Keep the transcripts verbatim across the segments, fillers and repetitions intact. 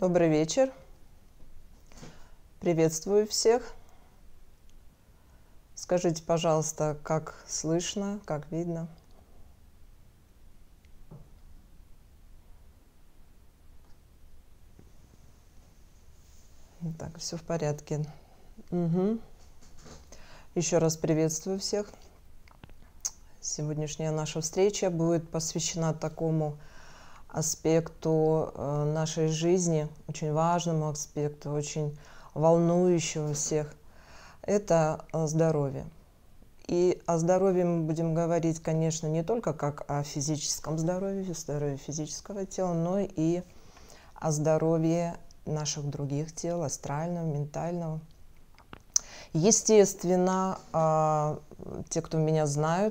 Добрый вечер. Приветствую всех. Скажите, пожалуйста, как слышно, как видно? Так, все в порядке. Угу. Еще раз приветствую всех. Сегодняшняя наша встреча будет посвящена такому аспекту э, нашей жизни, очень важному аспекту, очень волнующего всех. Это здоровье. И о здоровье мы будем говорить, конечно, не только как о физическом здоровье, здоровье физического тела, но и о здоровье наших других тел, астрального, ментального. Естественно, те, кто меня знают,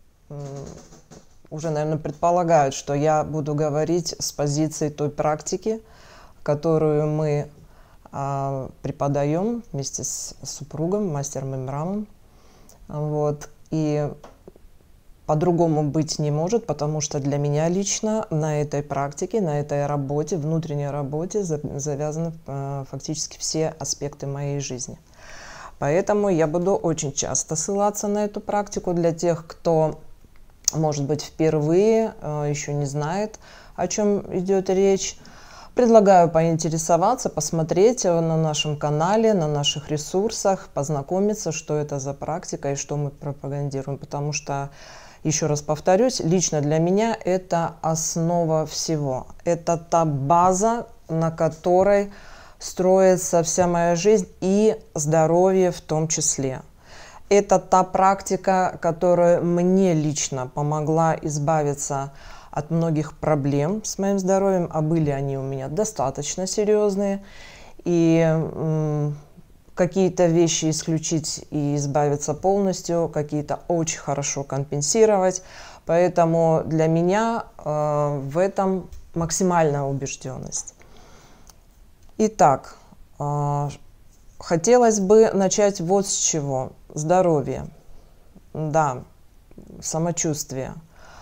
уже, наверное, предполагают, что я буду говорить с позиции той практики, которую мы преподаем вместе с супругом, мастером Имрамом. Вот. И по-другому быть не может, потому что для меня лично на этой практике, на этой работе, внутренней работе завязаны фактически все аспекты моей жизни. Поэтому я буду очень часто ссылаться на эту практику для тех, кто, может быть, впервые еще не знает, о чем идет речь. Предлагаю поинтересоваться, посмотреть на нашем канале, на наших ресурсах, познакомиться, что это за практика и что мы пропагандируем. Потому что, еще раз повторюсь, лично для меня это основа всего. Это та база, на которой строится вся моя жизнь и здоровье в том числе. Это та практика, которая мне лично помогла избавиться от многих проблем с моим здоровьем, а были они у меня достаточно серьезные. И какие-то вещи исключить и избавиться полностью, какие-то очень хорошо компенсировать. Поэтому для меня э, в этом максимальная убежденность. Итак, э, хотелось бы начать вот с чего. Здоровье. Да, самочувствие.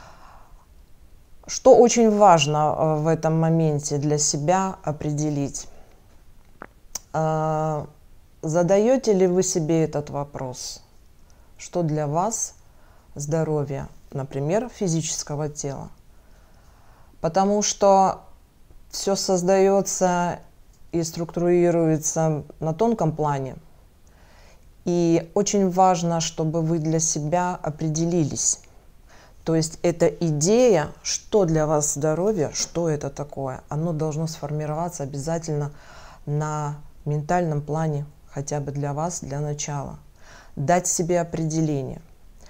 Что очень важно в этом моменте для себя определить? Э, задаете ли вы себе этот вопрос? Что для вас здоровье, например, физического тела? Потому что все создается и структурируется на тонком плане. И очень важно, чтобы вы для себя определились. То есть эта идея, что для вас здоровье, что это такое, оно должно сформироваться обязательно на ментальном плане, хотя бы для вас, для начала. Дать себе определение.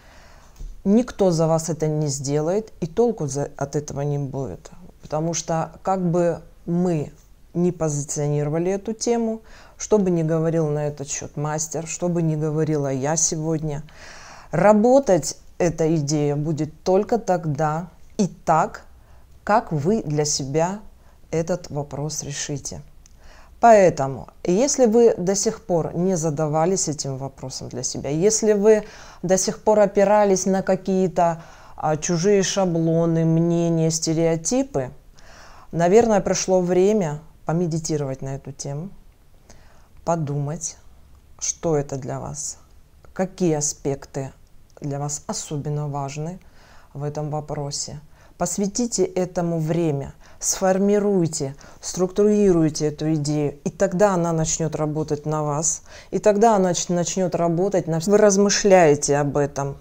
Никто за вас это не сделает, и толку от этого не будет. Потому что как бы мы не позиционировали эту тему, что бы ни говорил на этот счет мастер, что бы ни говорила я сегодня, работать эта идея будет только тогда и так, как вы для себя этот вопрос решите. Поэтому, если вы до сих пор не задавались этим вопросом для себя, если вы до сих пор опирались на какие-то а, чужие шаблоны, мнения, стереотипы, наверное, пришло время помедитировать на эту тему, подумать, что это для вас, какие аспекты для вас особенно важны в этом вопросе. Посвятите этому время, сформируйте, структурируйте эту идею, и тогда она начнет работать на вас, и тогда она начнет работать на... Вы размышляете об этом.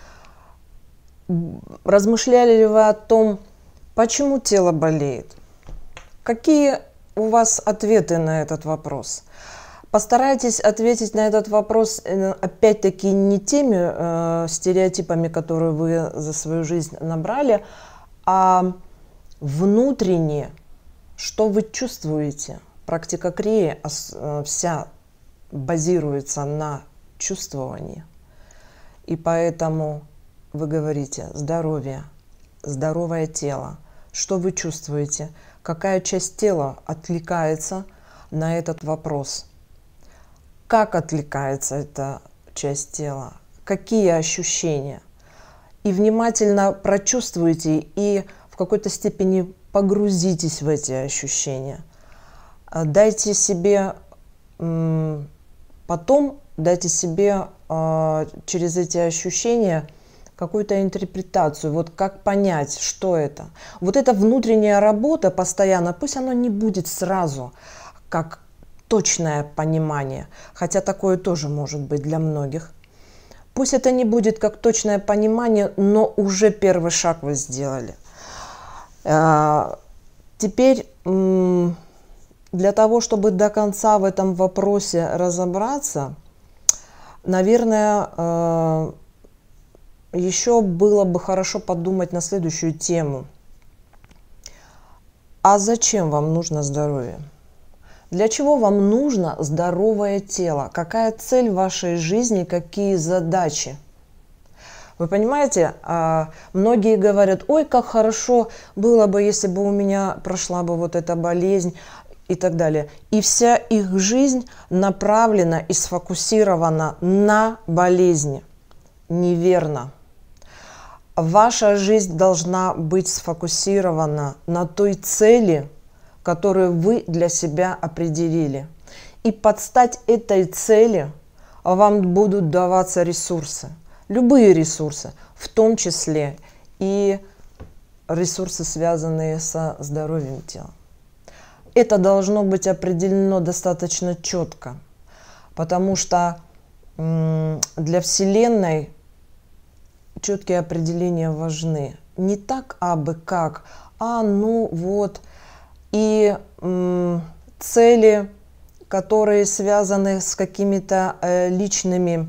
Размышляли ли вы о том, почему тело болеет? Какие у вас ответы на этот вопрос? Постарайтесь ответить на этот вопрос, опять-таки, не теми э, стереотипами, которые вы за свою жизнь набрали, а внутренне, что вы чувствуете. Практика крии э, вся базируется на чувствовании. И поэтому вы говорите здоровье, здоровое тело. Что вы чувствуете? Какая часть тела откликается на этот вопрос? Как откликается эта часть тела? Какие ощущения? И внимательно прочувствуйте и в какой-то степени погрузитесь в эти ощущения. дайте себе потом, дайте себе через эти ощущения какую-то интерпретацию, вот как понять, что это. Вот эта внутренняя работа постоянно, пусть оно не будет сразу, как точное понимание, хотя такое тоже может быть для многих. Пусть это не будет как точное понимание, но уже первый шаг вы сделали. Теперь для того, чтобы до конца в этом вопросе разобраться, наверное, еще было бы хорошо подумать на следующую тему. А зачем вам нужно здоровье? Для чего вам нужно здоровое тело? Какая цель вашей жизни, какие задачи? Вы понимаете, многие говорят, ой, как хорошо было бы, если бы у меня прошла бы вот эта болезнь и так далее. И вся их жизнь направлена и сфокусирована на болезни. Неверно. Ваша жизнь должна быть сфокусирована на той цели, которую вы для себя определили. И под стать этой цели вам будут даваться ресурсы. Любые ресурсы, в том числе и ресурсы, связанные со здоровьем тела. Это должно быть определено достаточно четко, потому что для Вселенной четкие определения важны. Не так абы как, а ну вот. И м, цели, которые связаны с какими-то э, личными,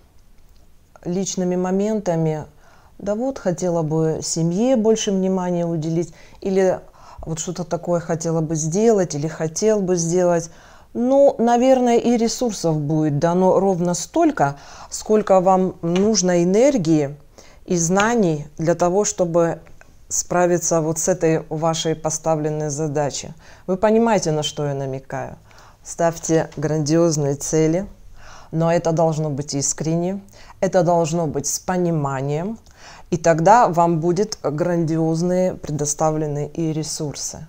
личными моментами, да вот хотела бы семье больше внимания уделить, или вот что-то такое хотела бы сделать, или хотел бы сделать. Ну, наверное, и ресурсов будет дано ровно столько, сколько вам нужно энергии и знаний для того, чтобы справиться вот с этой вашей поставленной задачей. Вы понимаете, на что я намекаю? Ставьте грандиозные цели, но это должно быть искренне, это должно быть с пониманием, и тогда вам будут грандиозные предоставлены и ресурсы.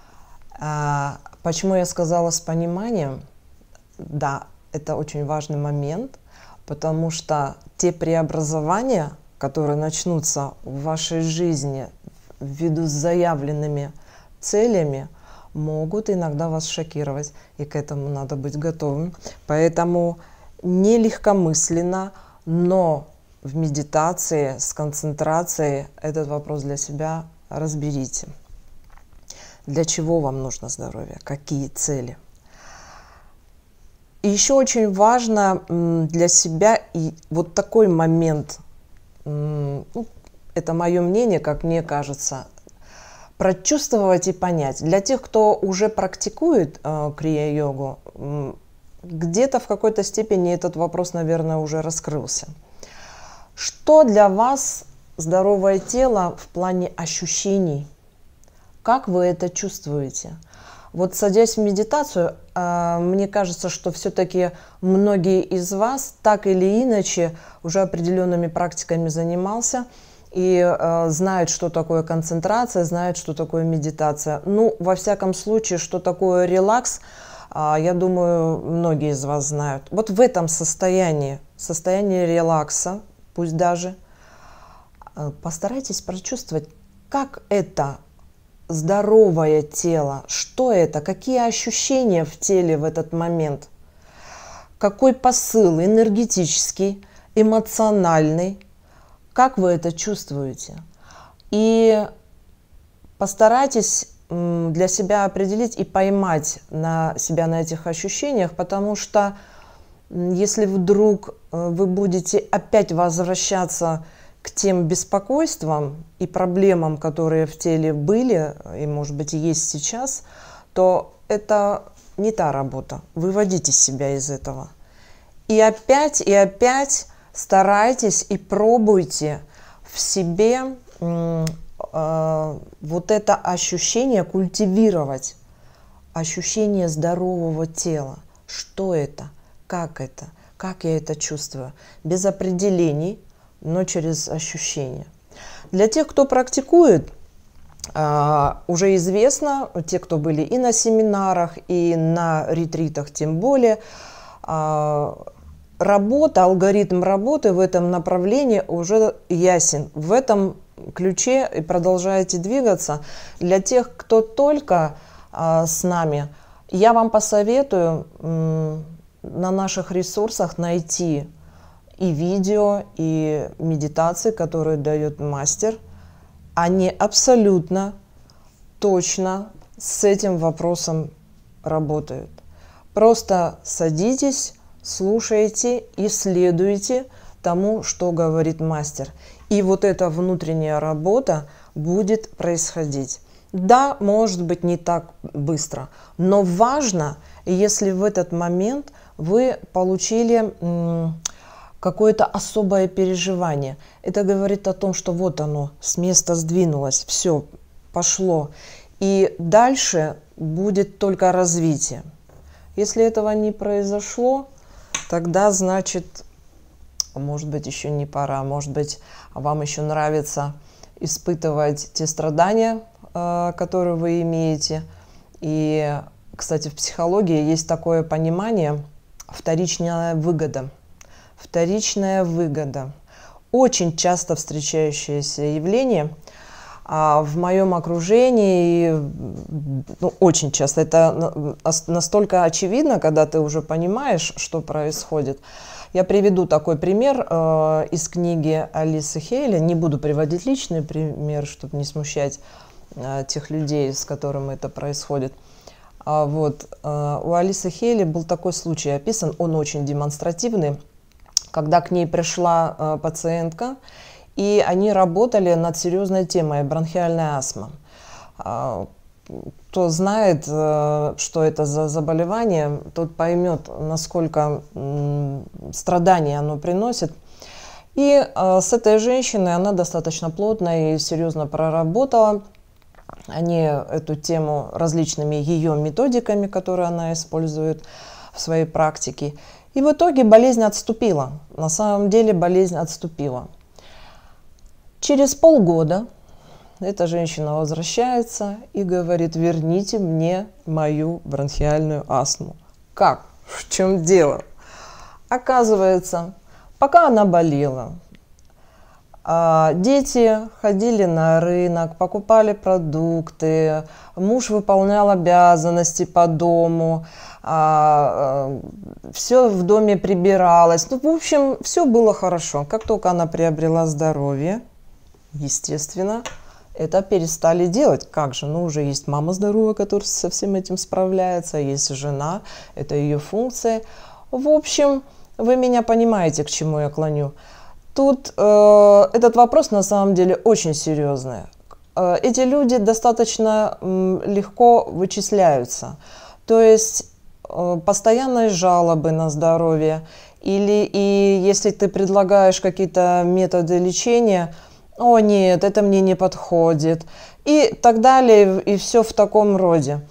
А почему я сказала с пониманием? Да, это очень важный момент, потому что те преобразования, которые начнутся в вашей жизни ввиду с заявленными целями, могут иногда вас шокировать, и к этому надо быть готовым. Поэтому не легкомысленно, но в медитации, с концентрацией этот вопрос для себя разберите. Для чего вам нужно здоровье? Какие цели? И еще очень важно для себя и вот такой момент, ну, это мое мнение, как мне кажется, прочувствовать и понять. Для тех, кто уже практикует э, крия-йогу, э, где-то в какой-то степени этот вопрос, наверное, уже раскрылся. Что для вас здоровое тело в плане ощущений? Как вы это чувствуете? Вот садясь в медитацию, э, мне кажется, что все-таки многие из вас так или иначе уже определенными практиками занимался и э, знают, что такое концентрация, знают, что такое медитация. Ну, во всяком случае, что такое релакс, э, я думаю, многие из вас знают. Вот в этом состоянии, состоянии релакса, пусть даже, э, постарайтесь прочувствовать, как это здоровое тело, что это, какие ощущения в теле в этот момент, какой посыл энергетический, эмоциональный, как вы это чувствуете. И постарайтесь для себя определить и поймать на себя на этих ощущениях, потому что если вдруг вы будете опять возвращаться к тем беспокойствам и проблемам, которые в теле были и, может быть, и есть сейчас, то это не та работа. Выводите себя из этого. И опять, и опять старайтесь и пробуйте в себе э, э, вот это ощущение культивировать. Ощущение здорового тела. Что это? Как это? Как я это чувствую? Без определений, но через ощущения. Для тех, кто практикует, уже известно, те, кто были и на семинарах, и на ретритах тем более, работа, алгоритм работы в этом направлении уже ясен. В этом ключе и продолжаете двигаться. Для тех, кто только с нами, я вам посоветую на наших ресурсах найти и видео, и медитации, которые дает мастер. Они абсолютно точно с этим вопросом работают. Просто садитесь, слушайте и следуйте тому, что говорит мастер. И вот эта внутренняя работа будет происходить. Да, может быть, не так быстро, но важно, если в этот момент вы получили какое-то особое переживание. Это говорит о том, что вот оно, с места сдвинулось, все, пошло. И дальше будет только развитие. Если этого не произошло, тогда, значит, может быть, еще не пора. Может быть, вам еще нравится испытывать те страдания, которые вы имеете. И, кстати, в психологии есть такое понимание – вторичная выгода. Вторичная выгода. Очень часто встречающееся явление. А в моем окружении, ну, очень часто, это настолько очевидно, когда ты уже понимаешь, что происходит. Я приведу такой пример э, из книги Алисы Хейли. Не буду приводить личный пример, чтобы не смущать э, тех людей, с которыми это происходит. А вот, э, у Алисы Хейли был такой случай описан, он очень демонстративный, когда к ней пришла э, пациентка, и они работали над серьезной темой – бронхиальная астма. Э, кто знает, э, что это за заболевание, тот поймет, насколько э, страданий оно приносит. И э, с этой женщиной она достаточно плотно и серьезно проработала. Они эту тему различными ее методиками, которые она использует в своей практике. И в итоге болезнь отступила. На самом деле болезнь отступила. Через полгода эта женщина возвращается и говорит: верните мне мою бронхиальную астму. Как? В чем дело? Оказывается, пока она болела, дети ходили на рынок, покупали продукты, муж выполнял обязанности по дому, все в доме прибиралось. Ну, в общем, все было хорошо. Как только она приобрела здоровье, естественно, это перестали делать. Как же? Ну, уже есть мама здоровая, которая со всем этим справляется, есть жена, это ее функция. В общем, вы меня понимаете, к чему я клоню. Тут э, этот вопрос на самом деле очень серьезный. Э, эти люди достаточно э, легко вычисляются. То есть э, постоянные жалобы на здоровье, или и если ты предлагаешь какие-то методы лечения, о нет, это мне не подходит, и так далее, и все в таком роде.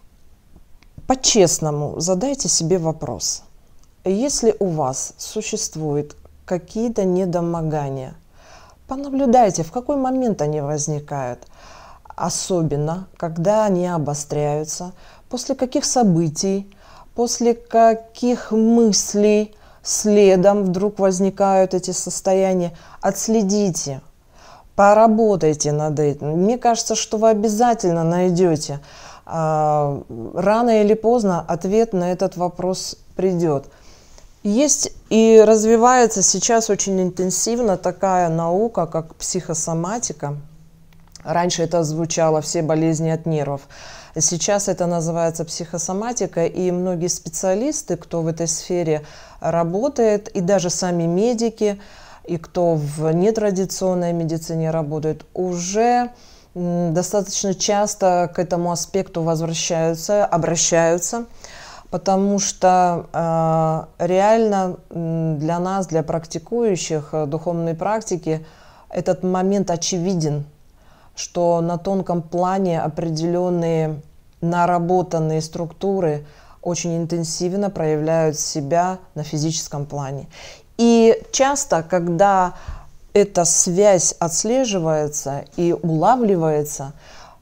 По-честному задайте себе вопрос. Если у вас существует какие-то недомогания, понаблюдайте, в какой момент они возникают, особенно когда они обостряются, после каких событий, после каких мыслей следом вдруг возникают эти состояния. Отследите, поработайте над этим. Мне кажется, что вы обязательно найдете. Рано или поздно ответ на этот вопрос придет. Есть и развивается сейчас очень интенсивно такая наука, как психосоматика. Раньше это звучало «все болезни от нервов». Сейчас это называется психосоматика, и многие специалисты, кто в этой сфере работает, и даже сами медики, и кто в нетрадиционной медицине работает, уже достаточно часто к этому аспекту возвращаются, обращаются. Потому что э, реально для нас, для практикующих э, духовной практики, этот момент очевиден, что на тонком плане определенные наработанные структуры очень интенсивно проявляют себя на физическом плане. И часто, когда эта связь отслеживается и улавливается,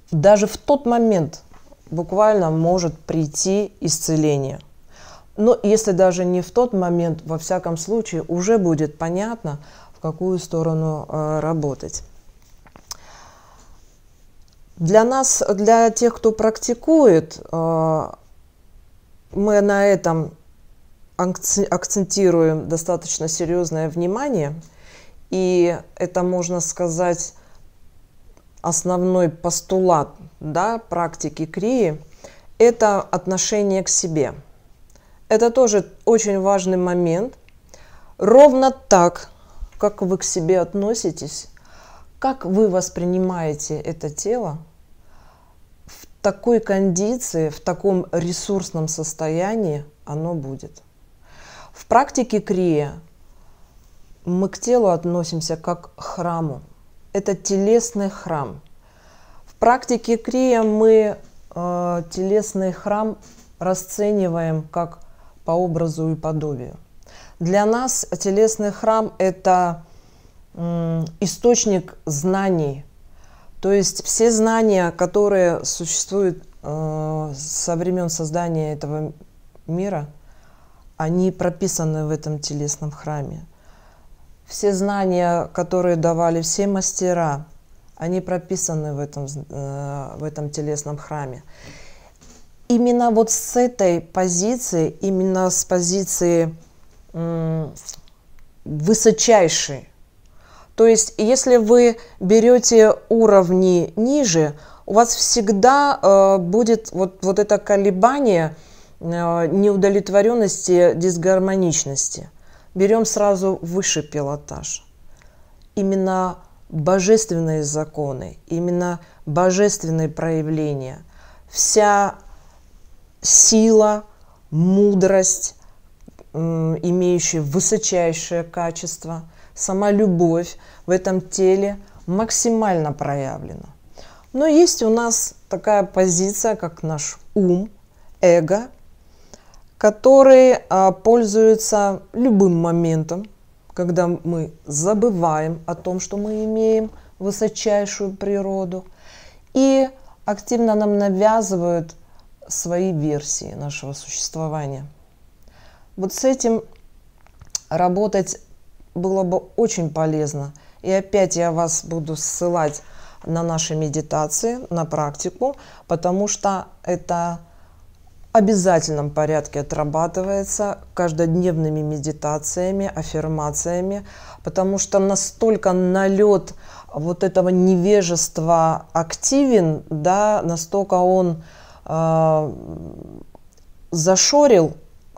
даже в тот момент буквально может прийти исцеление. Но если даже не в тот момент, во всяком случае, уже будет понятно, в какую сторону э, работать. Для нас, для тех, кто практикует, э, мы на этом акцентируем достаточно серьезное внимание. И это, можно сказать, основной постулат, да, практики крии – это отношение к себе. Это тоже очень важный момент. Ровно так, как вы к себе относитесь, как вы воспринимаете это тело, в такой кондиции, в таком ресурсном состоянии оно будет. В практике крия мы к телу относимся как к храму. Это телесный храм. В практике крия мы э, телесный храм расцениваем как по образу и подобию. Для нас телесный храм – это э, источник знаний. То есть все знания, которые существуют э, со времен создания этого мира, они прописаны в этом телесном храме. Все знания, которые давали все мастера, они прописаны в этом, э, в этом телесном храме. Именно вот с этой позиции, именно с позиции э, высочайшей. То есть, если вы берете уровни ниже, у вас всегда э, будет вот, вот это колебание э, неудовлетворенности, дисгармоничности. Берем сразу высший пилотаж. Именно божественные законы, именно божественные проявления. Вся сила, мудрость, имеющая высочайшее качество, сама любовь в этом теле максимально проявлена. Но есть у нас такая позиция, как наш ум, эго, который а, пользуется любым моментом, когда мы забываем о том, что мы имеем высочайшую природу, и активно нам навязывают свои версии нашего существования. Вот с этим работать было бы очень полезно. И опять я вас буду ссылать на наши медитации, на практику, потому что это в обязательном порядке отрабатывается каждодневными медитациями, аффирмациями, потому что настолько налет вот этого невежества активен, да, настолько он э, зашорил,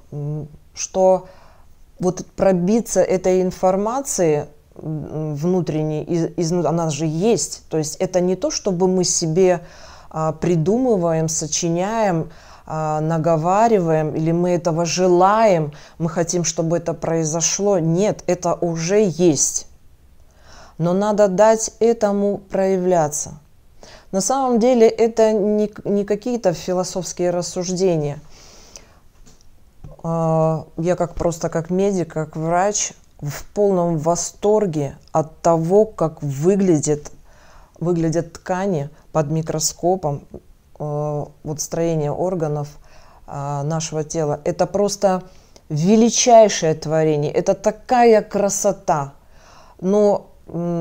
что вот пробиться этой информации внутренней, из, она же есть. То есть это не то, чтобы мы себе а, придумываем, сочиняем, а, наговариваем, или мы этого желаем, мы хотим, чтобы это произошло. Нет, это уже есть. Но надо дать этому проявляться. На самом деле это не, не какие-то философские рассуждения. Я как просто как медик, как врач в полном восторге от того, как выглядит, выглядят ткани под микроскопом, вот строение органов нашего тела. Это просто величайшее творение, это такая красота. Но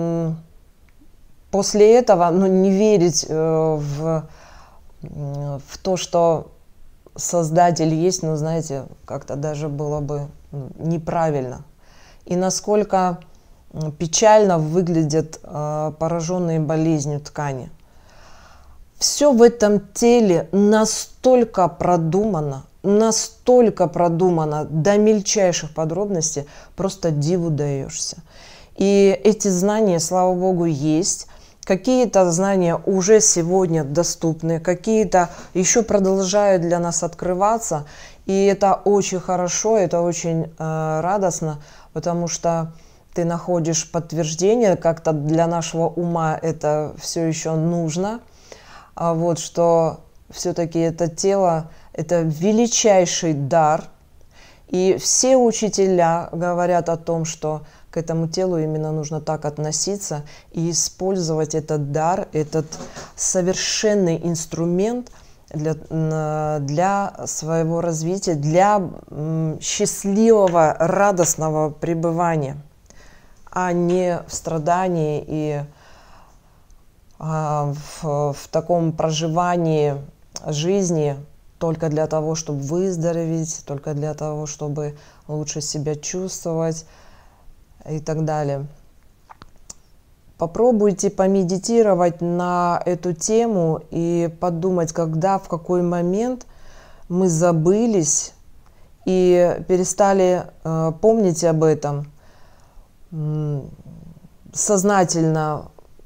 после этого, ну, не верить в, в то, что Создатель есть, но, знаете, как-то даже было бы неправильно. И насколько печально выглядят э, пораженные болезнью ткани. Все в этом теле настолько продумано, настолько продумано до мельчайших подробностей, просто диву даешься. И эти знания, слава Богу, есть. Какие-то знания уже сегодня доступны, какие-то еще продолжают для нас открываться. И это очень хорошо, это очень э, радостно, потому что ты находишь подтверждение, как-то для нашего ума это все еще нужно, а вот что все-таки это тело, это величайший дар. И все учителя говорят о том, что к этому телу именно нужно так относиться и использовать этот дар, этот совершенный инструмент для, для своего развития, для счастливого, радостного пребывания, а не в страдании и а, в, в таком проживании жизни только для того, чтобы выздороветь, только для того, чтобы лучше себя чувствовать и так далее. Попробуйте помедитировать на эту тему и подумать, когда, в какой момент мы забылись и перестали э, помнить об этом, сознательно,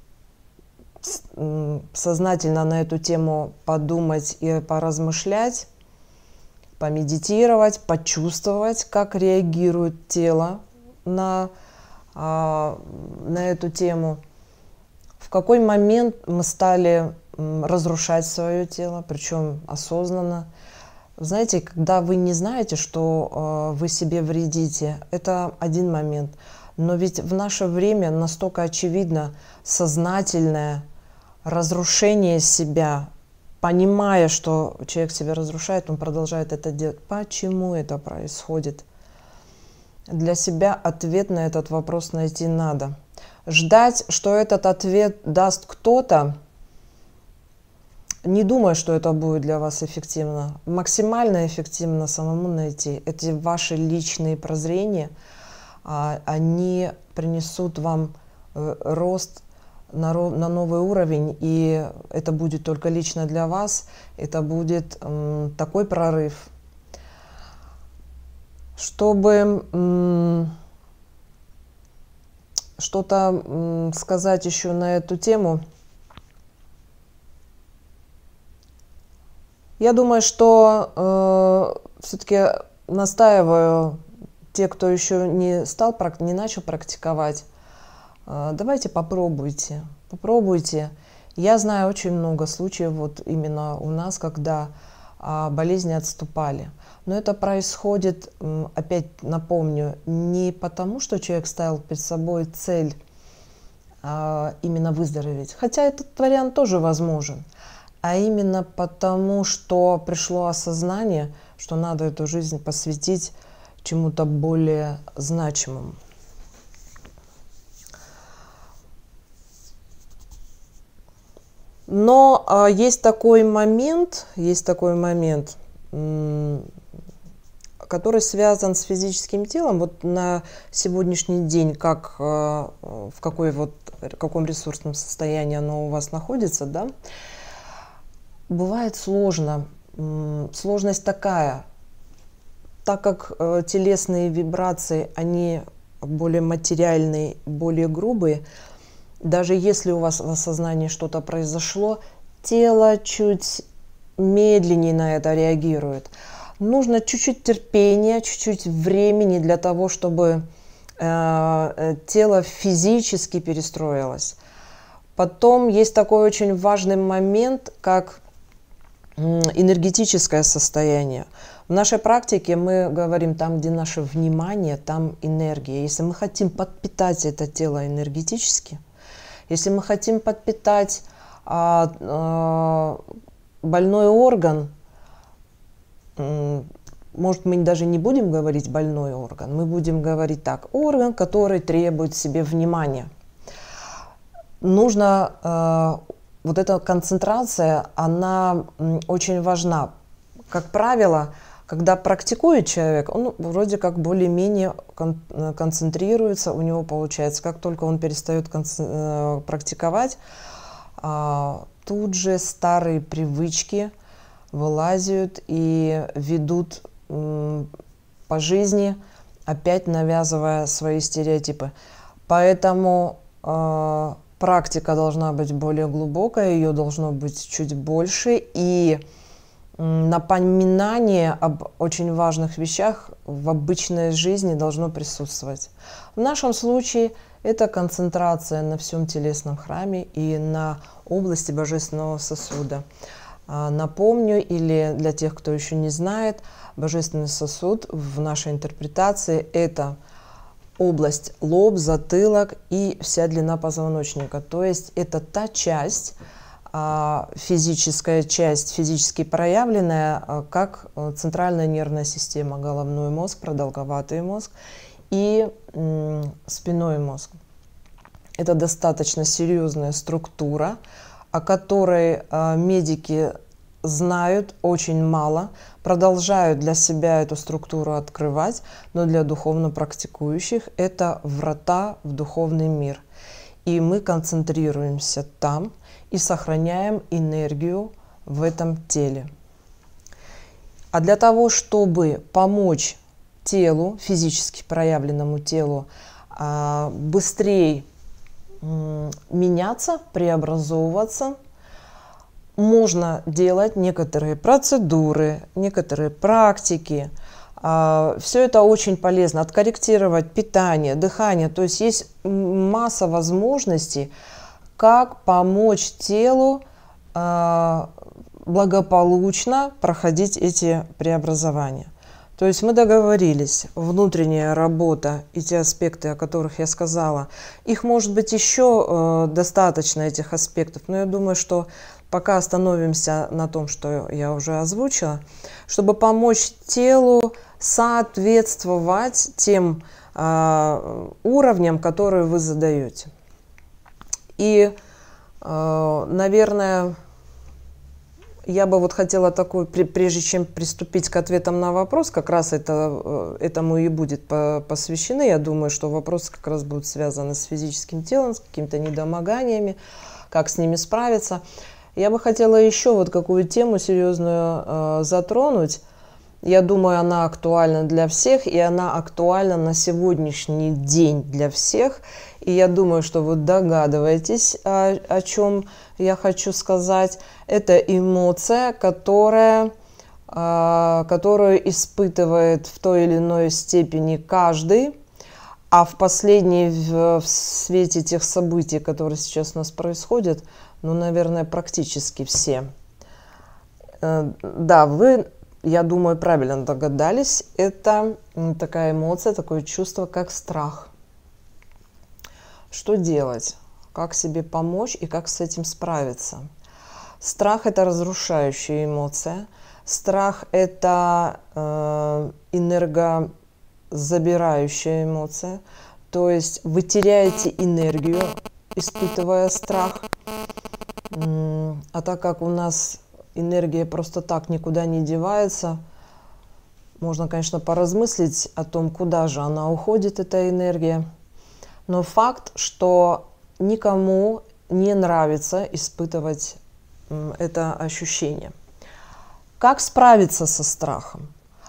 сознательно на эту тему подумать и поразмышлять, помедитировать, почувствовать, как реагирует тело на, на эту тему. В какой момент мы стали разрушать свое тело, причем осознанно. Знаете, когда вы не знаете, что вы себе вредите, это один момент. Но ведь в наше время настолько очевидно сознательное разрушение себя, понимая, что человек себя разрушает, он продолжает это делать. Почему это происходит? Для себя ответ на этот вопрос найти надо. Ждать, что этот ответ даст кто-то, не думаю, что это будет для вас эффективно. Максимально эффективно самому найти. Эти ваши личные прозрения, они принесут вам рост на новый уровень, и это будет только лично для вас, это будет м, такой прорыв. Чтобы м, что-то м, сказать еще на эту тему, я думаю, что э, все-таки настаиваю, те, кто еще не стал, не начал практиковать, давайте попробуйте, попробуйте. Я знаю очень много случаев вот именно у нас, когда а, болезни отступали. Но это происходит, опять напомню, не потому, что человек ставил перед собой цель а, именно выздороветь, хотя этот вариант тоже возможен, а именно потому, что пришло осознание, что надо эту жизнь посвятить чему-то более значимому. Но а, есть такой момент, есть такой момент, который связан с физическим телом. Вот на сегодняшний день, как, а, в какой вот, в каком ресурсном состоянии оно у вас находится, да, бывает сложно. Сложность такая, так как а, телесные вибрации, они более материальные, более грубые, даже если у вас в осознании что-то произошло, тело чуть медленнее на это реагирует. Нужно чуть-чуть терпения, чуть-чуть времени для того, чтобы э, тело физически перестроилось. Потом есть такой очень важный момент, как энергетическое состояние. В нашей практике мы говорим, там, где наше внимание, там энергия. Если мы хотим подпитать это тело энергетически, если мы хотим подпитать а, а, больной орган, может, мы даже не будем говорить больной орган, мы будем говорить так, орган, который требует себе внимания. Нужно, а, вот эта концентрация, она очень важна. Как правило, когда практикует человек, он вроде как более-менее кон концентрируется, у него получается. Как только он перестает практиковать, тут же старые привычки вылазят и ведут по жизни, опять навязывая свои стереотипы. Поэтому практика должна быть более глубокая, ее должно быть чуть больше, и напоминание об очень важных вещах в обычной жизни должно присутствовать. В нашем случае это концентрация на всем телесном храме и на области божественного сосуда. Напомню, или для тех, кто еще не знает, божественный сосуд в нашей интерпретации – это область лоб, затылок и вся длина позвоночника. То есть это та часть, физическая часть, физически проявленная, как центральная нервная система, головной мозг, продолговатый мозг и спинной мозг. Это достаточно серьезная структура, о которой медики знают очень мало, продолжают для себя эту структуру открывать, но для духовно практикующих это врата в духовный мир. И мы концентрируемся там и сохраняем энергию в этом теле. А для того, чтобы помочь телу, физически проявленному телу, быстрее меняться, преобразовываться, можно делать некоторые процедуры, некоторые практики. Все это очень полезно. Откорректировать питание, дыхание. То есть есть масса возможностей, как помочь телу благополучно проходить эти преобразования. То есть мы договорились, внутренняя работа и те аспекты, о которых я сказала, их может быть еще достаточно, этих аспектов, но я думаю, что пока остановимся на том, что я уже озвучила, чтобы помочь телу соответствовать тем э, уровням, которые вы задаете. И, э, наверное, я бы вот хотела такой, прежде чем приступить к ответам на вопрос, как раз это, этому и будет посвящены. Я думаю, что вопросы как раз будут связаны с физическим телом, с какими-то недомоганиями, как с ними справиться. Я бы хотела еще вот какую тему серьезную э, затронуть. Я думаю, она актуальна для всех, и она актуальна на сегодняшний день для всех. И я думаю, что вы догадываетесь, о, о чем я хочу сказать. Это эмоция, которая, э, которую испытывает в той или иной степени каждый. А в последней, в, в свете тех событий, которые сейчас у нас происходят, ну, наверное, практически все. Э, да, вы... Я думаю, правильно догадались. Это такая эмоция, такое чувство, как страх. Что делать? Как себе помочь и как с этим справиться? Страх – это разрушающая эмоция. Страх – это э, энергозабирающая эмоция. То есть вы теряете энергию, испытывая страх. А так как у нас энергия просто так никуда не девается, можно, конечно, поразмыслить о том, куда же она уходит, эта энергия. Но факт, что никому не нравится испытывать это ощущение. Как справиться со страхом?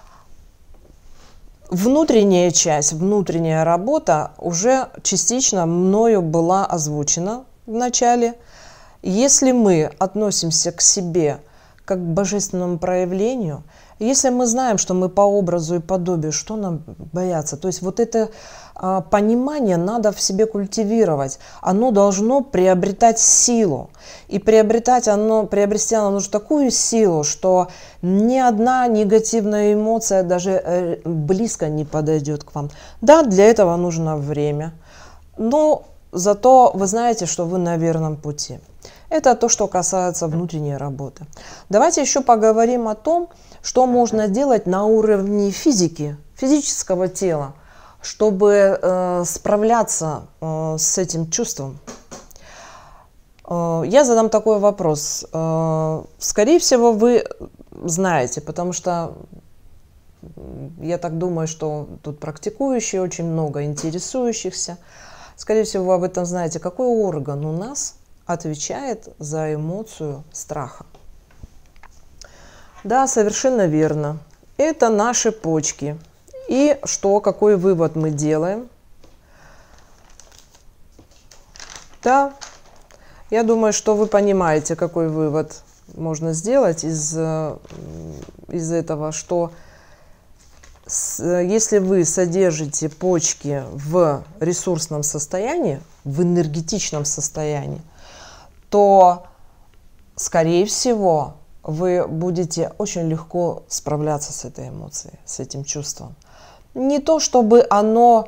Внутренняя часть, внутренняя работа уже частично мною была озвучена в начале. Если мы относимся к себе как к божественному проявлению, если мы знаем, что мы по образу и подобию, что нам бояться, то есть вот это а, понимание надо в себе культивировать, оно должно приобретать силу, и приобретать оно, приобрести оно нужно такую силу, что ни одна негативная эмоция даже э, близко не подойдет к вам. Да, для этого нужно время, но зато вы знаете, что вы на верном пути. Это то, что касается внутренней работы. Давайте еще поговорим о том, что можно делать на уровне физики, физического тела, чтобы э, справляться э, с этим чувством. Э, я задам такой вопрос. Э, скорее всего, вы знаете, потому что я так думаю, что тут практикующие очень много, интересующихся. Скорее всего, вы об этом знаете, какой орган у нас отвечает за эмоцию страха. Да, совершенно верно. Это наши почки. И что, какой вывод мы делаем? Да, я думаю, что вы понимаете, какой вывод можно сделать из, из этого, что если вы содержите почки в ресурсном состоянии, в энергетичном состоянии, то, скорее всего, вы будете очень легко справляться с этой эмоцией, с этим чувством. Не то, чтобы оно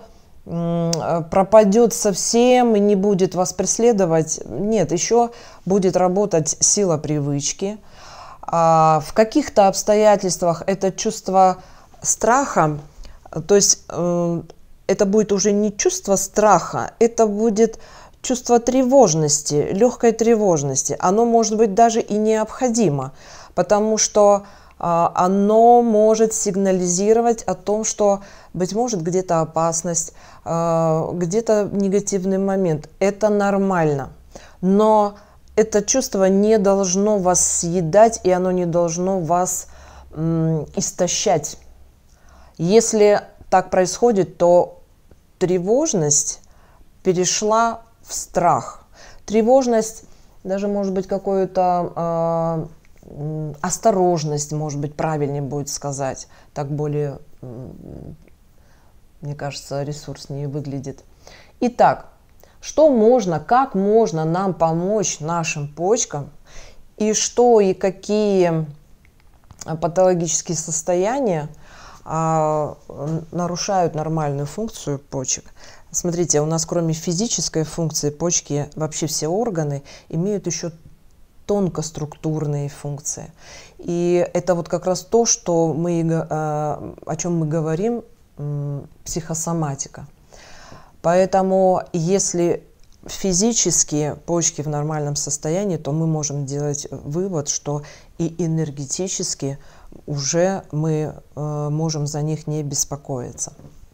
пропадет совсем и не будет вас преследовать. Нет, еще будет работать сила привычки. В каких-то обстоятельствах это чувство страха, то есть это будет уже не чувство страха, это будет чувство тревожности, легкой тревожности. Оно может быть даже и необходимо, потому что оно может сигнализировать о том, что, быть может, где-то опасность, где-то негативный момент. Это нормально. Но это чувство не должно вас съедать, и оно не должно вас м, истощать. Если так происходит, то тревожность перешла в страх. Тревожность, даже может быть какую-то э, осторожность, может быть, правильнее будет сказать, так более, э, мне кажется, ресурснее выглядит. Итак, что можно, как можно нам помочь нашим почкам, и что и какие патологические состояния а, нарушают нормальную функцию почек. Смотрите, у нас кроме физической функции почки, вообще все органы имеют еще тонкоструктурные функции. И это вот как раз то, что мы, о чем мы говорим, психосоматика. Поэтому если физические почки в нормальном состоянии, то мы можем делать вывод, что и энергетически уже мы э, можем за них не беспокоиться.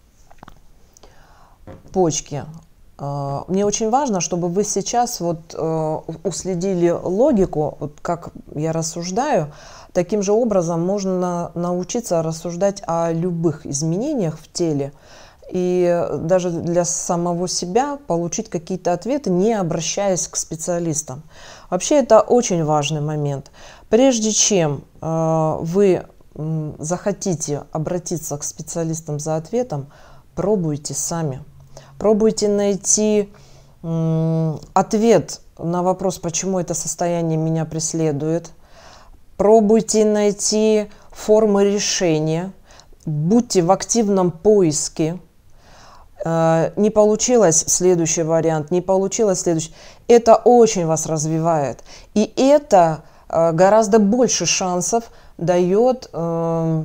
Почки. Э, мне очень важно, чтобы вы сейчас вот э, уследили логику, вот как я рассуждаю. Таким же образом можно научиться рассуждать о любых изменениях в теле, и даже для самого себя получить какие-то ответы, не обращаясь к специалистам. Вообще это очень важный момент. Прежде чем э, вы э, захотите обратиться к специалистам за ответом, пробуйте сами. Пробуйте найти э, ответ на вопрос, почему это состояние меня преследует. Пробуйте найти формы решения. Будьте в активном поиске. Не получилось, следующий вариант, не получилось, следующий. Это очень вас развивает. И это гораздо больше шансов дает э,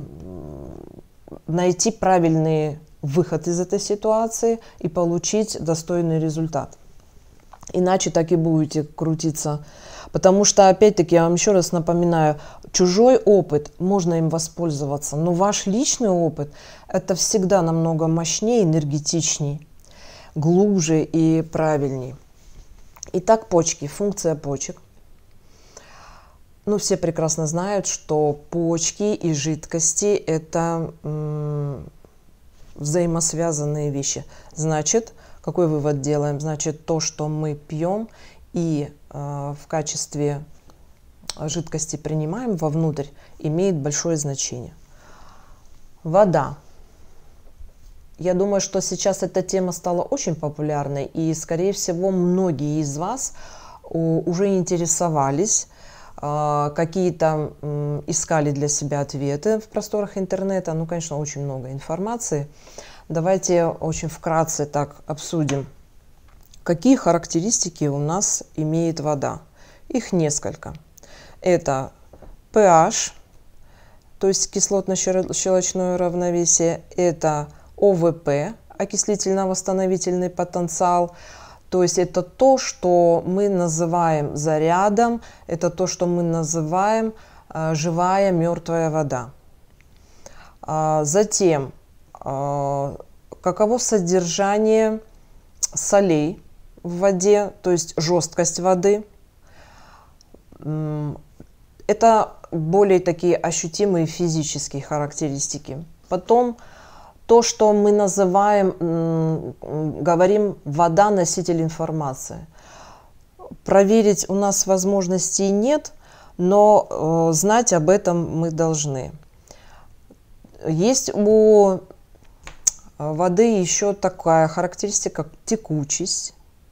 найти правильный выход из этой ситуации и получить достойный результат. Иначе так и будете крутиться. Потому что, опять-таки, я вам еще раз напоминаю, чужой опыт, можно им воспользоваться, но ваш личный опыт – это всегда намного мощнее, энергетичней, глубже и правильней. Итак, почки, функция почек. Ну, все прекрасно знают, что почки и жидкости – это м, взаимосвязанные вещи. Значит, какой вывод делаем? Значит, то, что мы пьем и э, в качестве жидкости принимаем вовнутрь, имеет большое значение. Вода. Я думаю, что сейчас эта тема стала очень популярной, и, скорее всего, многие из вас уже интересовались, какие-то искали для себя ответы в просторах интернета. Ну, конечно, очень много информации. Давайте очень вкратце так обсудим, какие характеристики у нас имеет вода. Их несколько. Это pH, то есть кислотно-щелочное равновесие, это о вэ пэ, окислительно-восстановительный потенциал, то есть это то, что мы называем зарядом, это то, что мы называем э, живая мертвая вода. А затем, э, каково содержание солей в воде, то есть жесткость воды. Это более такие ощутимые физические характеристики. Потом то, что мы называем, говорим, вода – носитель информации. Проверить у нас возможностей нет, но знать об этом мы должны. Есть у воды еще такая характеристика, как текучесть,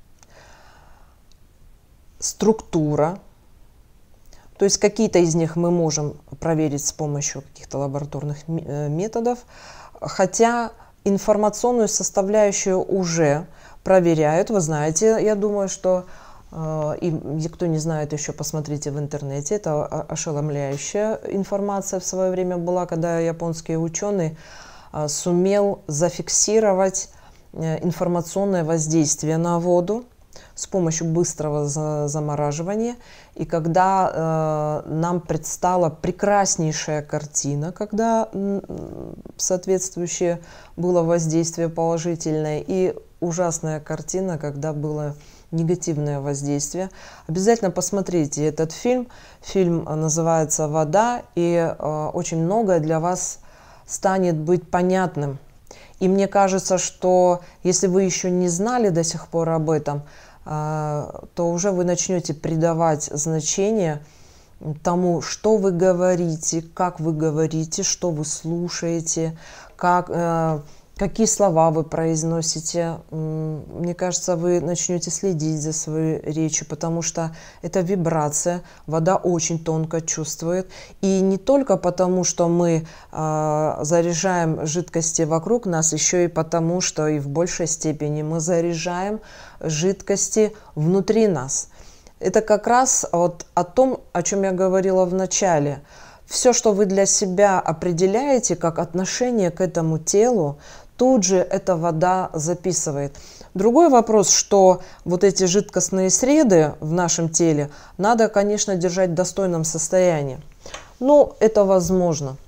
структура. То есть какие-то из них мы можем проверить с помощью каких-то лабораторных методов. Хотя информационную составляющую уже проверяют. Вы знаете, я думаю, что и кто не знает еще, посмотрите в интернете. Это ошеломляющая информация в свое время была, когда японский ученый сумел зафиксировать информационное воздействие на воду с помощью быстрого замораживания. И когда э, нам предстала прекраснейшая картина, когда соответствующее было воздействие положительное, и ужасная картина, когда было негативное воздействие. Обязательно посмотрите этот фильм. Фильм называется «Вода», и э, очень многое для вас станет быть понятным. И мне кажется, что если вы еще не знали до сих пор об этом, э, то уже вы начнете придавать значение тому, что вы говорите, как вы говорите, что вы слушаете, как... Э, какие слова вы произносите. Мне кажется, вы начнете следить за своей речью, потому что это вибрация. Вода очень тонко чувствует. И не только потому, что мы э, заряжаем жидкости вокруг нас, еще и потому, что и в большей степени мы заряжаем жидкости внутри нас. Это как раз вот о том, о чем я говорила в начале. Все, что вы для себя определяете как отношение к этому телу, тут же эта вода записывает. Другой вопрос, что вот эти жидкостные среды в нашем теле надо, конечно, держать в достойном состоянии. Но это возможно.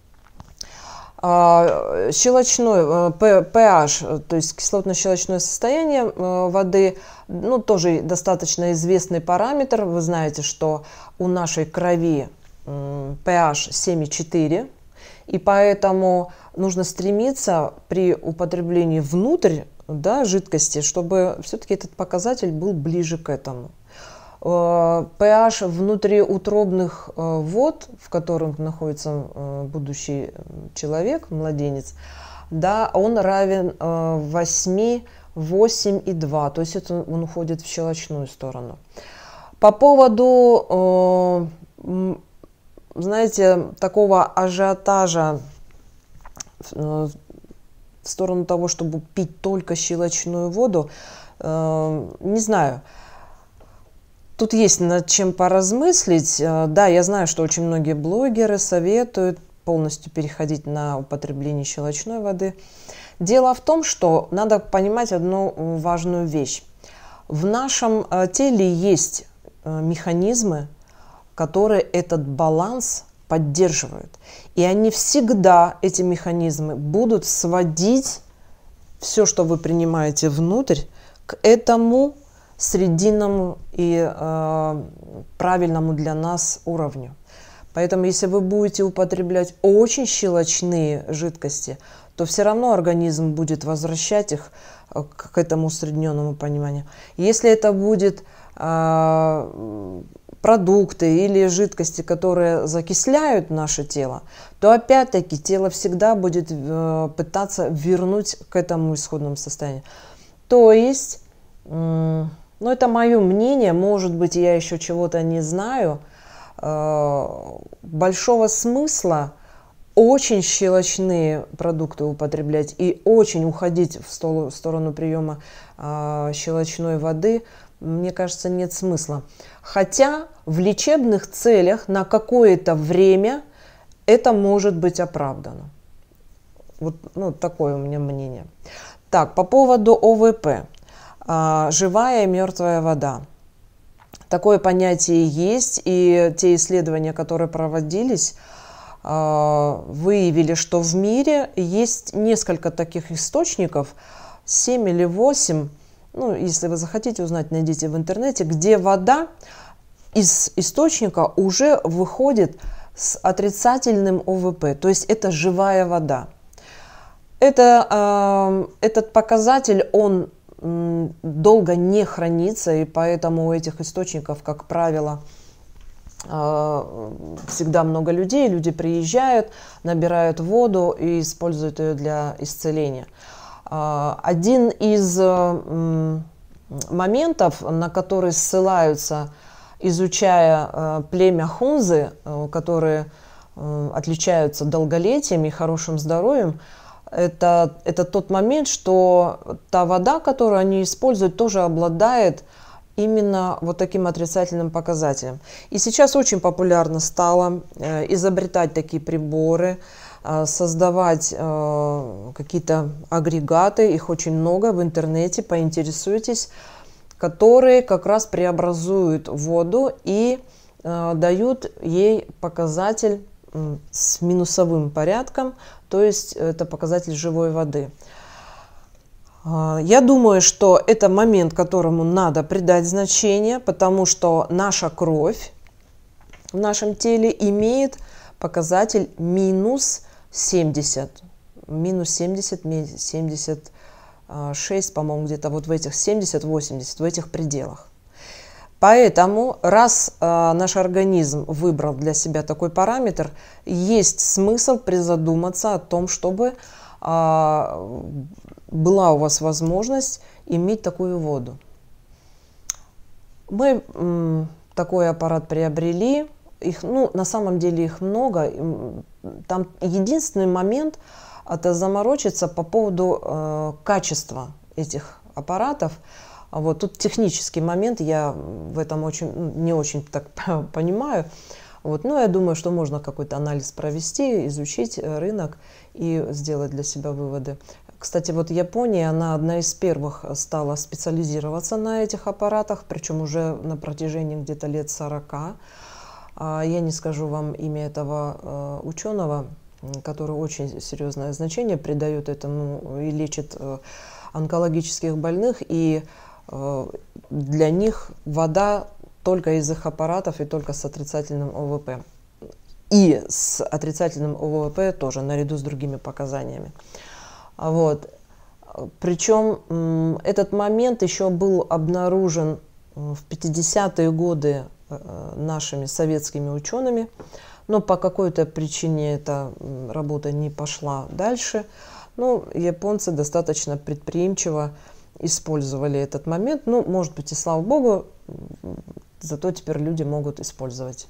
Щелочной pH, то есть кислотно-щелочное состояние воды, ну, тоже достаточно известный параметр. Вы знаете, что у нашей крови pH семь и четыре. И поэтому нужно стремиться при употреблении внутрь, да, жидкости, чтобы все-таки этот показатель был ближе к этому. pH внутриутробных вод, в котором находится будущий человек, младенец, да, он равен восемь, восемь и два, то есть это он уходит в щелочную сторону. По поводу... знаете, такого ажиотажа в сторону того, чтобы пить только щелочную воду, не знаю. Тут есть над чем поразмыслить. Да, я знаю, что очень многие блогеры советуют полностью переходить на употребление щелочной воды. Дело в том, что надо понимать одну важную вещь. В нашем теле есть механизмы, которые этот баланс поддерживают. И они всегда, эти механизмы, будут сводить все, что вы принимаете внутрь, к этому срединному и э, правильному для нас уровню. Поэтому, если вы будете употреблять очень щелочные жидкости, то все равно организм будет возвращать их к этому усредненному пониманию. Если это будет э, продукты или жидкости, которые закисляют наше тело, то опять-таки тело всегда будет э, пытаться вернуть к этому исходному состоянию. То есть, э, ну это мое мнение, может быть, я еще чего-то не знаю, э, большого смысла очень щелочные продукты употреблять и очень уходить в сторону, в сторону приема э, щелочной воды, мне кажется, нет смысла. Хотя в лечебных целях на какое-то время это может быть оправдано. Вот, ну, такое у меня мнение. Так, по поводу О В П. А, живая и мертвая вода. Такое понятие есть, и те исследования, которые проводились, а, выявили, что в мире есть несколько таких источников, семь или восемь. Ну, если вы захотите узнать, найдите в интернете, где вода из источника уже выходит с отрицательным О В П, то есть это живая вода. Это, э, этот показатель, он э, долго не хранится, и поэтому у этих источников, как правило, э, всегда много людей, люди приезжают, набирают воду и используют ее для исцеления. Один из моментов, на который ссылаются, изучая племя хунзы, которые отличаются долголетием и хорошим здоровьем, это, это тот момент, что та вода, которую они используют, тоже обладает именно вот таким отрицательным показателем. И сейчас очень популярно стало э, изобретать такие приборы, э, создавать э, какие-то агрегаты, их очень много в интернете, поинтересуйтесь, которые как раз преобразуют воду и э, дают ей показатель э, с минусовым порядком, то есть это показатель живой воды. Я думаю, что это момент, которому надо придать значение, потому что наша кровь в нашем теле имеет показатель минус семьдесят. Минус семьдесят, семьдесят шесть, по-моему, где-то вот в этих семьдесят-восемьдесят, в этих пределах. Поэтому, раз э, наш организм выбрал для себя такой параметр, есть смысл призадуматься о том, чтобы э, была у вас возможность иметь такую воду. Мы м, такой аппарат приобрели. Их, ну, на самом деле их много. Там единственный момент – это заморочиться по поводу э, качества этих аппаратов. Вот тут технический момент, я в этом очень, не очень так понимаю. Вот, но я думаю, что можно какой-то анализ провести, изучить рынок и сделать для себя выводы. Кстати, вот Япония, она одна из первых стала специализироваться на этих аппаратах, причем уже на протяжении где-то лет сорока. Я не скажу вам имя этого ученого, который очень серьезное значение придает этому и лечит онкологических больных, и для них вода только из их аппаратов и только с отрицательным О В П. И с отрицательным О В П тоже, наряду с другими показаниями. Вот. Причем этот момент еще был обнаружен в пятидесятые годы нашими советскими учеными, но по какой-то причине эта работа не пошла дальше. Ну, японцы достаточно предприимчиво использовали этот момент. Ну, может быть, и слава богу, зато теперь люди могут использовать.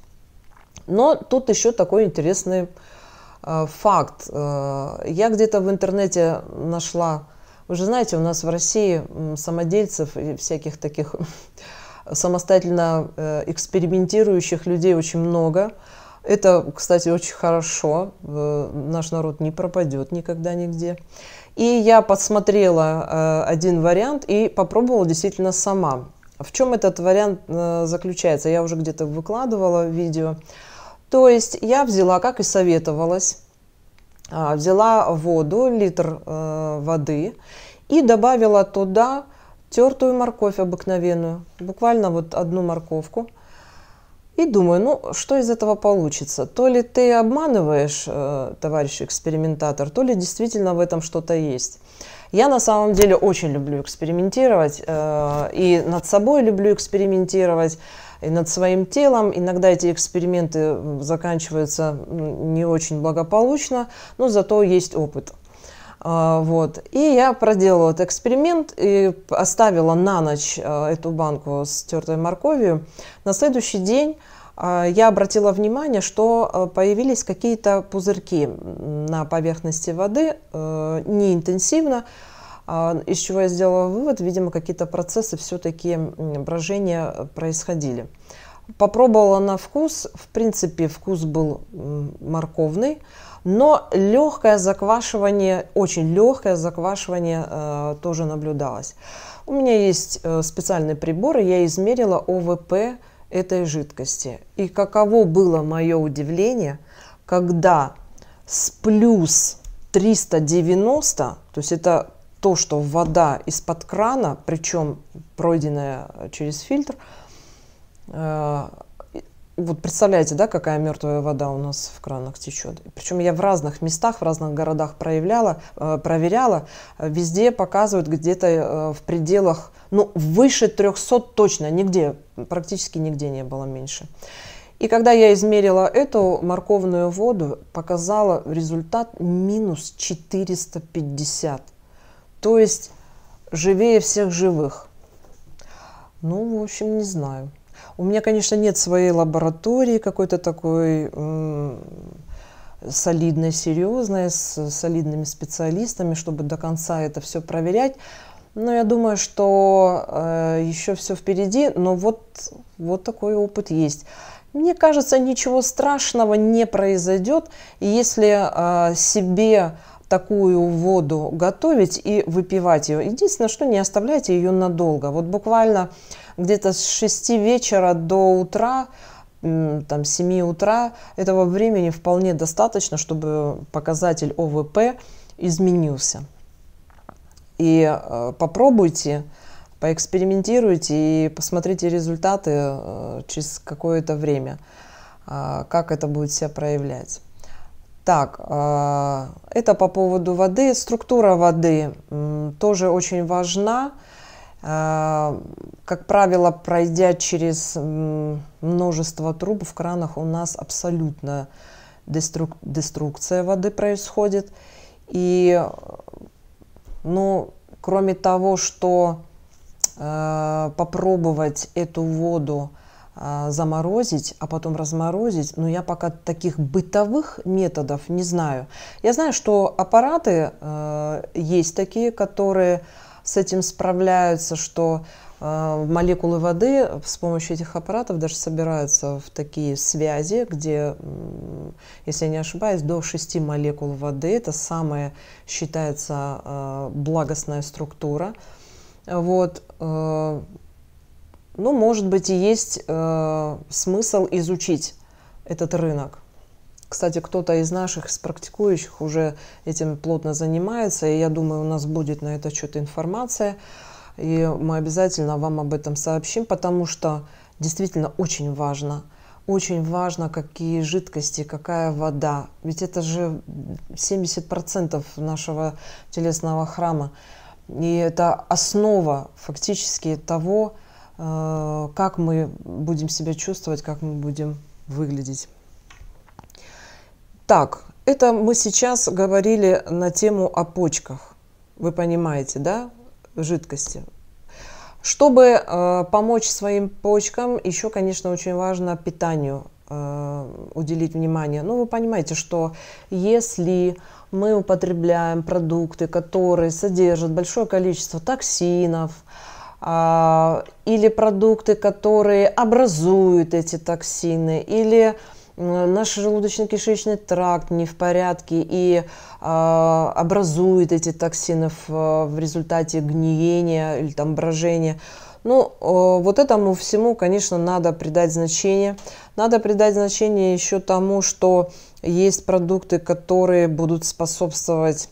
Но тут еще такой интересный э, факт. Э, я где-то в интернете нашла, вы же знаете, у нас в России самодельцев и всяких таких самостоятельно э, экспериментирующих людей очень много. Это, кстати, очень хорошо. Э, наш народ не пропадет никогда нигде. И я подсмотрела э, один вариант и попробовала действительно сама. В чем этот вариант э, заключается? Я уже где-то выкладывала видео. То есть я взяла, как и советовалось, э, взяла воду, литр э, воды и добавила туда тертую морковь обыкновенную, буквально вот одну морковку. И думаю, ну, что из этого получится? То ли ты обманываешь, э, товарищ экспериментатор, то ли действительно в этом что-то есть. Я на самом деле очень люблю экспериментировать, э, и над собой люблю экспериментировать, и над своим телом. Иногда эти эксперименты заканчиваются не очень благополучно, но зато есть опыт. Э, вот. И я проделала этот эксперимент и оставила на ночь э, эту банку с тертой морковью. На следующий день я обратила внимание, что появились какие-то пузырьки на поверхности воды, не интенсивно, из чего я сделала вывод, видимо, какие-то процессы все-таки брожения происходили. Попробовала на вкус, в принципе, вкус был морковный, но легкое заквашивание, очень легкое заквашивание тоже наблюдалось. У меня есть специальный прибор, и я измерила О В П этой жидкости. И каково было мое удивление, когда с плюс триста девяносто, то есть это то, что вода из-под крана, причем пройденная через фильтр, э, вот представляете, да, какая мертвая вода у нас в кранах течет. Причем я в разных местах, в разных городах проявляла, э, проверяла, везде показывают где-то э, в пределах, ну, выше трёхсот точно, нигде, практически нигде не было меньше. И когда я измерила эту морковную воду, показала результат минус четыреста пятьдесят. То есть живее всех живых. Ну, в общем, не знаю. У меня, конечно, нет своей лаборатории какой-то такой, солидной, серьезной, с солидными специалистами, чтобы до конца это все проверять. Но я думаю, что э, еще все впереди, но вот, вот такой опыт есть. Мне кажется, ничего страшного не произойдет, если э, себе такую воду готовить и выпивать ее. Единственное, что не оставляйте ее надолго. Вот буквально где-то с шести вечера до утра, там, с семи утра, этого времени вполне достаточно, чтобы показатель О В П изменился. И э, попробуйте, поэкспериментируйте и посмотрите результаты э, через какое-то время, э, как это будет себя проявлять. Так, э, это по поводу воды. Структура воды э, тоже очень важна. Э, как правило, пройдя через э, множество труб, в кранах у нас абсолютно деструк- деструкция воды происходит. И Ну, кроме того, что э, попробовать эту воду э, заморозить, а потом разморозить, но я пока таких бытовых методов не знаю. Я знаю, что аппараты э, есть такие, которые с этим справляются, что э, молекулы воды с помощью этих аппаратов даже собираются в такие связи, где, если я не ошибаюсь, до шести молекул воды. Это самая, считается, э, благостная структура. Вот. Э, ну, может быть, и есть э, смысл изучить этот рынок. Кстати, кто-то из наших, из практикующих уже этим плотно занимается, и я думаю, у нас будет на этот счет информация, и мы обязательно вам об этом сообщим, потому что действительно очень важно, очень важно, какие жидкости, какая вода, ведь это же семьдесят процентов нашего телесного храма, и это основа фактически того, как мы будем себя чувствовать, как мы будем выглядеть. Так, это мы сейчас говорили на тему о почках. Вы понимаете, да, жидкости. Чтобы э, помочь своим почкам, еще, конечно, очень важно питанию э, уделить внимание. Ну, вы понимаете, что если мы употребляем продукты, которые содержат большое количество токсинов, э, или продукты, которые образуют эти токсины, или наш желудочно-кишечный тракт не в порядке и э, образует эти токсины в, в результате гниения или там брожения. Ну, э, вот этому всему, конечно, надо придать значение. Надо придать значение еще тому, что есть продукты, которые будут способствовать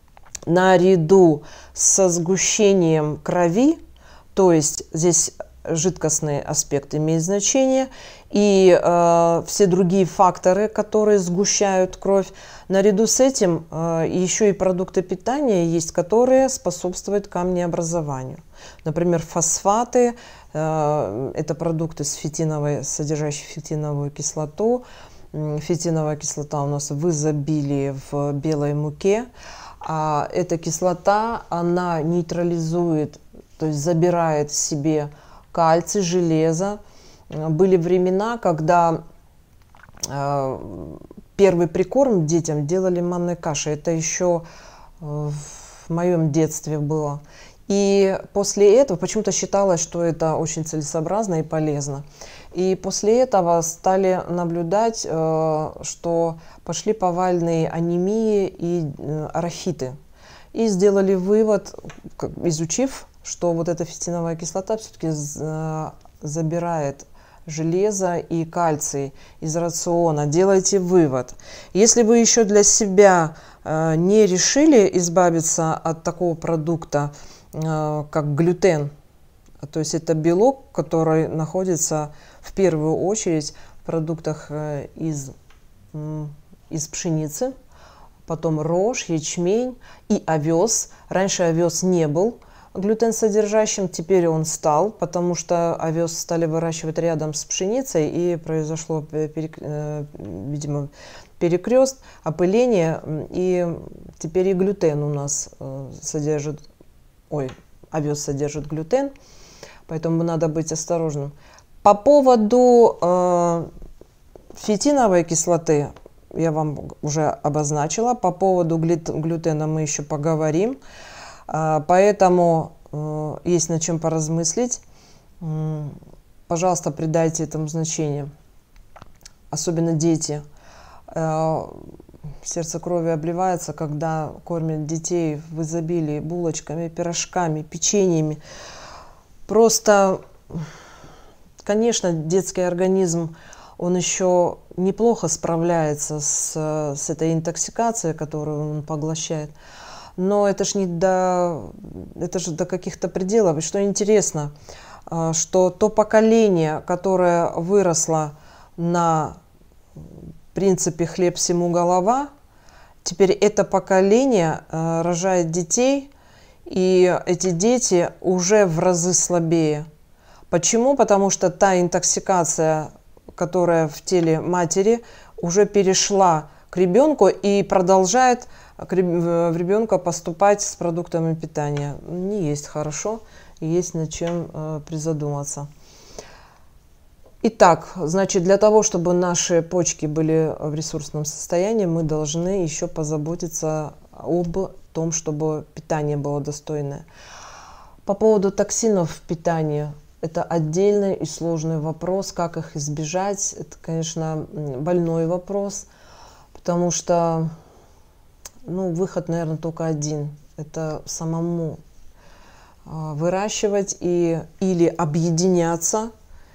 наряду со сгущением крови, то есть здесь жидкостный аспект имеет значение, и э, все другие факторы, которые сгущают кровь. Наряду с этим э, еще и продукты питания есть, которые способствуют камнеобразованию. Например, фосфаты, э, это продукты с фитиновой, содержащие фитиновую кислоту. Фитиновая кислота у нас в изобилии в белой муке. А эта кислота, она нейтрализует, то есть забирает в себе кальций, железо. Были времена, когда э, первый прикорм детям делали манной кашей. Это еще э, в моем детстве было. И после этого почему-то считалось, что это очень целесообразно и полезно. И после этого стали наблюдать, э, что пошли повальные анемии и э, арахиты. И сделали вывод, изучив, что вот эта фитиновая кислота все-таки забирает железо и кальций из рациона. Делайте вывод. Если вы еще для себя э, не решили избавиться от такого продукта, э, как глютен, то есть это белок, который находится в первую очередь в продуктах э, из, э, из пшеницы, потом рожь, ячмень и овес. Раньше овес не был глютен содержащим, теперь он стал, потому что овес стали выращивать рядом с пшеницей, и произошло, видимо, перекрест, опыление, и теперь и глютен у нас содержит, ой, овес содержит глютен, поэтому надо быть осторожным. По поводу э, фитиновой кислоты, я вам уже обозначила. По поводу глютена мы еще поговорим. Поэтому есть над чем поразмыслить. Пожалуйста, придайте этому значение. Особенно дети. Сердце крови обливается, когда кормят детей в изобилии булочками, пирожками, печеньями. Просто, конечно, детский организм, он еще неплохо справляется с, с этой интоксикацией, которую он поглощает. Но это ж не до, это же до каких-то пределов. И что интересно, что то поколение, которое выросло на принципе «хлеб всему голова», теперь это поколение рожает детей, и эти дети уже в разы слабее. Почему? Потому что та интоксикация, которая в теле матери, уже перешла к ребенку и продолжает в ребенка поступать с продуктами питания. Не есть хорошо, и есть над чем э, призадуматься. Итак, значит, для того, чтобы наши почки были в ресурсном состоянии, мы должны еще позаботиться об том, чтобы питание было достойное. По поводу токсинов в питании, это отдельный и сложный вопрос, как их избежать. Это, конечно, больной вопрос, потому что, ну, выход, наверное, только один. Это самому выращивать и, или объединяться,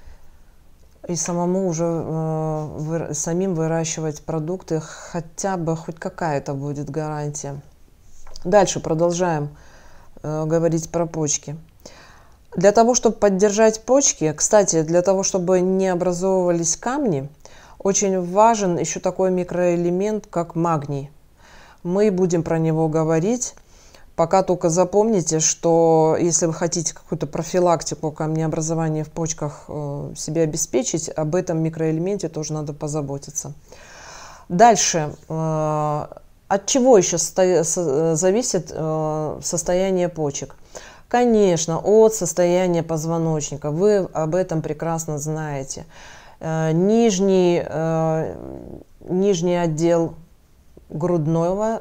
и самому уже э, вы, самим выращивать продукты, хотя бы хоть какая-то будет гарантия. Дальше продолжаем э, говорить про почки. Для того, чтобы поддержать почки, кстати, для того, чтобы не образовывались камни, очень важен еще такой микроэлемент, как магний. Мы будем про него говорить. Пока только запомните, что если вы хотите какую-то профилактику камнеобразования в почках э, себе обеспечить, об этом микроэлементе тоже надо позаботиться. Дальше. Э, от чего еще сто... зависит э, состояние почек? Конечно, от состояния позвоночника. Вы об этом прекрасно знаете. Э, нижний, э, нижний отдел грудного,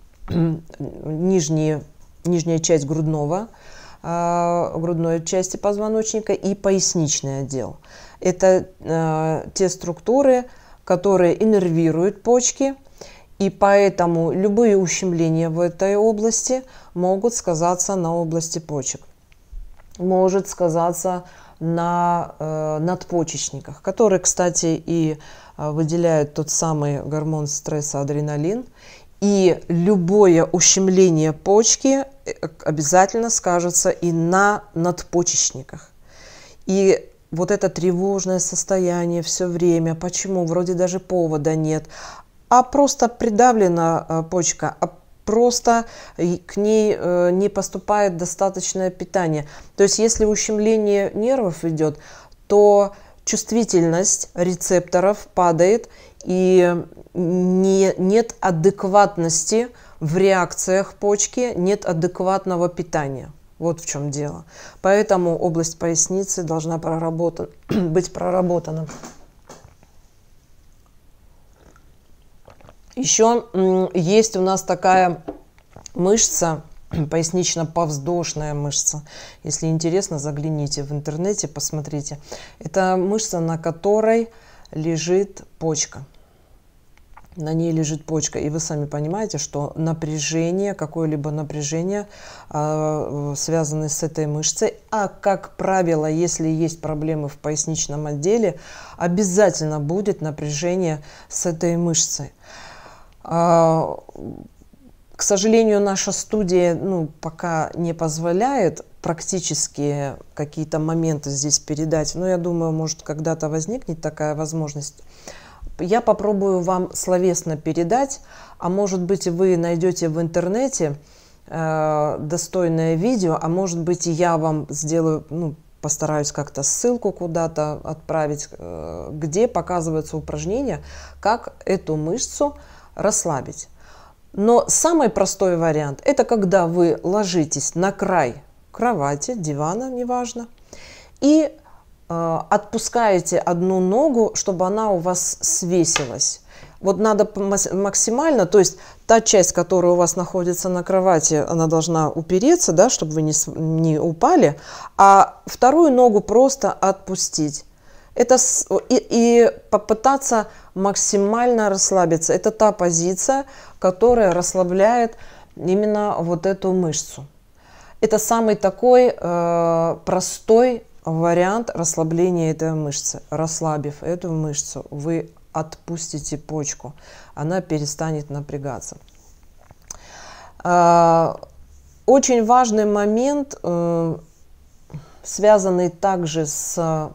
Нижние, нижняя часть грудного, э, грудной части позвоночника и поясничный отдел. Это э, те структуры, которые иннервируют почки, и поэтому любые ущемления в этой области могут сказаться на области почек. Может сказаться на э, надпочечниках, которые, кстати, и э, выделяют тот самый гормон стресса адреналин. И любое ущемление почки обязательно скажется и на надпочечниках. И вот это тревожное состояние все время, почему вроде даже повода нет, а просто придавлена почка, а просто к ней не поступает достаточное питание. То есть если ущемление нервов идет, то чувствительность рецепторов падает, и не, нет адекватности в реакциях почки, нет адекватного питания. Вот в чем дело. Поэтому область поясницы должна проработан, быть проработана. Еще есть у нас такая мышца, пояснично-повздошная мышца. Если интересно, загляните в интернете, посмотрите. Это мышца, на которой лежит почка. На ней лежит почка. И вы сами понимаете, что напряжение, какое-либо напряжение, э, связанное с этой мышцей, а как правило, если есть проблемы в поясничном отделе, обязательно будет напряжение с этой мышцей. Э, к сожалению, наша студия ну, пока не позволяет практически какие-то моменты здесь передать, но я думаю, может, когда-то возникнет такая возможность. Я попробую вам словесно передать, а может быть, вы найдете в интернете э, достойное видео, а может быть, и я вам сделаю, ну, постараюсь как-то ссылку куда-то отправить, э, где показываются упражнения, как эту мышцу расслабить. Но самый простой вариант – это когда вы ложитесь на край кровати, дивана, неважно, и отпускаете одну ногу, чтобы она у вас свесилась. Вот надо максимально, то есть та часть, которая у вас находится на кровати, она должна упереться, да, чтобы вы не, не упали, а вторую ногу просто отпустить. Это и, и попытаться максимально расслабиться. Это та позиция, которая расслабляет именно вот эту мышцу. Это самый такой э, простой вариант расслабления этой мышцы. Расслабив эту мышцу, вы отпустите почку, она перестанет напрягаться. Очень важный момент, связанный также с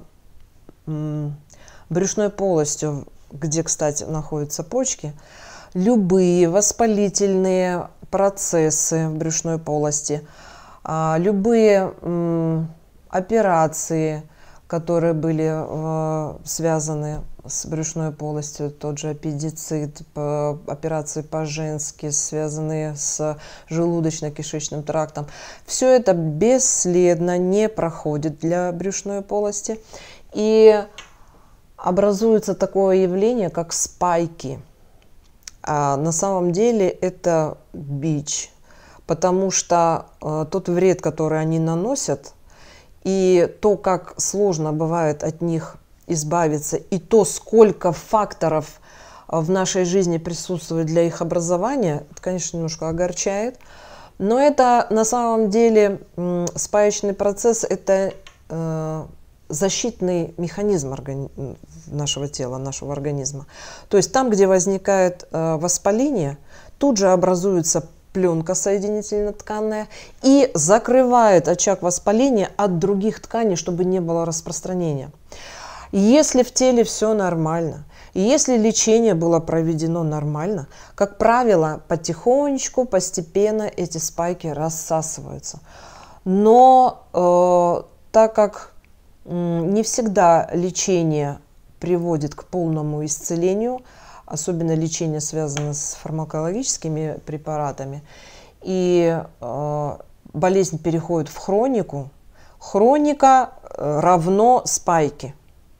брюшной полостью, где, кстати, находятся почки. Любые воспалительные процессы в брюшной полости, любые операции, которые были э, связаны с брюшной полостью, тот же аппендицит, по, операции по-женски, связанные с желудочно-кишечным трактом. Все это бесследно не проходит для брюшной полости. И образуется такое явление, как спайки. А на самом деле это бич, потому что э, тот вред, который они наносят, и то, как сложно бывает от них избавиться, и то, сколько факторов в нашей жизни присутствует для их образования, это, конечно, немножко огорчает. Но это на самом деле спаечный процесс, это э, защитный механизм органи- нашего тела, нашего организма. То есть там, где возникает э, воспаление, тут же образуется пленка соединительно-тканная и закрывает очаг воспаления от других тканей, чтобы не было распространения. Если в теле все нормально, и если лечение было проведено нормально, как правило, потихонечку, постепенно эти спайки рассасываются. Но э, так как э, не всегда лечение приводит к полному исцелению, особенно лечение связано с фармакологическими препаратами, и э, болезнь переходит в хронику, хроника равно спайки.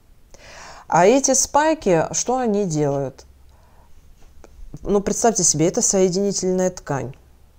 А эти спайки, что они делают? Ну, представьте себе, это соединительная ткань.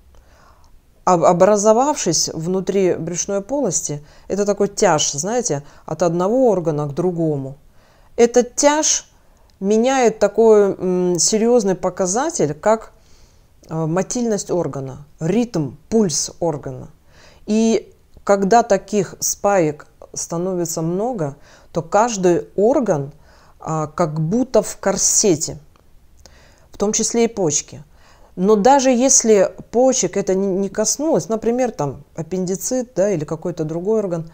Образовавшись внутри брюшной полости, это такой тяж, знаете, от одного органа к другому. Этот тяж меняет такой м, серьезный показатель, как э, мотильность органа, ритм, пульс органа. И когда таких спаек становится много, то каждый орган э, как будто в корсете, в том числе и почки. Но даже если почек это не коснулось, например, там аппендицит, да, или какой-то другой орган,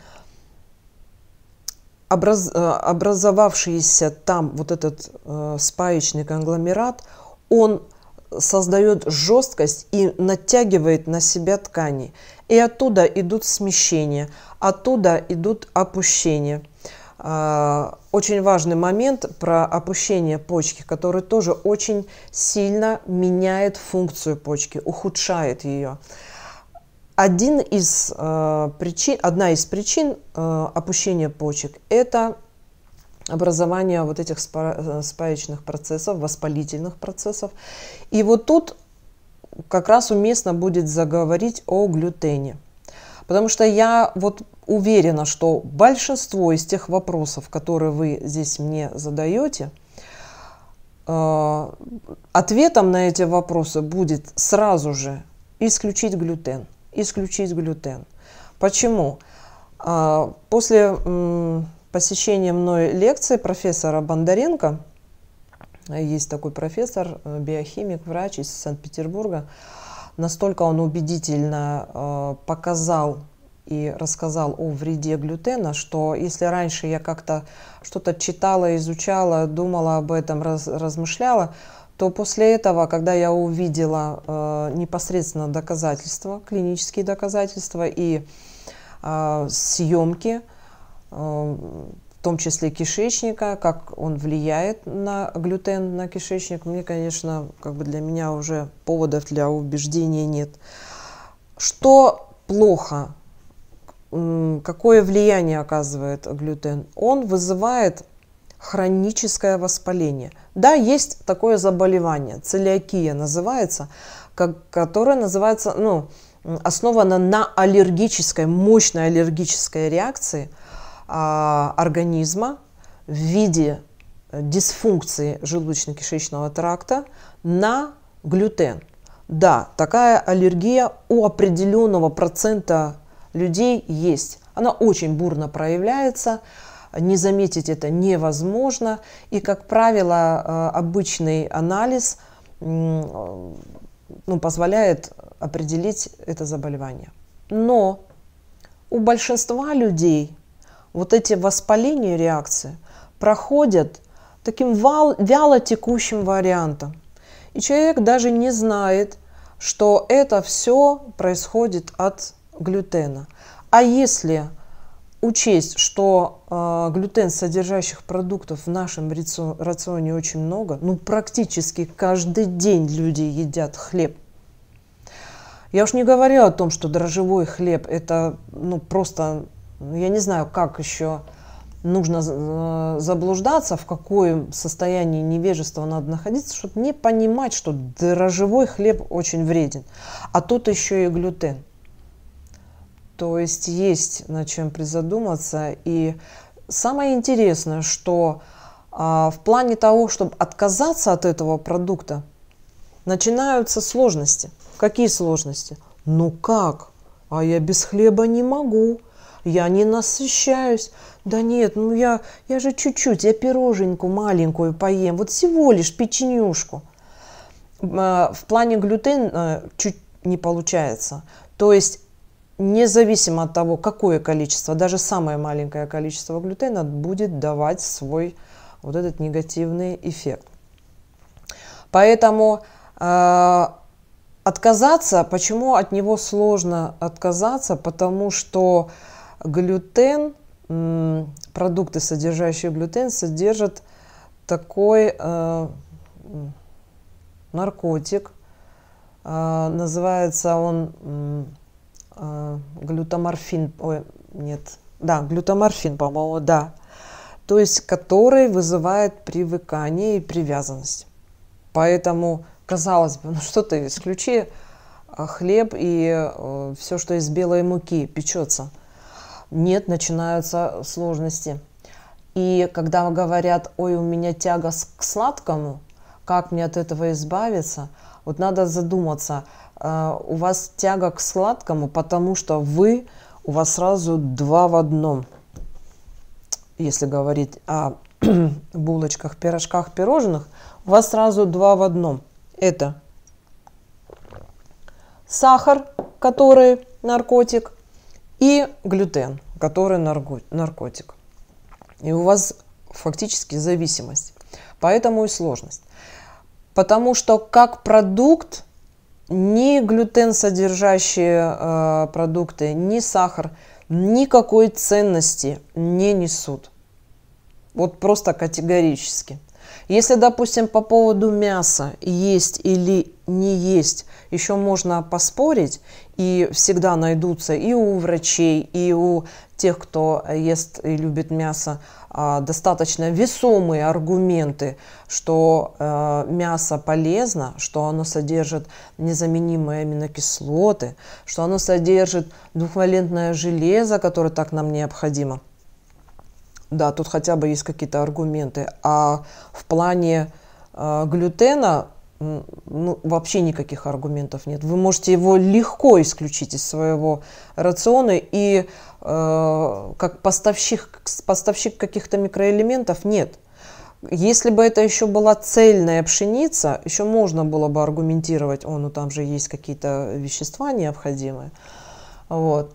Образ, образовавшийся там вот этот э, спаечный конгломерат, он создает жесткость и натягивает на себя ткани. И оттуда идут смещения, оттуда идут опущения. Э, очень важный момент про опущение почки, который тоже очень сильно меняет функцию почки, ухудшает ее. Один из, э, причин, одна из причин э, опущения почек – это образование вот этих спа, спаечных процессов, воспалительных процессов. И вот тут как раз уместно будет заговорить о глютене. Потому что я вот уверена, что большинство из тех вопросов, которые вы здесь мне задаете, э, ответом на эти вопросы будет сразу же исключить глютен. Исключить глютен. Почему? После посещения мной лекции профессора Бондаренко, есть такой профессор, биохимик, врач из Санкт-Петербурга, настолько он убедительно показал и рассказал о вреде глютена, что если раньше я как-то что-то читала, изучала, думала об этом, раз, размышляла, то после этого, когда я увидела э, непосредственно доказательства, клинические доказательства и э, съемки, э, в том числе кишечника, как он влияет на глютен, на кишечник, мне, конечно, как бы для меня уже поводов для убеждения нет. Что плохо? Какое влияние оказывает глютен? Он вызывает хроническое воспаление. Да, есть такое заболевание, целиакия называется, как, которое называется, ну, основано на аллергической, мощной аллергической реакции а, организма в виде дисфункции желудочно-кишечного тракта на глютен. Да, такая аллергия у определенного процента людей есть. Она очень бурно проявляется, не заметить это невозможно. И, как правило, обычный анализ ну, позволяет определить это заболевание. Но у большинства людей вот эти воспаления реакции проходят таким вяло текущим вариантом. И человек даже не знает, что это все происходит от глютена. А если учесть, что э, глютен содержащих продуктов в нашем рационе очень много, ну практически каждый день люди едят хлеб. Я уж не говорю о том, что дрожжевой хлеб это ну просто, я не знаю, как еще нужно заблуждаться, в каком состоянии невежества надо находиться, чтобы не понимать, что дрожжевой хлеб очень вреден. А тут еще и глютен. То есть есть над чем призадуматься. И самое интересное, что а, в плане того, чтобы отказаться от этого продукта, начинаются сложности. Какие сложности? Ну как? А я без хлеба не могу. Я не насыщаюсь. Да нет, ну я, я же чуть-чуть, я пироженьку маленькую поем, вот всего лишь печенюшку. В плане глютена чуть не получается. То есть, независимо от того, какое количество, даже самое маленькое количество глютена будет давать свой вот этот негативный эффект. Поэтому э, отказаться, почему от него сложно отказаться? Потому что глютен, продукты, содержащие глютен, содержат такой э, наркотик, э, называется он э, глютаморфин, ой, нет, да, глютаморфин, по-моему, да, то есть который вызывает привыкание и привязанность. Поэтому, казалось бы, ну что ты, исключи хлеб и э, все, что из белой муки печется. Нет, начинаются сложности. И когда говорят, ой, у меня тяга к сладкому, как мне от этого избавиться? Вот надо задуматься, у вас тяга к сладкому, потому что вы, у вас сразу два в одном. Если говорить о булочках, пирожках, пирожных, у вас сразу два в одном. Это сахар, который наркотик, и глютен, который наркотик. И у вас фактически зависимость. Поэтому и сложность. Потому что как продукт ни глютен содержащие э, продукты, ни сахар никакой ценности не несут. Вот просто категорически. Если, допустим, по поводу мяса есть или не есть, еще можно поспорить, и всегда найдутся и у врачей, и у тех, кто ест и любит мясо, достаточно весомые аргументы, что мясо полезно, что оно содержит незаменимые аминокислоты, что оно содержит двухвалентное железо, которое так нам необходимо. Да, тут хотя бы есть какие-то аргументы. А в плане э, глютена ну, вообще никаких аргументов нет. Вы можете его легко исключить из своего рациона. И э, как поставщик, поставщик каких-то микроэлементов нет. Если бы это еще была цельная пшеница, еще можно было бы аргументировать, о, ну там же есть какие-то вещества необходимые. Вот.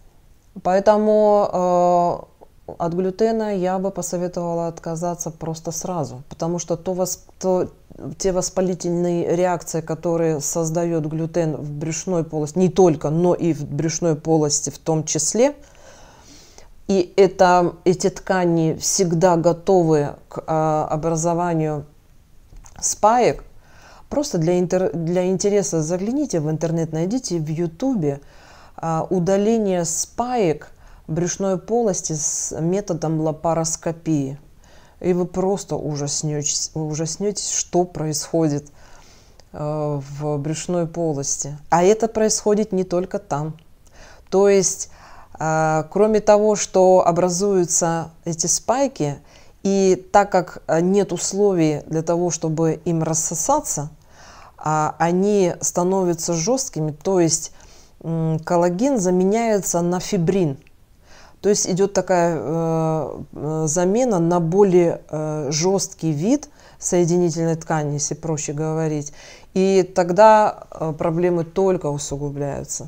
Поэтому... Э, От глютена я бы посоветовала отказаться просто сразу, потому что то вос, то, те воспалительные реакции, которые создает глютен в брюшной полости, не только, но и в брюшной полости в том числе, и это, эти ткани всегда готовы к а, образованию спаек. Просто для, интер, для интереса загляните в интернет, найдите в ютубе а, удаление спаек брюшной полости с методом лапароскопии. и вы просто ужаснетесь, вы ужаснетесь, что происходит э, в брюшной полости. А это происходит не только там. То есть, э, кроме того, что образуются эти спайки, и так как нет условий для того, чтобы им рассосаться, а они становятся жесткими, то есть э, коллаген заменяется на фибрин. То есть идет такая э, замена на более э, жесткий вид соединительной ткани, если проще говорить. И тогда э, проблемы только усугубляются.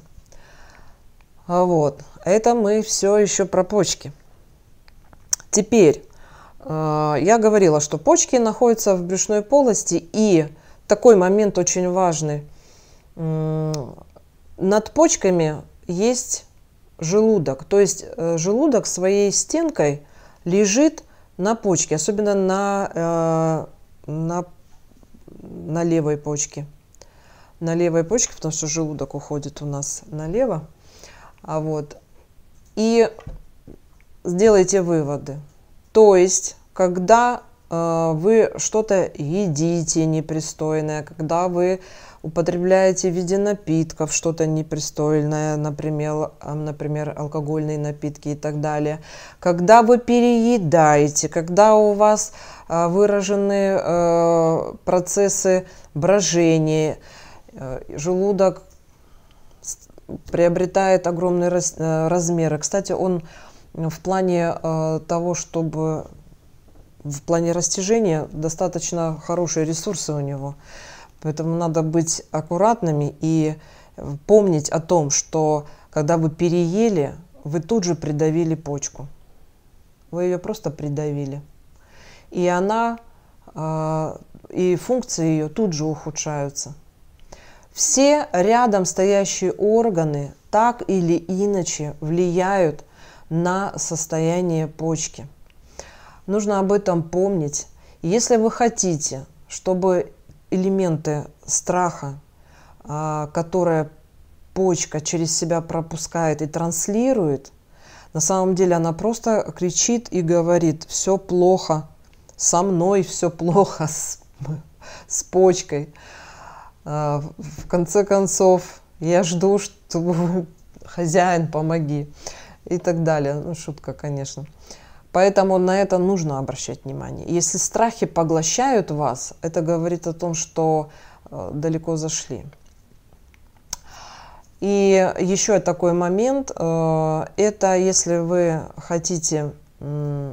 Вот. Это мы все еще про почки. Теперь, э, я говорила, что почки находятся в брюшной полости, и такой момент очень важный. Э, над почками есть желудок, то есть э, желудок своей стенкой лежит на почке, особенно на, э, на, на левой почке. На левой почке, потому что желудок уходит у нас налево. А вот. И сделайте выводы. То есть, когда э, вы что-то едите непристойное, когда вы употребляете в виде напитков что-то непристойное, например, например, алкогольные напитки и так далее. Когда вы переедаете, когда у вас выражены э, процессы брожения, э, желудок приобретает огромные раз, э, размеры. Кстати, он в плане э, того, чтобы в плане растяжения достаточно хорошие ресурсы у него. Поэтому надо быть аккуратными и помнить о том, что когда вы переели, вы тут же придавили почку. Вы ее просто придавили. И она, и функции ее тут же ухудшаются. Все рядом стоящие органы так или иначе влияют на состояние почки. Нужно об этом помнить. Если вы хотите, чтобы элементы страха, которые почка через себя пропускает и транслирует, на самом деле она просто кричит и говорит: все плохо, со мной все плохо, с, с почкой. В конце концов, я жду, чтобы хозяин, помоги. И так далее. Ну, шутка, конечно. Поэтому на это нужно обращать внимание. Если страхи поглощают вас, это говорит о том, что э, далеко зашли. И еще такой момент, э, это если вы хотите э,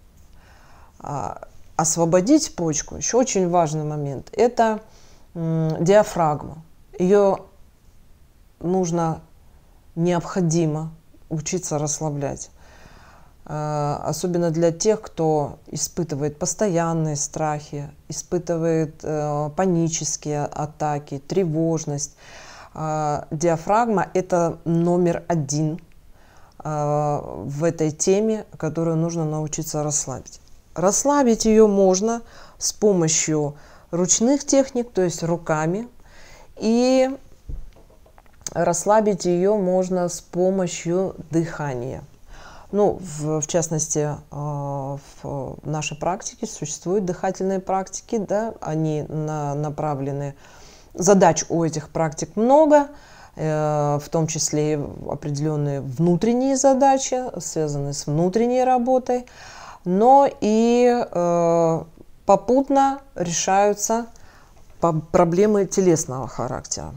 освободить почку, еще очень важный момент, это э, диафрагма. Ее нужно, необходимо учиться расслаблять. Особенно для тех, кто испытывает постоянные страхи, испытывает э, панические атаки, тревожность. Э, диафрагма – это номер один э, в этой теме, которую нужно научиться расслабить. Расслабить ее можно с помощью ручных техник, то есть руками, и расслабить ее можно с помощью дыхания. Ну, в, в частности, в нашей практике существуют дыхательные практики, да, они на, направлены, задач у этих практик много, э, в том числе и определенные внутренние задачи, связанные с внутренней работой, но и э, попутно решаются проблемы телесного характера.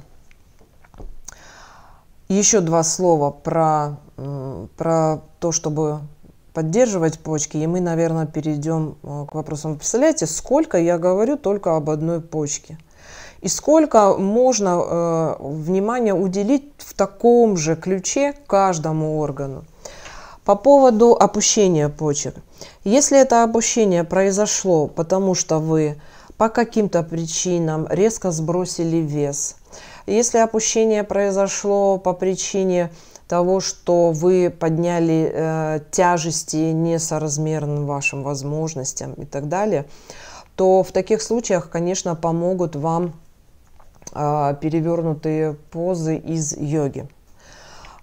Еще два слова про, про то, чтобы поддерживать почки, и мы, наверное, перейдем к вопросам. Вы представляете, сколько я говорю только об одной почке? И сколько можно э, внимания уделить в таком же ключе каждому органу? По поводу опущения почек. Если это опущение произошло, потому что вы по каким-то причинам резко сбросили вес, если опущение произошло по причине того, что вы подняли э, тяжести несоразмерным вашим возможностям и так далее, то в таких случаях, конечно, помогут вам э, перевернутые позы из йоги.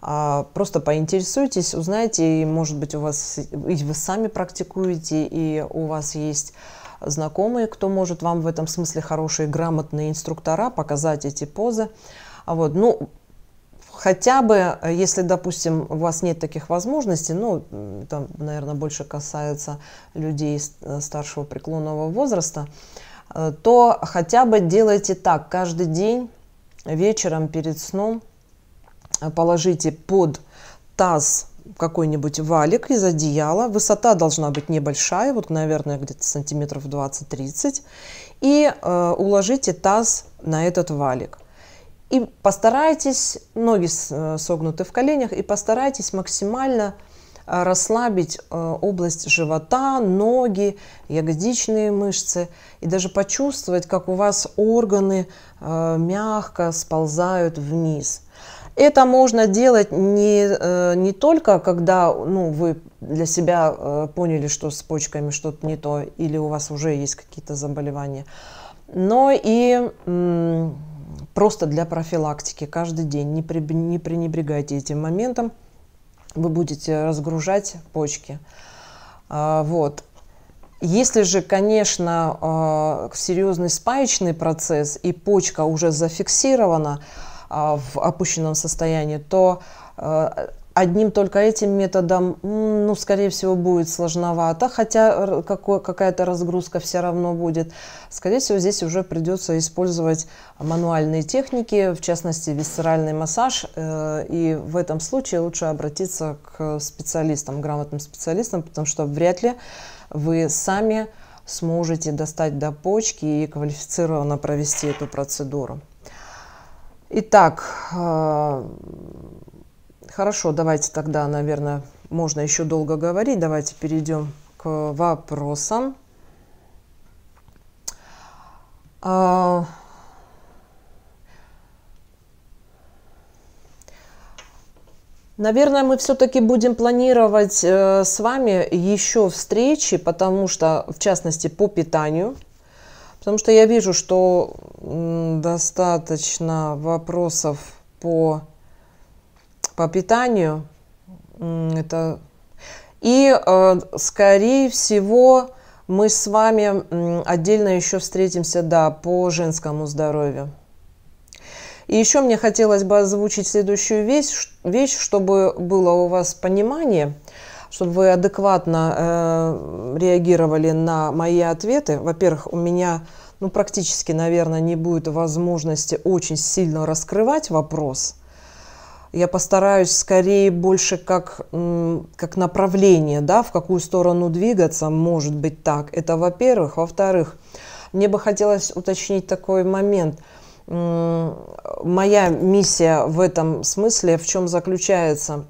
Просто поинтересуйтесь, узнайте, и, может быть, у вас, и вы сами практикуете, и у вас есть знакомые, кто может вам в этом смысле хорошие, грамотные инструктора показать эти позы. Вот, ну, хотя бы, если, допустим, у вас нет таких возможностей, ну, это, наверное, больше касается людей старшего преклонного возраста, то хотя бы делайте так. Каждый день вечером перед сном положите под таз какой-нибудь валик из одеяла. Высота должна быть небольшая, вот, наверное, где-то сантиметров двадцать-тридцать. И э, уложите таз на этот валик. И постарайтесь, ноги согнуты в коленях, и постарайтесь максимально расслабить область живота, ноги, ягодичные мышцы. И даже почувствовать, как у вас органы мягко сползают вниз. Это можно делать не, не только, когда ну, вы для себя поняли, что с почками что-то не то, или у вас уже есть какие-то заболевания, но и просто для профилактики каждый день. Не пренебрегайте этим моментом, вы будете разгружать почки. Вот. Если же, конечно, серьезный спаечный процесс и почка уже зафиксирована в опущенном состоянии, то одним только этим методом, ну, скорее всего, будет сложновато, хотя какая-то разгрузка все равно будет. Скорее всего, здесь уже придется использовать мануальные техники, в частности, висцеральный массаж. И в этом случае лучше обратиться к специалистам, грамотным специалистам, потому что вряд ли вы сами сможете достать до почки и квалифицированно провести эту процедуру. Итак, хорошо, давайте тогда, наверное, можно еще долго говорить. Давайте перейдем к вопросам. Наверное, мы все-таки будем планировать с вами еще встречи, потому что, в частности, по питанию. Потому что я вижу, что достаточно вопросов по, по питанию. Это... И, скорее всего, мы с вами отдельно еще встретимся, да, по женскому здоровью. И еще мне хотелось бы озвучить следующую вещь, вещь чтобы было у вас понимание, чтобы вы адекватно э, реагировали на мои ответы. Во-первых, у меня ну, практически, наверное, не будет возможности очень сильно раскрывать вопрос. Я постараюсь скорее больше как, как направление, да, в какую сторону двигаться, может быть так. Это во-первых. Во-вторых, мне бы хотелось уточнить такой момент. Моя миссия в этом смысле в чем заключается?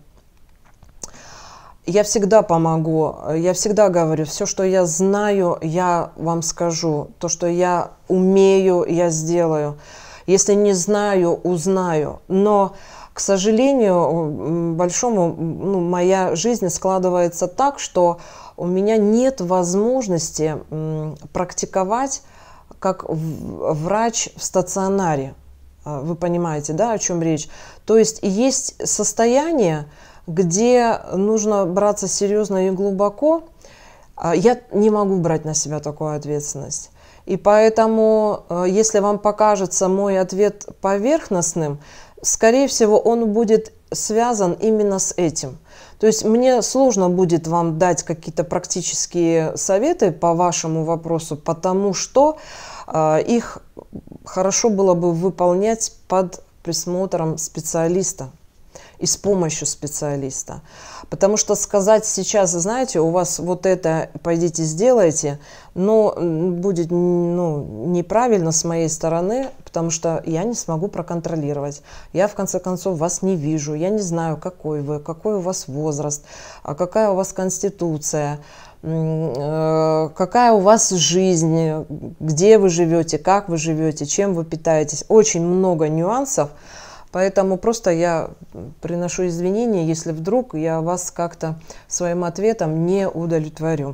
Я всегда помогу, я всегда говорю, все, что я знаю, я вам скажу. То, что я умею, я сделаю. Если не знаю, узнаю. Но, к сожалению, большому, ну, моя жизнь складывается так, что у меня нет возможности практиковать как врач в стационаре. Вы понимаете, да, о чем речь? То есть есть состояние, где нужно браться серьезно и глубоко. Я не могу брать на себя такую ответственность. И поэтому, если вам покажется мой ответ поверхностным, скорее всего, он будет связан именно с этим. То есть мне сложно будет вам дать какие-то практические советы по вашему вопросу, потому что э, их хорошо было бы выполнять под присмотром специалиста и с помощью специалиста. Потому что сказать сейчас, знаете, у вас вот это, пойдите сделайте, но будет ну, неправильно с моей стороны, потому что я не смогу проконтролировать. Я, в конце концов, вас не вижу, я не знаю, какой вы, какой у вас возраст, какая у вас конституция, какая у вас жизнь, где вы живете, как вы живете, чем вы питаетесь. Очень много нюансов. Поэтому просто я приношу извинения, если вдруг я вас как-то своим ответом не удовлетворю.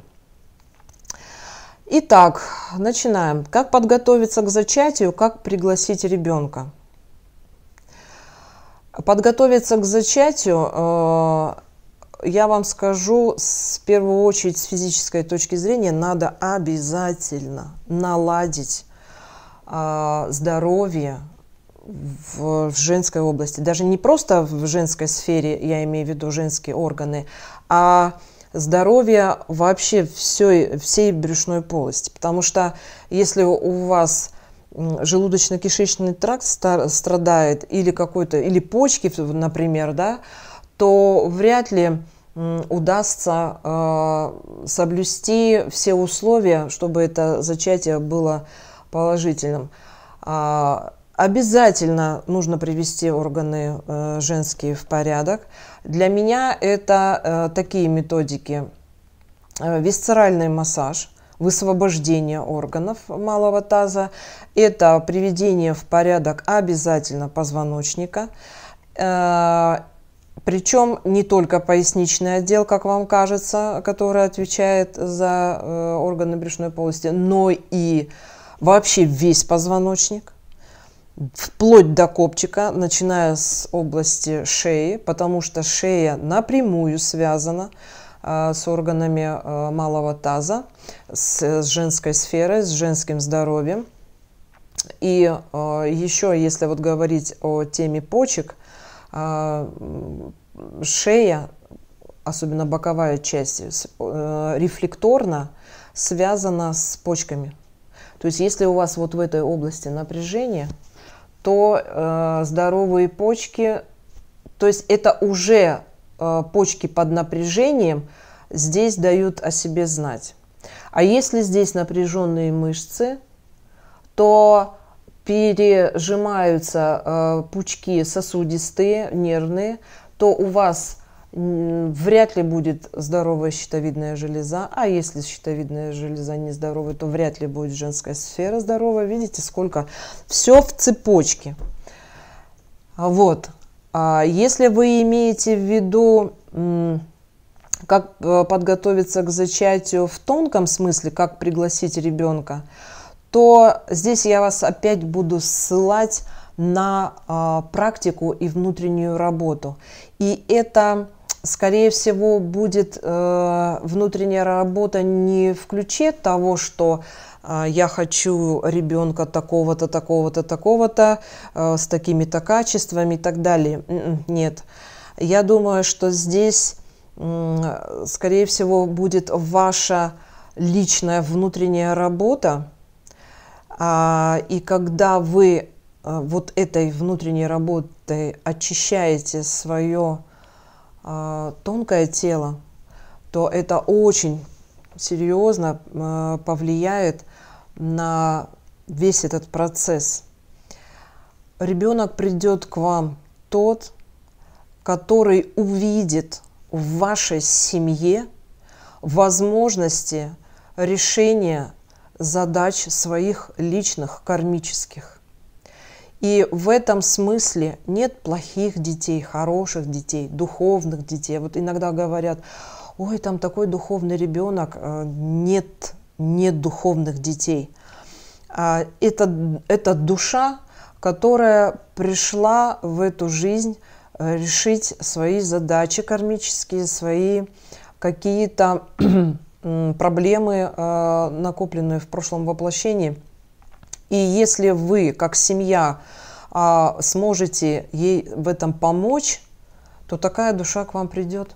Итак, начинаем. Как подготовиться к зачатию, как пригласить ребенка? Подготовиться к зачатию, э, я вам скажу, с, в первую очередь с физической точки зрения, надо обязательно наладить э, здоровье в, в женской области. Даже не просто в женской сфере, я имею в виду женские органы, а здоровье вообще всей, всей брюшной полости. Потому что если у вас желудочно-кишечный тракт страдает, или какой-то, или почки, например, да, то вряд ли удастся э, соблюсти все условия, чтобы это зачатие было положительным. А, обязательно нужно привести органы э, женские в порядок. Для меня это э, такие методики: э, висцеральный массаж, высвобождение органов малого таза, это приведение в порядок обязательно позвоночника, э, причем не только поясничный отдел, как вам кажется, который отвечает за э, органы брюшной полости, но и вообще весь позвоночник, вплоть до копчика, начиная с области шеи, потому что шея напрямую связана э, с органами э, малого таза, с, с женской сферой, с женским здоровьем. И э, еще, если вот говорить о теме почек, э, шея, особенно боковая часть, э, рефлекторно связана с почками. То есть если у вас вот в этой области напряжение, то э, здоровые почки, то есть это уже э, почки под напряжением, здесь дают о себе знать. А если здесь напряженные мышцы, то пережимаются э, пучки сосудистые, нервные, то у вас вряд ли будет здоровая щитовидная железа, а если щитовидная железа нездоровая, то вряд ли будет женская сфера здоровая. Видите, сколько все в цепочке. Вот. Если вы имеете в виду, как подготовиться к зачатию в тонком смысле, как пригласить ребенка, то здесь я вас опять буду ссылать на а, практику и внутреннюю работу. И это, скорее всего, будет э, внутренняя работа не в ключе того, что э, я хочу ребенка такого-то, такого-то, такого-то, э, с такими-то качествами и так далее. Нет. Я думаю, что здесь, э, скорее всего, будет ваша личная внутренняя работа. Э, и когда вы вот этой внутренней работой очищаете свое э, тонкое тело, то это очень серьезно э, повлияет на весь этот процесс. Ребенок придет к вам тот, который увидит в вашей семье возможности решения задач своих личных, кармических. И в этом смысле нет плохих детей, хороших детей, духовных детей. Вот иногда говорят: ой, там такой духовный ребенок. Нет, нет духовных детей. Это, это душа, которая пришла в эту жизнь решить свои задачи кармические, свои какие-то проблемы, накопленные в прошлом воплощении. И если вы, как семья, сможете ей в этом помочь, то такая душа к вам придет.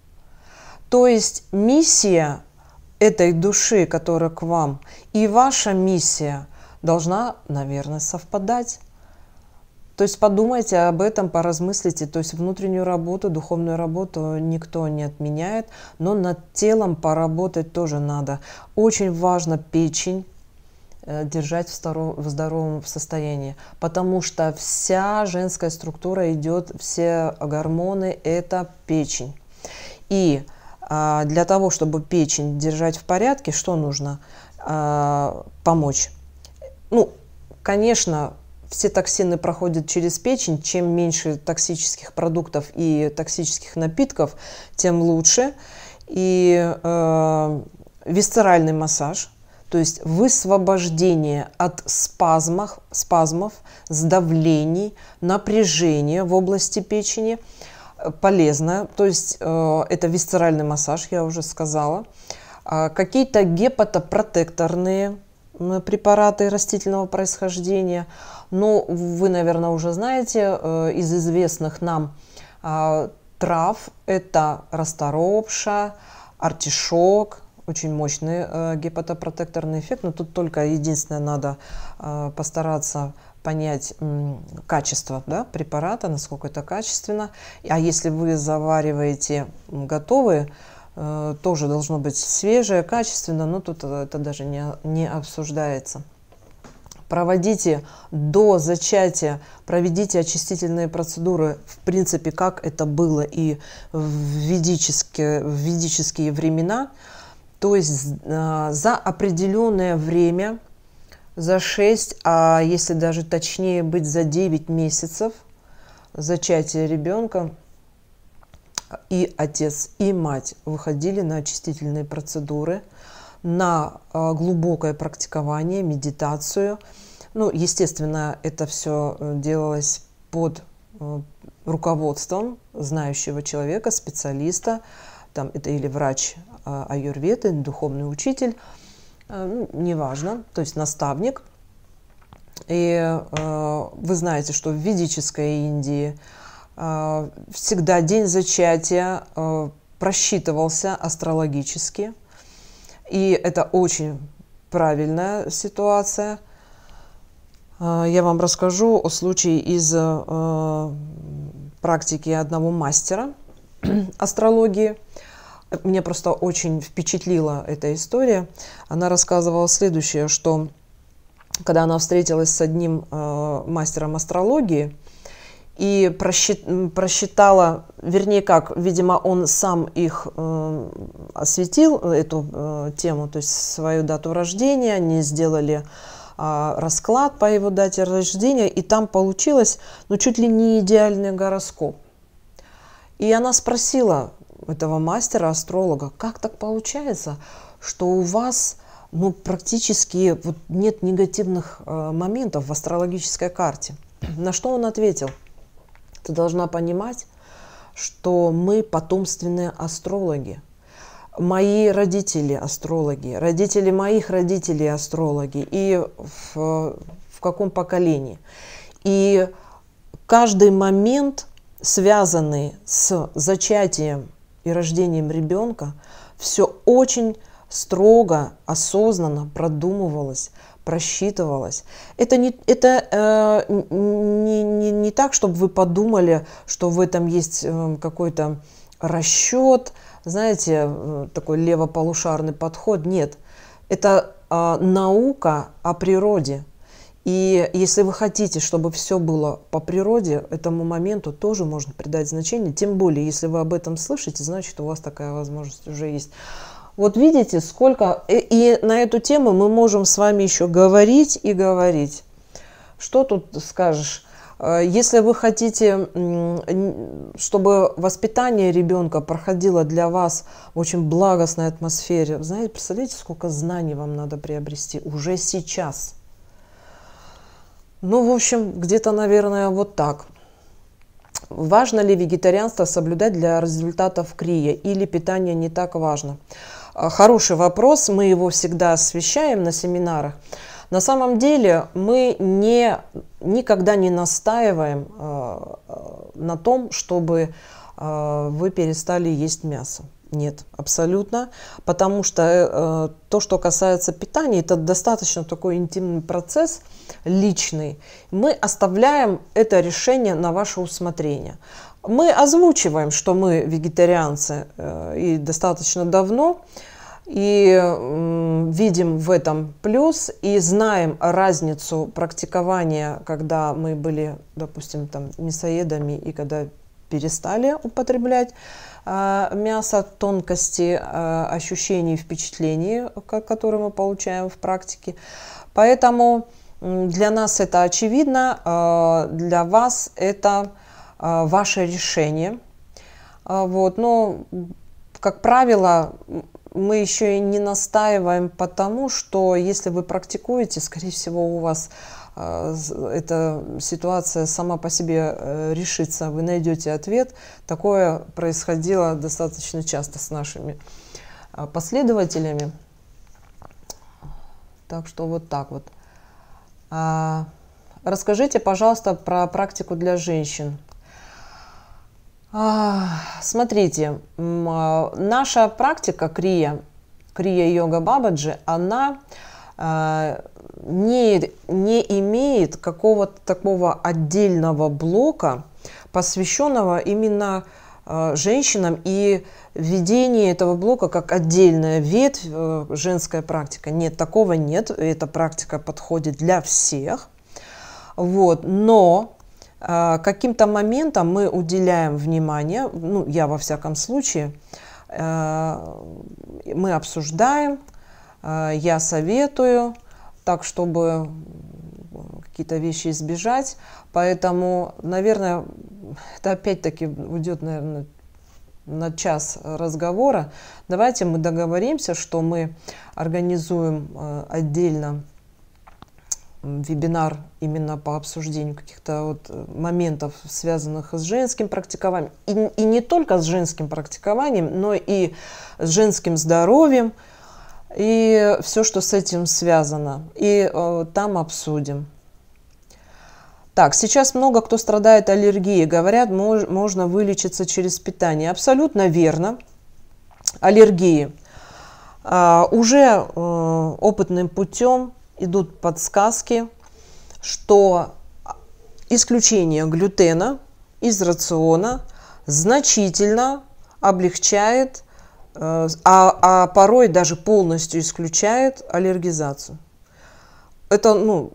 То есть миссия этой души, которая к вам, и ваша миссия должна, наверное, совпадать. То есть подумайте об этом, поразмыслите. То есть внутреннюю работу, духовную работу никто не отменяет, но над телом поработать тоже надо. Очень важно печень держать в, старо, в здоровом состоянии, потому что вся женская структура идет, все гормоны – это печень. И а, для того, чтобы печень держать в порядке, что нужно? А, помочь. Ну, конечно, все токсины проходят через печень. Чем меньше токсических продуктов и токсических напитков, тем лучше. И э, висцеральный массаж то есть высвобождение от спазмов, спазмов, сдавлений, напряжения в области печени. Полезно, то есть э, это висцеральный массаж, я уже сказала. Э, какие-то гепатопротекторные препараты растительного происхождения. Но вы, наверное, уже знаете э, из известных нам э, трав. Это расторопша, артишок. Очень мощный э, гепатопротекторный эффект. Но тут только единственное надо э, постараться понять м, качество, да, препарата, насколько это качественно. А если вы завариваете готовые, э, тоже должно быть свежее, качественно, но тут это даже не, не обсуждается. Проводите до зачатия, проведите очистительные процедуры, в принципе, как это было и в ведические, в ведические времена, то есть э, за определенное время, за шесть, а если даже точнее быть, за девять месяцев зачатия ребенка и отец, и мать выходили на очистительные процедуры, на глубокое практикование, медитацию. Ну, естественно, это все делалось под руководством знающего человека, специалиста, там это или врач аюрведы, или духовный учитель, ну, неважно, то есть наставник. И э, вы знаете, что в ведической Индии э, всегда день зачатия э, просчитывался астрологически. И это очень правильная ситуация. Э, я вам расскажу о случае из э, практики одного мастера астрологии. Меня просто очень впечатлила эта история. Она рассказывала следующее, что когда она встретилась с одним э, мастером астрологии и просчит, просчитала, вернее как, видимо, он сам их э, осветил, эту э, тему, то есть свою дату рождения, они сделали э, расклад по его дате рождения, и там получилось, ну, чуть ли не идеальный гороскоп. И она спросила этого мастера, астролога, как так получается, что у вас, ну, практически вот нет негативных э, моментов в астрологической карте. На что он ответил: ты должна понимать, что мы потомственные астрологи. Мои родители астрологи, родители моих родителей астрологи. И в, в каком поколении. И каждый момент, связанный с зачатием и рождением ребенка, все очень строго, осознанно продумывалось, просчитывалось. Это не, это, э, не, не, не так, чтобы вы подумали, что в этом есть э, какой-то расчет, знаете, э, такой левополушарный подход. Нет, это э, наука о природе. И если вы хотите, чтобы все было по природе, этому моменту тоже можно придать значение. Тем более, если вы об этом слышите, значит, у вас такая возможность уже есть. Вот видите, сколько... И, и на эту тему мы можем с вами еще говорить и говорить. Что тут скажешь? Если вы хотите, чтобы воспитание ребенка проходило для вас в очень благостной атмосфере, знаете, представляете, сколько знаний вам надо приобрести уже сейчас? Ну, в общем, где-то, наверное, вот так. Важно ли вегетарианство соблюдать для результатов крия или питание не так важно? Хороший вопрос, мы его всегда освещаем на семинарах. На самом деле мы не, никогда не настаиваем э, на том, чтобы э, вы перестали есть мясо. Нет, абсолютно. Потому что э, то, что касается питания, это достаточно такой интимный процесс, личный. Мы оставляем это решение на ваше усмотрение. Мы озвучиваем, что мы вегетарианцы э, и достаточно давно, и э, видим в этом плюс, и знаем разницу практикования, когда мы были, допустим, там, мясоедами, и когда перестали употреблять мясо, тонкости ощущений, впечатлений, которые мы получаем в практике. Поэтому для нас это очевидно, для вас это ваше решение. Вот. Но, как правило, мы еще и не настаиваем, потому что если вы практикуете, скорее всего, у вас э, эта ситуация сама по себе э, решится, вы найдете ответ. Такое происходило достаточно часто с нашими э, последователями. Так что вот так вот. А, расскажите, пожалуйста, про практику для женщин. А, смотрите, наша практика крия, крия-йога бабаджи, она а, не, не имеет какого-то такого отдельного блока, посвященного именно а, женщинам, и введение этого блока как отдельная ветвь, э, женская практика. Нет, такого нет. Эта практика подходит для всех. Вот. Но э, каким-то моментом мы уделяем внимание, ну, я во всяком случае, э, мы обсуждаем, э, я советую, так, чтобы какие-то вещи избежать. Поэтому, наверное, это опять-таки уйдет, наверное, на час разговора. Давайте мы договоримся, что мы организуем э, отдельно вебинар именно по обсуждению каких-то вот моментов, связанных с женским практикованием. И, и не только с женским практикованием, но и с женским здоровьем, и все, что с этим связано. И э, там обсудим. Так, сейчас много кто страдает аллергией. Говорят, мож, можно вылечиться через питание. Абсолютно верно. Аллергии. А, уже э, опытным путем идут подсказки, что исключение глютена из рациона значительно облегчает, э, а, а порой даже полностью исключает аллергизацию. Это, ну,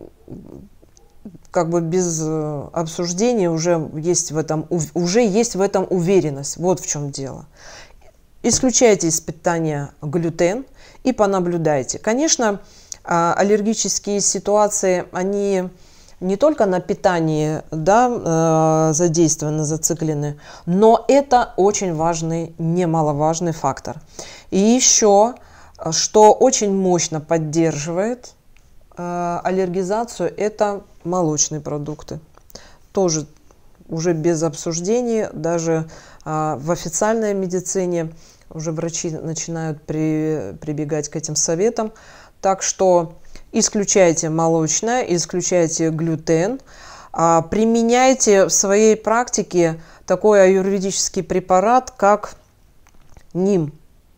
как бы без обсуждения уже есть в этом, уже есть в этом уверенность. Вот в чем дело. Исключайте из питания глютен и понаблюдайте. Конечно, аллергические ситуации, они не только на питании, да, задействованы, зациклены, но это очень важный, немаловажный фактор. И еще, что очень мощно поддерживает аллергизацию, это молочные продукты. Тоже уже без обсуждений, даже а, в официальной медицине уже врачи начинают при, прибегать к этим советам. Так что исключайте молочное, исключайте глютен, а, применяйте в своей практике такой аюрведический препарат, как ним.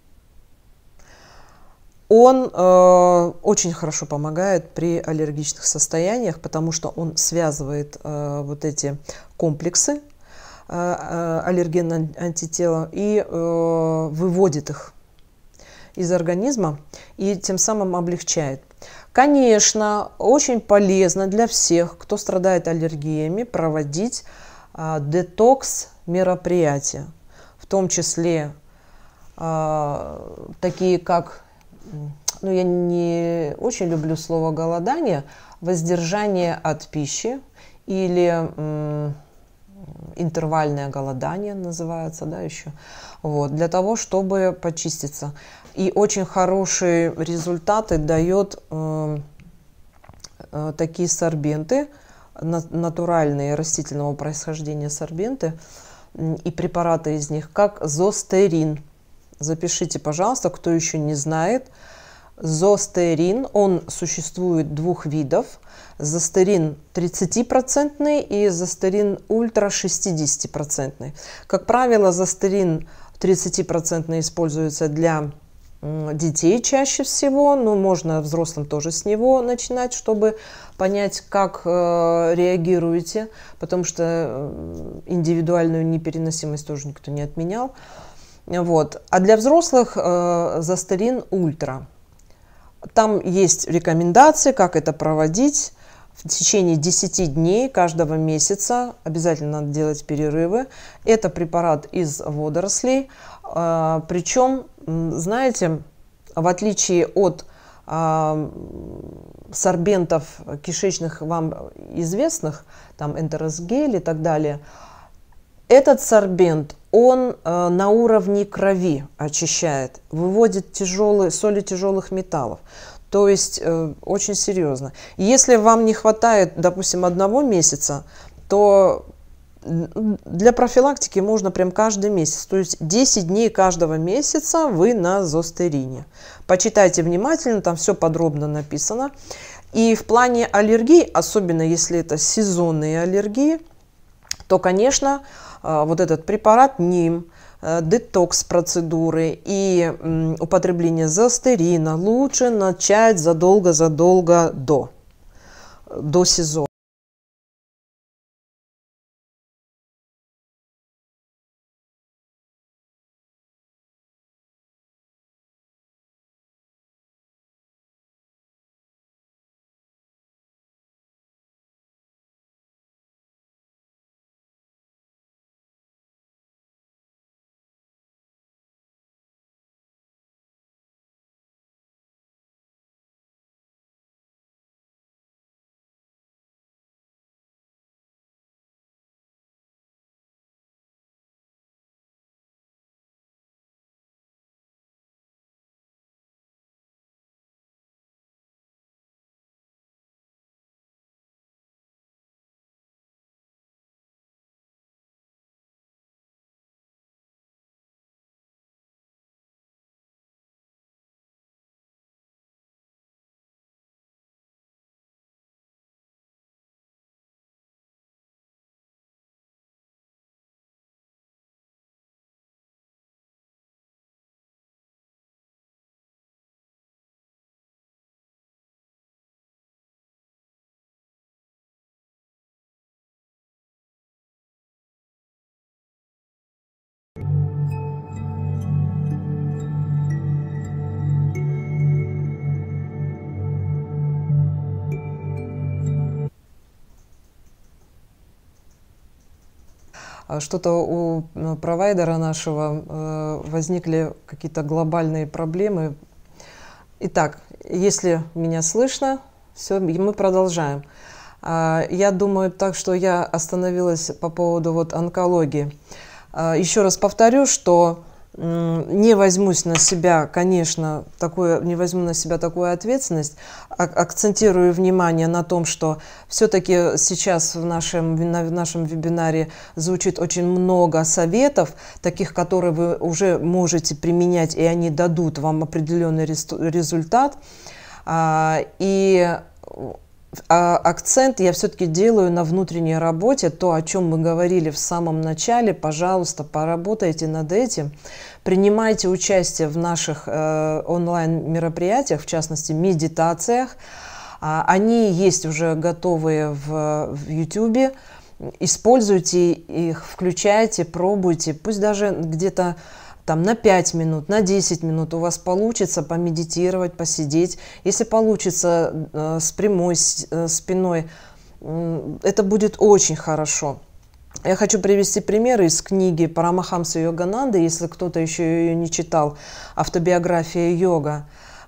Он э, очень хорошо помогает при аллергичных состояниях, потому что он связывает э, вот эти комплексы э, аллерген-антитела и э, выводит их из организма и тем самым облегчает. Конечно, очень полезно для всех, кто страдает аллергиями, проводить э, детокс-мероприятия, в том числе э, такие как... Ну, я не очень люблю слово голодание, воздержание от пищи или м, интервальное голодание называется, да, еще. Вот, для того, чтобы почиститься. И очень хорошие результаты дает э, э, такие сорбенты, на, натуральные растительного происхождения сорбенты э, и препараты из них, как зостерин. Запишите, пожалуйста, кто еще не знает. Зостерин, он существует двух видов. Зостерин тридцатипроцентный и зостерин ультра шестидесятипроцентный. Как правило, зостерин тридцатипроцентный используется для детей чаще всего, но можно взрослым тоже с него начинать, чтобы понять, как э, реагируете, потому что индивидуальную непереносимость тоже никто не отменял. Вот. А для взрослых э, зостерин ультра. Там есть рекомендации, как это проводить. В течение десяти дней каждого месяца обязательно надо делать перерывы. Это препарат из водорослей. Э, причем, знаете, в отличие от э, сорбентов кишечных вам известных, там энтеросгель и так далее, Этот сорбент, он э, на уровне крови очищает, выводит тяжелые, соли тяжелых металлов. То есть э, очень серьезно. Если вам не хватает, допустим, одного месяца, то для профилактики можно прям каждый месяц. То есть десять дней каждого месяца вы на зостерине. Почитайте внимательно, там все подробно написано. И в плане аллергий, особенно если это сезонные аллергии, то, конечно, вот этот препарат НИМ, детокс-процедуры и употребление зостерина лучше начать задолго-задолго до, до сезона. Что-то у провайдера нашего возникли какие-то глобальные проблемы. Итак, если меня слышно, все, мы продолжаем. Я думаю, так что я остановилась по поводу вот онкологии. Еще раз повторю, что не возьмусь на себя, конечно, такое, не возьму на себя такую ответственность, акцентирую внимание на том, что все-таки сейчас в нашем, в нашем вебинаре звучит очень много советов, таких, которые вы уже можете применять, и они дадут вам определенный результат. И акцент я все-таки делаю на внутренней работе, то, о чем мы говорили в самом начале. Пожалуйста, поработайте над этим, принимайте участие в наших э, онлайн-мероприятиях, в частности, медитациях. А, они есть уже готовые в, в YouTube. Используйте их, включайте, пробуйте, пусть даже где-то там на пять минут, на десять минут у вас получится помедитировать, посидеть. Если получится э, с прямой э, спиной, э, это будет очень хорошо. Я хочу привести примеры из книги Парамахамсы Йогананды, если кто-то еще ее не читал, «Автобиография йога».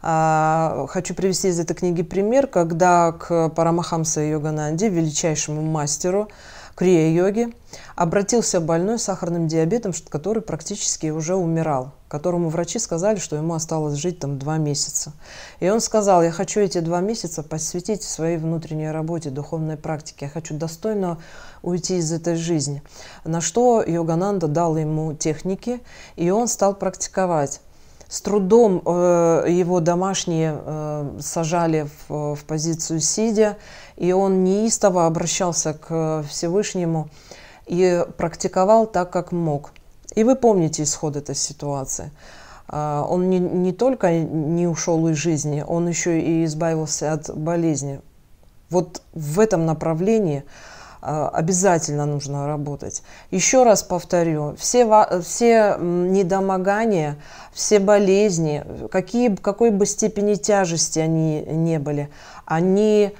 А, хочу привести из этой книги пример, когда к Парамахамсе Йогананде, величайшему мастеру крия-йоги, обратился больной с сахарным диабетом, который практически уже умирал, которому врачи сказали, что ему осталось жить там два месяца. И он сказал: я хочу эти два месяца посвятить своей внутренней работе, духовной практике, я хочу достойно уйти из этой жизни. На что Йогананда дал ему техники, и он стал практиковать. С трудом э, его домашние э, сажали в, в позицию сидя, и он неистово обращался к Всевышнему и практиковал так, как мог. И вы помните исход этой ситуации. Э, он не, не только не ушел из жизни, он еще и избавился от болезни. Вот в этом направлении обязательно нужно работать. Еще раз повторю, все, все недомогания, все болезни, какие, какой бы степени тяжести они не были, они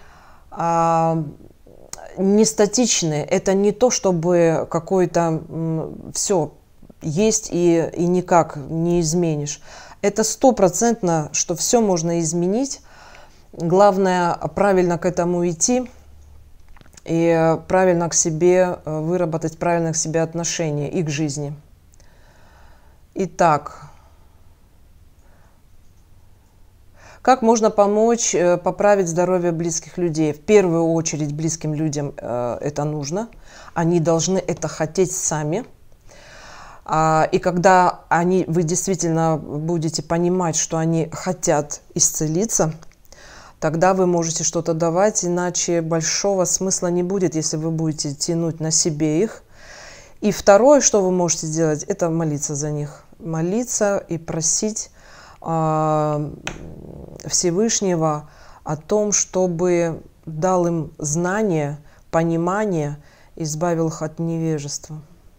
а, не статичны. Это не то, чтобы какое-то все есть и, и никак не изменишь. Это стопроцентно, что все можно изменить. Главное правильно к этому идти. и правильно к себе, выработать правильно к себе отношение и к жизни. Итак, как можно помочь поправить здоровье близких людей? В первую очередь близким людям это нужно. Они должны это хотеть сами. И когда они, вы действительно будете понимать, что они хотят исцелиться, тогда вы можете что-то давать, иначе большого смысла не будет, если вы будете тянуть на себе их. И второе, что вы можете сделать, это молиться за них. Молиться и просить э, Всевышнего о том, чтобы дал им знание, понимание, избавил их от невежества.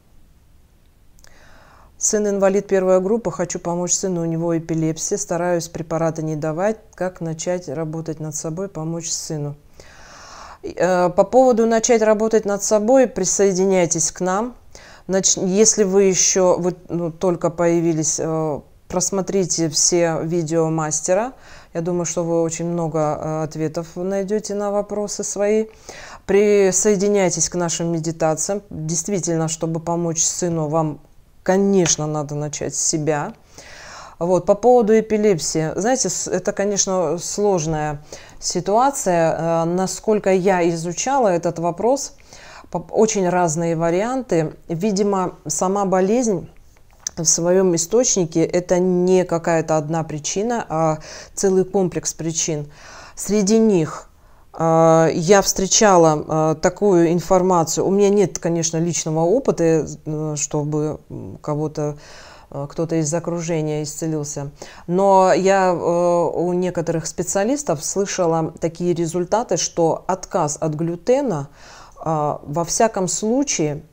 Сын инвалид первой группы, хочу помочь сыну, у него эпилепсия, стараюсь препараты не давать, как начать работать над собой, помочь сыну. По поводу начать работать над собой, присоединяйтесь к нам. Если вы еще вы, ну, только появились, просмотрите все видео мастера. Я думаю, что вы очень много ответов найдете на вопросы свои. Присоединяйтесь к нашим медитациям. Действительно, чтобы помочь сыну, вам, конечно, надо начать с себя. Вот, по поводу эпилепсии. Знаете, это, конечно, сложная ситуация. Насколько я изучала этот вопрос, очень разные варианты. Видимо, сама болезнь в своем источнике – это не какая-то одна причина, а целый комплекс причин. Среди них я встречала такую информацию. У меня нет, конечно, личного опыта, чтобы кого-то, кто-то из окружения исцелился. Но я у некоторых специалистов слышала такие результаты, что отказ от глютена во всяком случае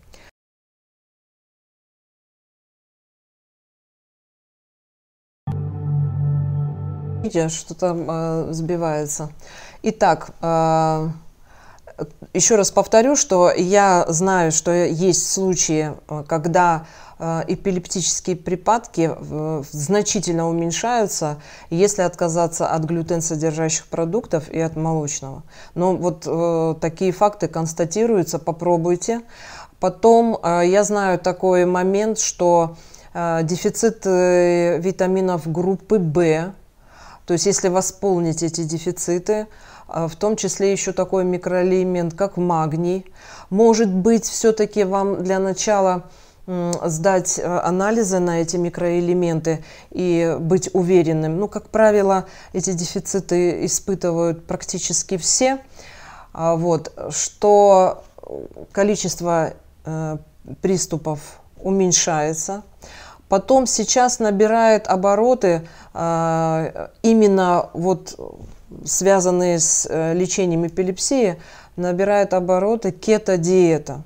что-то сбивается. Итак, еще раз повторю, что я знаю, что есть случаи, когда эпилептические припадки значительно уменьшаются, если отказаться от глютен-содержащих продуктов и от молочного. Но вот э, такие факты констатируются, попробуйте. Потом э, я знаю такой момент, что э, дефицит э, витаминов группы В, то есть если восполнить эти дефициты, э, в том числе еще такой микроэлемент, как магний, может быть, все-таки вам для начала сдать анализы на эти микроэлементы и быть уверенным. Ну, как правило, эти дефициты испытывают практически все. Вот, что количество э, приступов уменьшается. Потом сейчас набирает обороты э, именно вот связанные с э, лечением эпилепсии, набирает обороты кето-диета.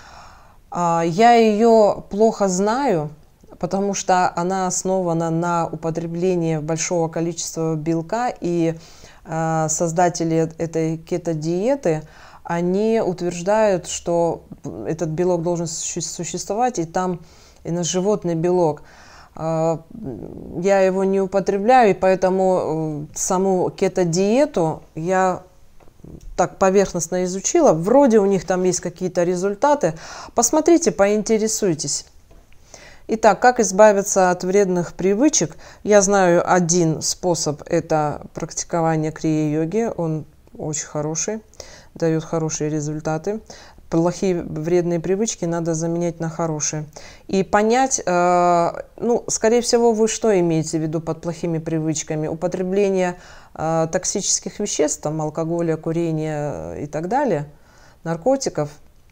Я ее плохо знаю, потому что она основана на употреблении большого количества белка, и э, создатели этой кето-диеты, они утверждают, что этот белок должен существовать, и там именно животный белок. Э, я его не употребляю, и поэтому саму кето-диету я так поверхностно изучила. Вроде у них там есть какие-то результаты. Посмотрите, поинтересуйтесь. Итак, как избавиться от вредных привычек? Я знаю один способ, это практикование крия-йоги. Он очень хороший, дает хорошие результаты. Плохие вредные привычки надо заменять на хорошие. И понять, э, ну, скорее всего, вы что имеете в виду под плохими привычками? Употребление э, токсических веществ, там, алкоголя, курения и так далее, наркотиков.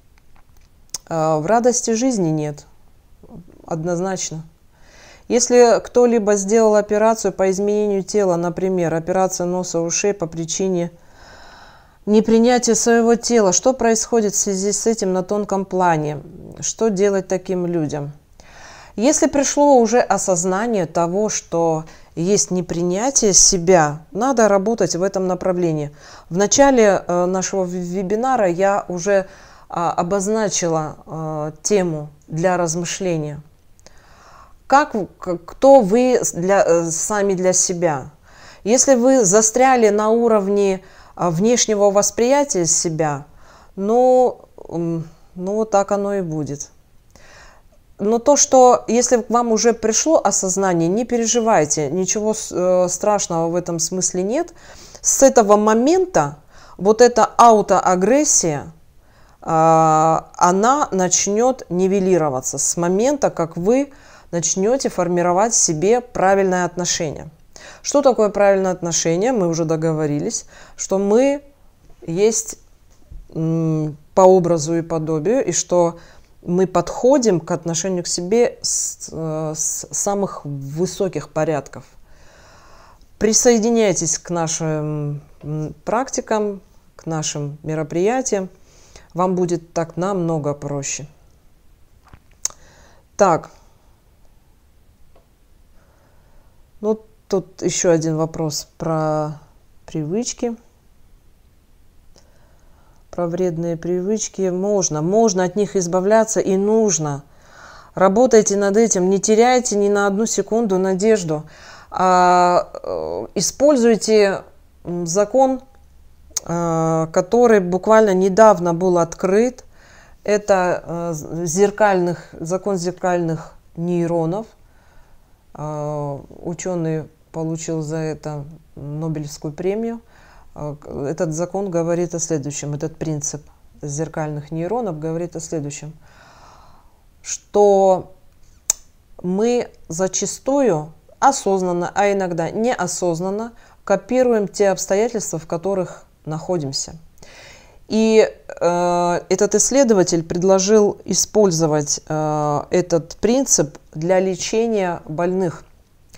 Э, в радости жизни нет, однозначно. Если кто-либо сделал операцию по изменению тела, например, операция носа, ушей по причине непринятие своего тела. Что происходит в связи с этим на тонком плане? Что делать таким людям? Если пришло уже осознание того, что есть непринятие себя, надо работать в этом направлении. В начале э, нашего вебинара я уже э, обозначила э, тему для размышления. Как, кто вы для, э, сами для себя? Если вы застряли на уровне внешнего восприятия себя, Ну, ну вот так оно и будет. Но то, что если к вам уже пришло осознание, не переживайте, ничего страшного в этом смысле нет. С этого момента вот эта аутоагрессия, она начнет нивелироваться с момента, как вы начнете формировать в себе правильное отношение. Что такое правильное отношение? Мы уже договорились, что мы есть по образу и подобию, и что мы подходим к отношению к себе с, с самых высоких порядков. Присоединяйтесь к нашим практикам, к нашим мероприятиям. Вам будет так намного проще. Так. Ну, тут еще один вопрос про привычки. Про вредные привычки. Можно, можно от них избавляться и нужно. Работайте над этим, не теряйте ни на одну секунду надежду. А, используйте закон, который буквально недавно был открыт. Это зеркальных, закон зеркальных нейронов. Ученый получил за это Нобелевскую премию. Этот закон говорит о следующем, этот принцип зеркальных нейронов говорит о следующем, что мы зачастую осознанно, а иногда неосознанно копируем те обстоятельства, в которых находимся. И э, этот исследователь предложил использовать э, этот принцип для лечения больных.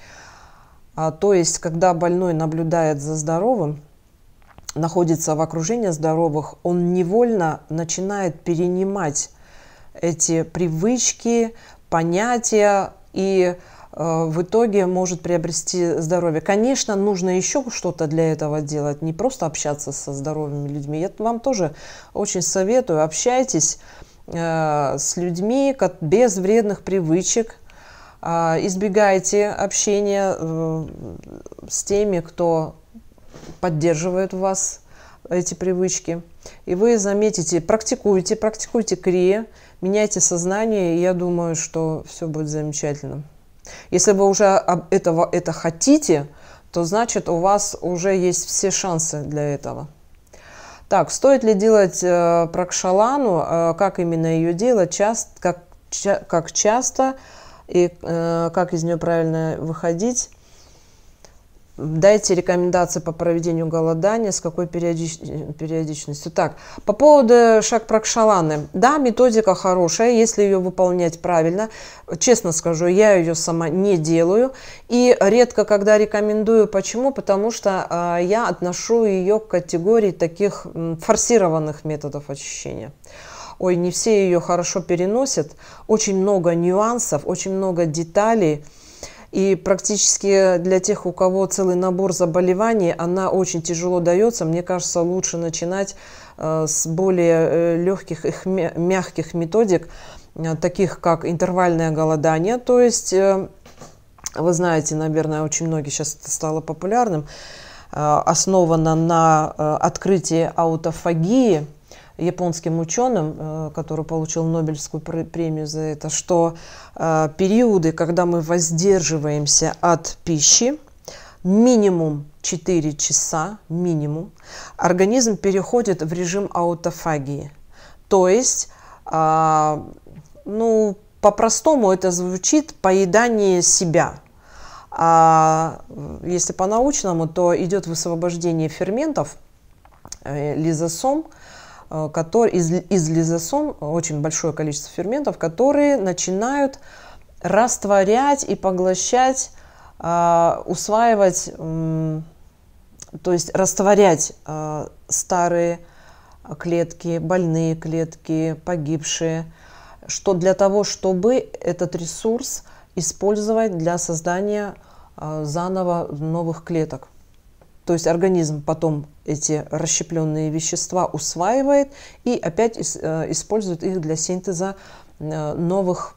А, то есть, когда больной наблюдает за здоровым, находится в окружении здоровых, он невольно начинает перенимать эти привычки, понятия и э, в итоге может приобрести здоровье. Конечно, нужно еще что-то для этого делать, не просто общаться со здоровыми людьми. Я вам тоже очень советую, общайтесь э, с людьми как, без вредных привычек, э, избегайте общения э, с теми, кто поддерживает в вас эти привычки. И вы заметите, практикуйте, практикуйте крия, меняйте сознание, и я думаю, что все будет замечательно. Если вы уже этого, это хотите, то значит у вас уже есть все шансы для этого. Так, стоит ли делать э, пракшалану, э, как именно ее делать, часто, как, ча, как часто и э, как из нее правильно выходить? Дайте рекомендации по проведению голодания, с какой периодич... периодичностью. Так, по поводу шак-пракшаланы. Да, методика хорошая, если ее выполнять правильно. Честно скажу, я ее сама не делаю. И редко когда рекомендую. Почему? Потому что э, я отношу ее к категории таких форсированных методов очищения. Ой, не все ее хорошо переносят. Очень много нюансов, очень много деталей. И практически для тех, у кого целый набор заболеваний, она очень тяжело дается. Мне кажется, лучше начинать э, с более э, легких и мягких методик, э, таких как интервальное голодание. То есть, э, вы знаете, наверное, очень многие сейчас это стало популярным, э, основано на э, открытии аутофагии японским ученым, который получил Нобелевскую премию за это, что э, периоды, когда мы воздерживаемся от пищи, минимум четыре часа, минимум, организм переходит в режим аутофагии. То есть, э, ну, по-простому это звучит поедание себя. А если по-научному, то идет высвобождение ферментов, э, лизосом, который, из, из лизосом очень большое количество ферментов, которые начинают растворять и поглощать, э, усваивать, э, то есть растворять э, старые клетки, больные клетки, погибшие, что для того, чтобы этот ресурс использовать для создания э, заново новых клеток. То есть организм потом эти расщепленные вещества усваивает и опять использует их для синтеза новых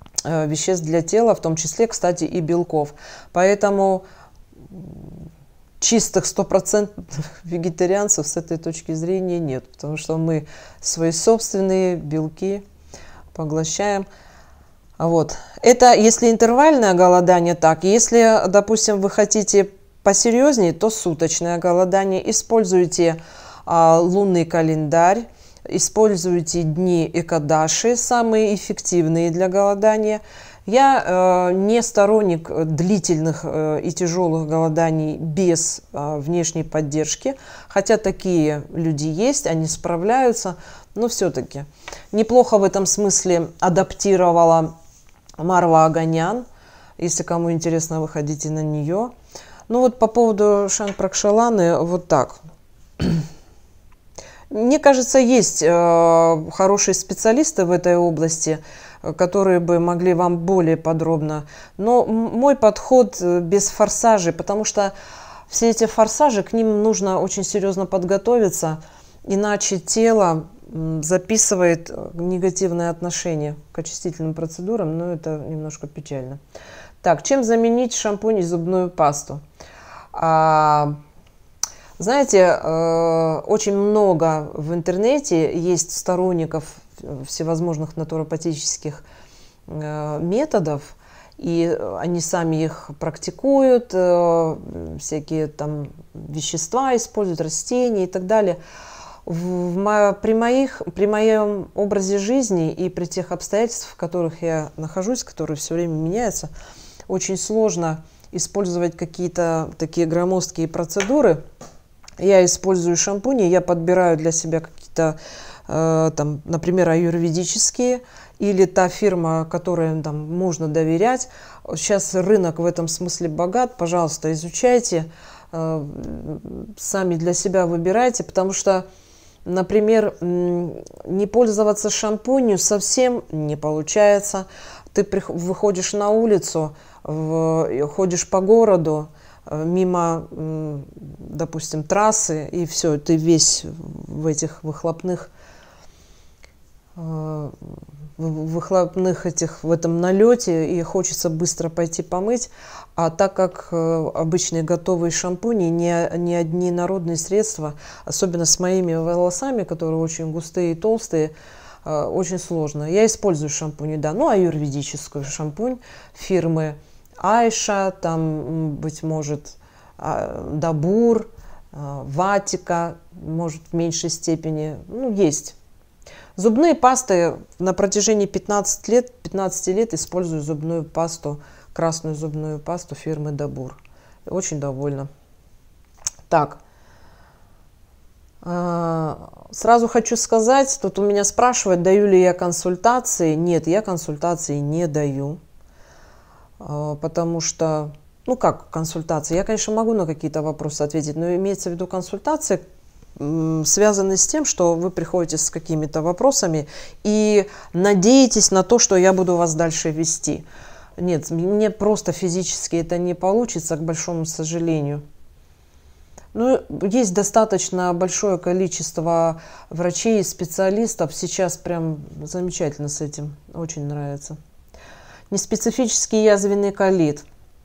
веществ для тела, в том числе, кстати, и белков. Поэтому чистых стопроцентных вегетарианцев с этой точки зрения нет, потому что мы свои собственные белки поглощаем. Вот. Это если интервальное голодание, так. Если, допустим, вы хотите посерьезнее, то суточное голодание. Используйте а, лунный календарь, используйте дни Экадаши, самые эффективные для голодания. Я э, не сторонник длительных э, и тяжелых голоданий без э, внешней поддержки, хотя такие люди есть, они справляются, но все-таки неплохо в этом смысле адаптировала Марва Аганян. Если кому интересно, выходите на нее. Ну вот по поводу Шанг-Пракшаланы вот так. Мне кажется, есть э, хорошие специалисты в этой области, которые бы могли вам более подробно. Но мой подход без форсажей, потому что все эти форсажи, к ним нужно очень серьезно подготовиться, иначе тело записывает негативное отношение к очистительным процедурам, но это немножко печально. Так, чем заменить шампунь и зубную пасту? А, знаете, очень много в интернете есть сторонников всевозможных натуропатических э, методов, и они сами их практикуют, э, всякие там вещества используют, растения и так далее. В, в, при, моих, при моем образе жизни и при тех обстоятельствах, в которых я нахожусь, которые все время меняются, очень сложно использовать какие-то такие громоздкие процедуры. Я использую шампуни, я подбираю для себя какие-то там, например, аюрведические, или та фирма, которой там можно доверять. Сейчас рынок в этом смысле богат, пожалуйста, изучайте, сами для себя выбирайте, потому что, например, не пользоваться шампунью совсем не получается. Ты выходишь на улицу, ходишь по городу, мимо, допустим, трассы, и все, ты весь в этих выхлопных выхлопных этих в этом налете, и хочется быстро пойти помыть. А так как обычные готовые шампуни, не, не одни народные средства, особенно с моими волосами, которые очень густые и толстые, очень сложно. Я использую шампунь, да, ну, аюрведическую шампунь фирмы Айша, там, быть может, Дабур, Ватика, может, в меньшей степени, ну, есть. Зубные пасты на протяжении пятнадцати лет, пятнадцати лет использую зубную пасту, красную зубную пасту фирмы Дабур. Очень довольна. Так, сразу хочу сказать, тут у меня спрашивают, даю ли я консультации. Нет, я консультации не даю, потому что, ну как консультации, я, конечно, могу на какие-то вопросы ответить, но имеется в виду консультации, связаны с тем, что вы приходите с какими-то вопросами и надеетесь на то, что я буду вас дальше вести. Нет, мне просто физически это не получится, к большому сожалению. Ну, есть достаточно большое количество врачей и специалистов. Сейчас прям замечательно с этим. Очень нравится. Неспецифический язвенный колит.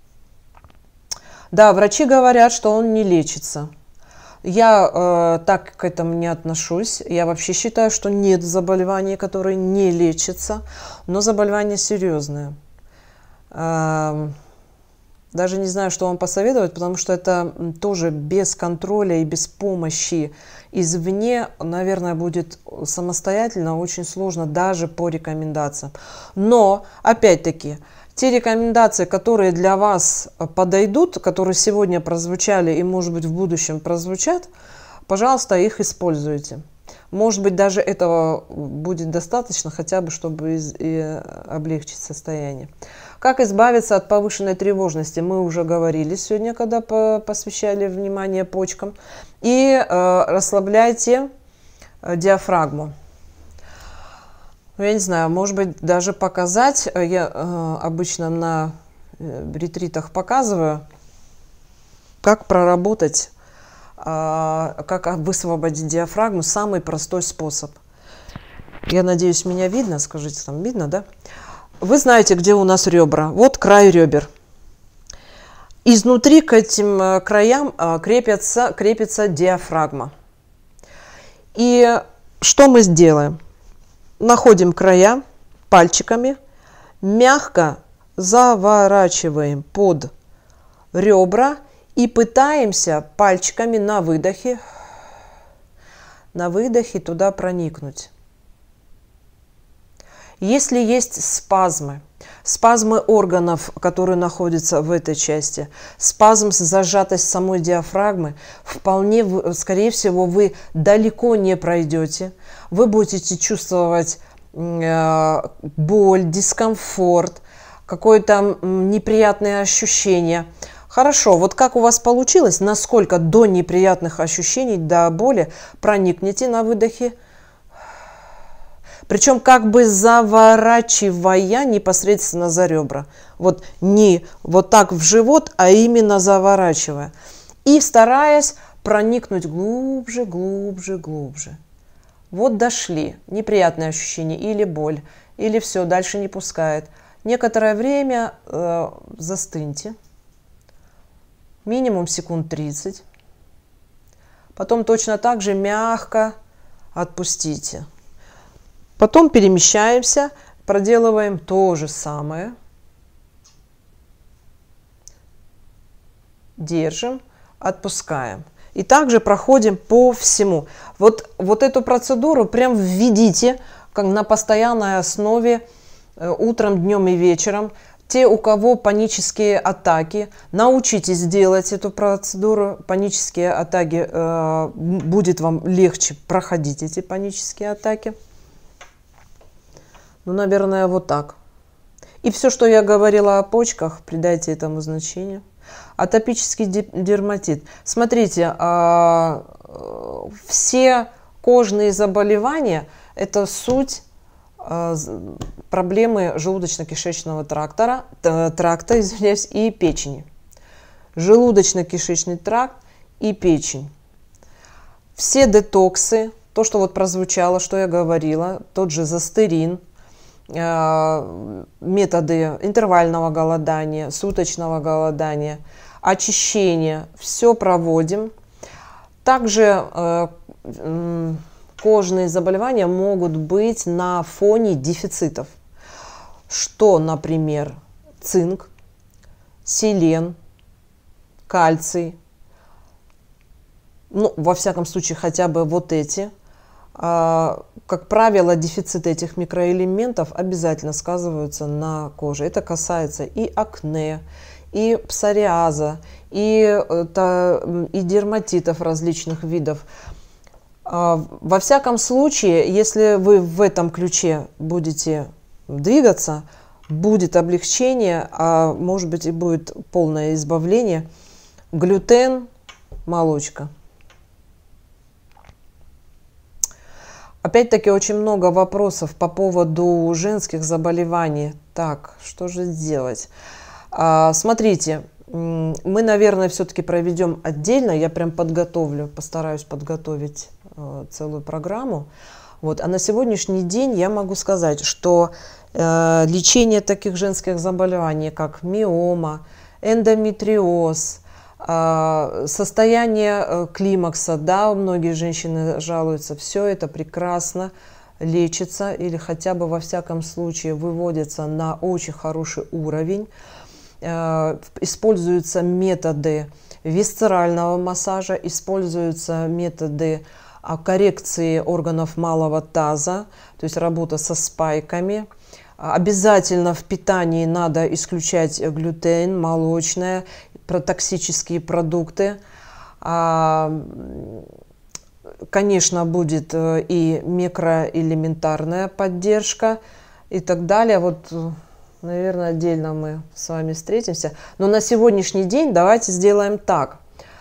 Да, врачи говорят, что он не лечится. Я э, так к этому не отношусь. Я вообще считаю, что нет заболеваний, которые не лечатся, но заболевание серьезное. Э, даже не знаю, что вам посоветовать, потому что это тоже без контроля и без помощи извне, наверное, будет самостоятельно очень сложно даже по рекомендациям. Но, опять-таки, те рекомендации, которые для вас подойдут, которые сегодня прозвучали и, может быть, в будущем прозвучат, пожалуйста, их используйте. Может быть, даже этого будет достаточно, хотя бы, чтобы из, и облегчить состояние. Как избавиться от повышенной тревожности? Мы уже говорили сегодня, когда по, посвящали внимание почкам. И э, расслабляйте диафрагму. Я не знаю, может быть, даже показать. Я э, обычно на э, ретритах показываю, как проработать, э, как высвободить диафрагму. Самый простой способ. Я надеюсь, меня видно. Скажите, там видно, да? Вы знаете, где у нас ребра. Вот край ребер. изнутри к этим краям крепятся, крепится диафрагма. И что мы сделаем? Находим края пальчиками, мягко заворачиваем под ребра и пытаемся пальчиками на выдохе, на выдохе туда проникнуть. Если есть спазмы, спазмы органов, которые находятся в этой части, спазм, зажатость самой диафрагмы, вполне, скорее всего, вы далеко не пройдете. Вы будете чувствовать э, боль, дискомфорт, какое-то неприятное ощущение. Хорошо, вот как у вас получилось, насколько до неприятных ощущений, до боли проникнете на выдохе. Причем как бы заворачивая непосредственно за ребра. Вот не вот так в живот, а именно заворачивая. И стараясь проникнуть глубже, глубже, глубже. Вот дошли. Неприятное ощущение или боль, или все, дальше не пускает. Некоторое время э, застыньте. Минимум секунд тридцать. Потом точно так же мягко отпустите. Потом перемещаемся, проделываем то же самое. Держим, отпускаем. И также проходим по всему. Вот, вот эту процедуру прям введите как на постоянной основе утром, днем и вечером. Те, у кого панические атаки, научитесь делать эту процедуру. Панические атаки, э, будет вам легче проходить эти панические атаки. Ну, наверное, вот так. И все, что я говорила о почках, придайте этому значение. Атопический дерматит. Смотрите, э, все кожные заболевания – это суть э, проблемы желудочно-кишечного тракта, тракта, извиняюсь, и печени. Желудочно-кишечный тракт и печень. Все детоксы, то, что вот прозвучало, что я говорила, тот же зостерин, методы интервального голодания, суточного голодания, очищения, все проводим. Также э, э, кожные заболевания могут быть на фоне дефицитов, что, например, цинк, селен, кальций, ну, во всяком случае, хотя бы вот эти. Как правило, дефицит этих микроэлементов обязательно сказываются на коже. Это касается и акне, и псориаза, и, это, и дерматитов различных видов. Во всяком случае, если вы в этом ключе будете двигаться, будет облегчение, а может быть и будет полное избавление. Глютен, молочка. Опять-таки очень много вопросов по поводу женских заболеваний. Так, что же сделать? А, смотрите, мы, наверное, все-таки проведем отдельно. Я прям подготовлю, постараюсь подготовить э, целую программу. Вот. А на сегодняшний день я могу сказать, что э, лечение таких женских заболеваний, как миома, эндометриоз, состояние климакса, да, многие женщины жалуются, все это прекрасно лечится или хотя бы во всяком случае выводится на очень хороший уровень. Используются методы висцерального массажа, используются методы коррекции органов малого таза, то есть работа со спайками. Обязательно в питании надо исключать глютен, молочное, токсические продукты. Конечно, будет и микроэлементарная поддержка и так далее. Вот, наверное, отдельно мы с вами встретимся. Но на сегодняшний день давайте сделаем так.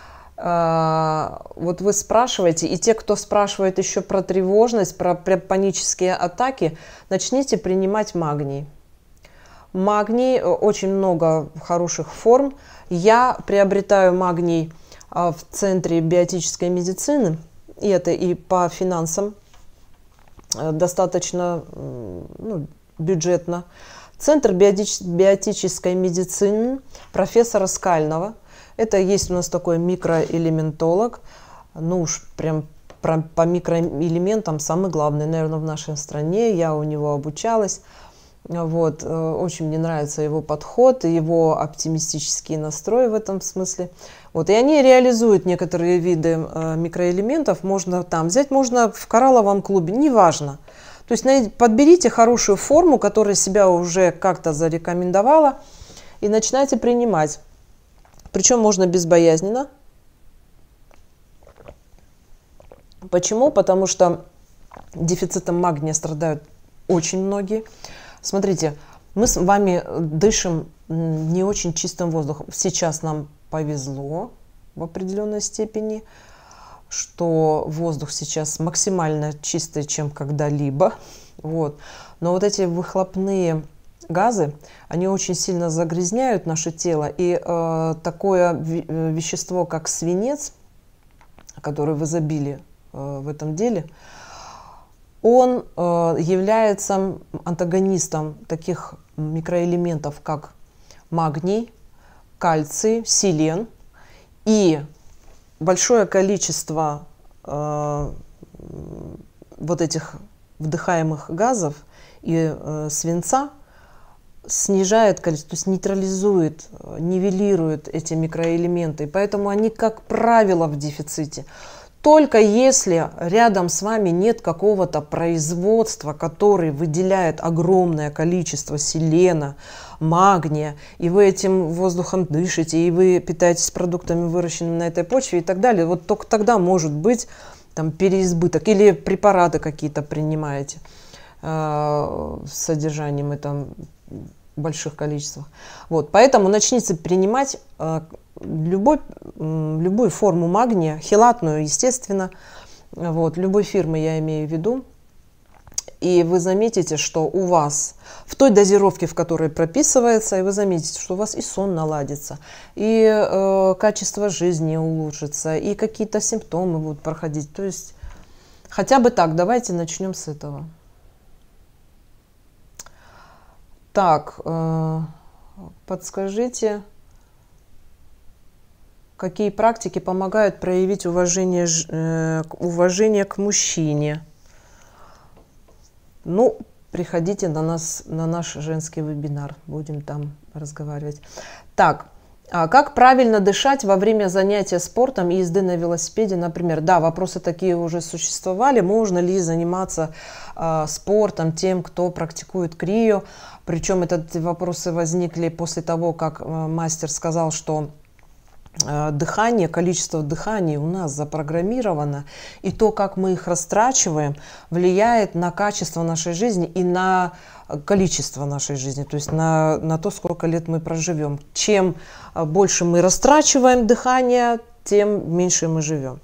Вот вы спрашиваете, и те, кто спрашивает еще про тревожность, про панические атаки, начните принимать магний. Магний, очень много хороших форм. Я приобретаю магний в Центре биотической медицины, и это и по финансам достаточно, ну, бюджетно. Центр биотической медицины профессора Скального. Это есть у нас такой микроэлементолог. Ну уж прям про, по микроэлементам самый главный, наверное, в нашей стране. Я у него обучалась. Вот. Очень мне нравится его подход, его оптимистический настрой в этом смысле. Вот. И они реализуют некоторые виды микроэлементов. Можно там взять, можно в коралловом клубе, неважно. То есть подберите хорошую форму, которая себя уже как-то зарекомендовала, и начинайте принимать. Причем можно безбоязненно. Почему? Потому что дефицитом магния страдают очень многие. Смотрите, мы с вами дышим не очень чистым воздухом. Сейчас нам повезло в определенной степени, что воздух сейчас максимально чистый, чем когда-либо. Вот. Но вот эти выхлопные газы, они очень сильно загрязняют наше тело. И э, такое вещество, как свинец, который в изобилии э, в этом деле, он э, является антагонистом таких микроэлементов, как магний, кальций, селен. И большое количество э, вот этих вдыхаемых газов и э, свинца снижает количество, то есть нейтрализует, нивелирует эти микроэлементы. И поэтому они, как правило, в дефиците. Только если рядом с вами нет какого-то производства, который выделяет огромное количество селена, магния, и вы этим воздухом дышите, и вы питаетесь продуктами, выращенными на этой почве и так далее, вот только тогда может быть там переизбыток. Или препараты какие-то принимаете э, с содержанием этом больших количествах. Вот, поэтому начните принимать э, любой, э, любую форму магния, хелатную, естественно, вот, любой фирмы я имею в виду, и вы заметите, что у вас в той дозировке, в которой прописывается, и вы заметите, что у вас и сон наладится, и э, качество жизни улучшится, и какие-то симптомы будут проходить. То есть хотя бы так, давайте начнем с этого. Так, э, подскажите, какие практики помогают проявить уважение, э, уважение к мужчине? Ну, приходите на, нас, на наш женский вебинар, будем там разговаривать. Так, а как правильно дышать во время занятия спортом и езды на велосипеде, например? Да, вопросы такие уже существовали. Можно ли заниматься э, спортом тем, кто практикует крию? Причем эти вопросы возникли после того, как э, мастер сказал, что э, дыхание, количество дыханий у нас запрограммировано, и то, как мы их растрачиваем, влияет на качество нашей жизни и на количество нашей жизни, то есть на, на то, сколько лет мы проживем. Чем больше мы растрачиваем дыхание, тем меньше мы живем.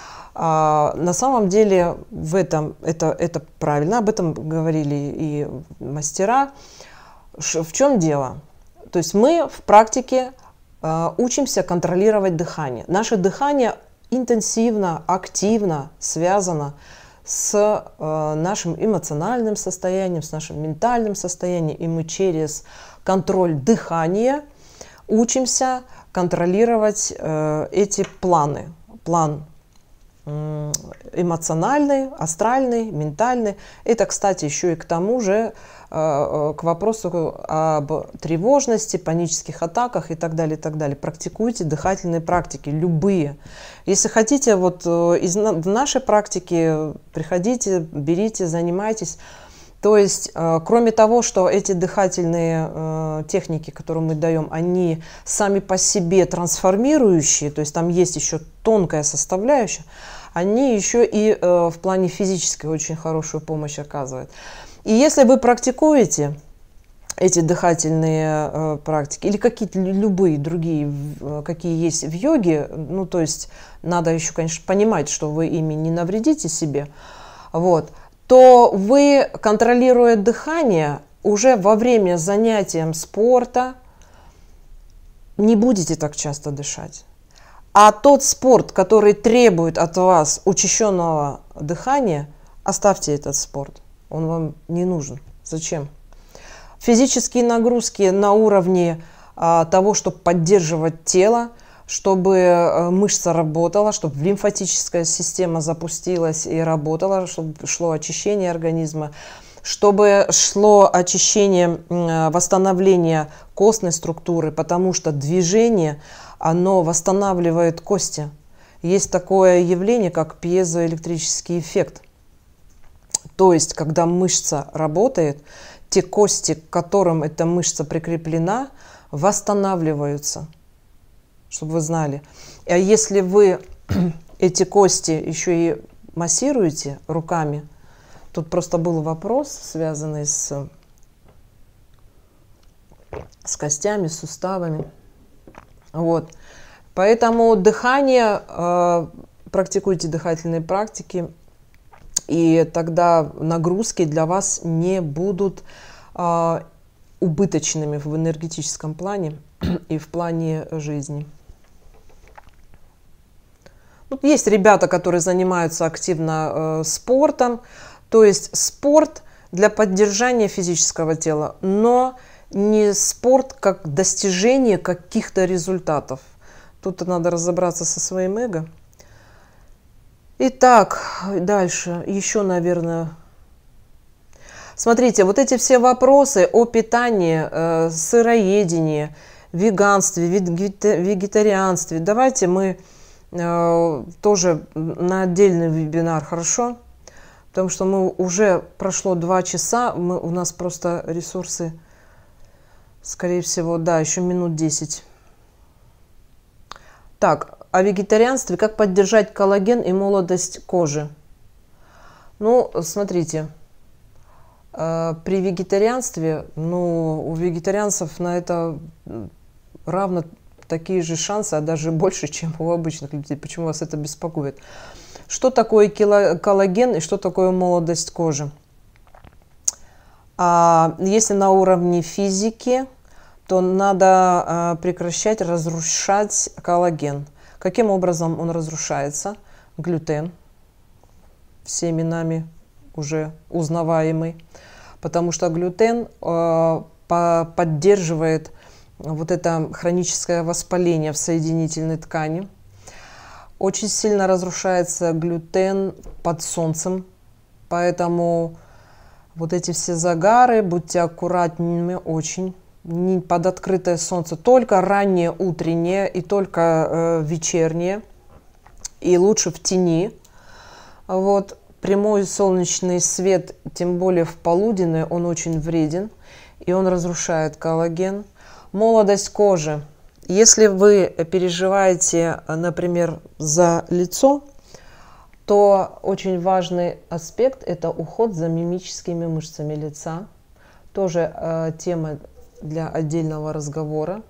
А, на самом деле в этом, это, это правильно, об этом говорили и мастера. В чем дело? То есть мы в практике э, учимся контролировать дыхание. Наше дыхание интенсивно, активно связано с э, нашим эмоциональным состоянием, с нашим ментальным состоянием. И мы через контроль дыхания учимся контролировать э, эти планы. План э, эмоциональный, астральный, ментальный. Это, кстати, еще и к тому же к вопросу об тревожности, панических атаках и так далее, и так далее. Практикуйте дыхательные практики, любые. Если хотите, вот из в нашей практике приходите, берите, занимайтесь. То есть, кроме того, что эти дыхательные техники, которые мы даем, они сами по себе трансформирующие, то есть там есть еще тонкая составляющая, они еще и в плане физической очень хорошую помощь оказывают. И если вы практикуете эти дыхательные э, практики или какие-то любые другие, э, какие есть в йоге, ну то есть надо еще, конечно, понимать, что вы ими не навредите себе, вот, то вы, контролируя дыхание, уже во время занятия спорта не будете так часто дышать. А тот спорт, который требует от вас учащенного дыхания, оставьте этот спорт. Он вам не нужен. Зачем? Физические нагрузки на уровне а, того, чтобы поддерживать тело, чтобы мышца работала, чтобы лимфатическая система запустилась и работала, чтобы шло очищение организма, чтобы шло очищение, восстановление костной структуры, потому что движение, оно восстанавливает кости. Есть такое явление, как пьезоэлектрический эффект. То есть, когда мышца работает, те кости, к которым эта мышца прикреплена, восстанавливаются, чтобы вы знали. А если вы эти кости еще и массируете руками, тут просто был вопрос, связанный с, с костями, с суставами. Вот. Поэтому дыхание, э, практикуйте дыхательные практики, и тогда нагрузки для вас не будут э, убыточными в энергетическом плане и в плане жизни. Вот есть ребята, которые занимаются активно э, спортом, то есть спорт для поддержания физического тела, но не спорт как достижение каких-то результатов. Тут надо разобраться со своим эго. Итак, дальше еще, наверное... Смотрите, вот эти все вопросы о питании, э, сыроедении, веганстве, вегетарианстве, давайте мы э, тоже на отдельный вебинар, хорошо? Потому что мы уже прошло два часа, мы, у нас просто ресурсы, скорее всего, да, еще минут десять. Так, о вегетарианстве, как поддержать коллаген и молодость кожи. Ну, смотрите, э, при вегетарианстве, ну, у вегетарианцев на это равно такие же шансы, а даже больше, чем у обычных людей. Почему вас это беспокоит? Что такое коллаген и что такое молодость кожи? А если на уровне физики, то надо а, прекращать разрушать коллаген. Каким образом он разрушается? Глютен, всеми нами уже узнаваемый, потому что глютен а, по поддерживает вот это хроническое воспаление в соединительной ткани. Очень сильно разрушается глютен под солнцем, поэтому вот эти все загары, будьте аккуратными очень. Не под открытое солнце, только раннее утреннее и только э, вечернее, и лучше в тени. Вот. Прямой солнечный свет, тем более в полуденное, он очень вреден, и он разрушает коллаген. Молодость кожи. Если вы переживаете, например, за лицо, то очень важный аспект – это уход за мимическими мышцами лица. Тоже э, тема для отдельного разговора.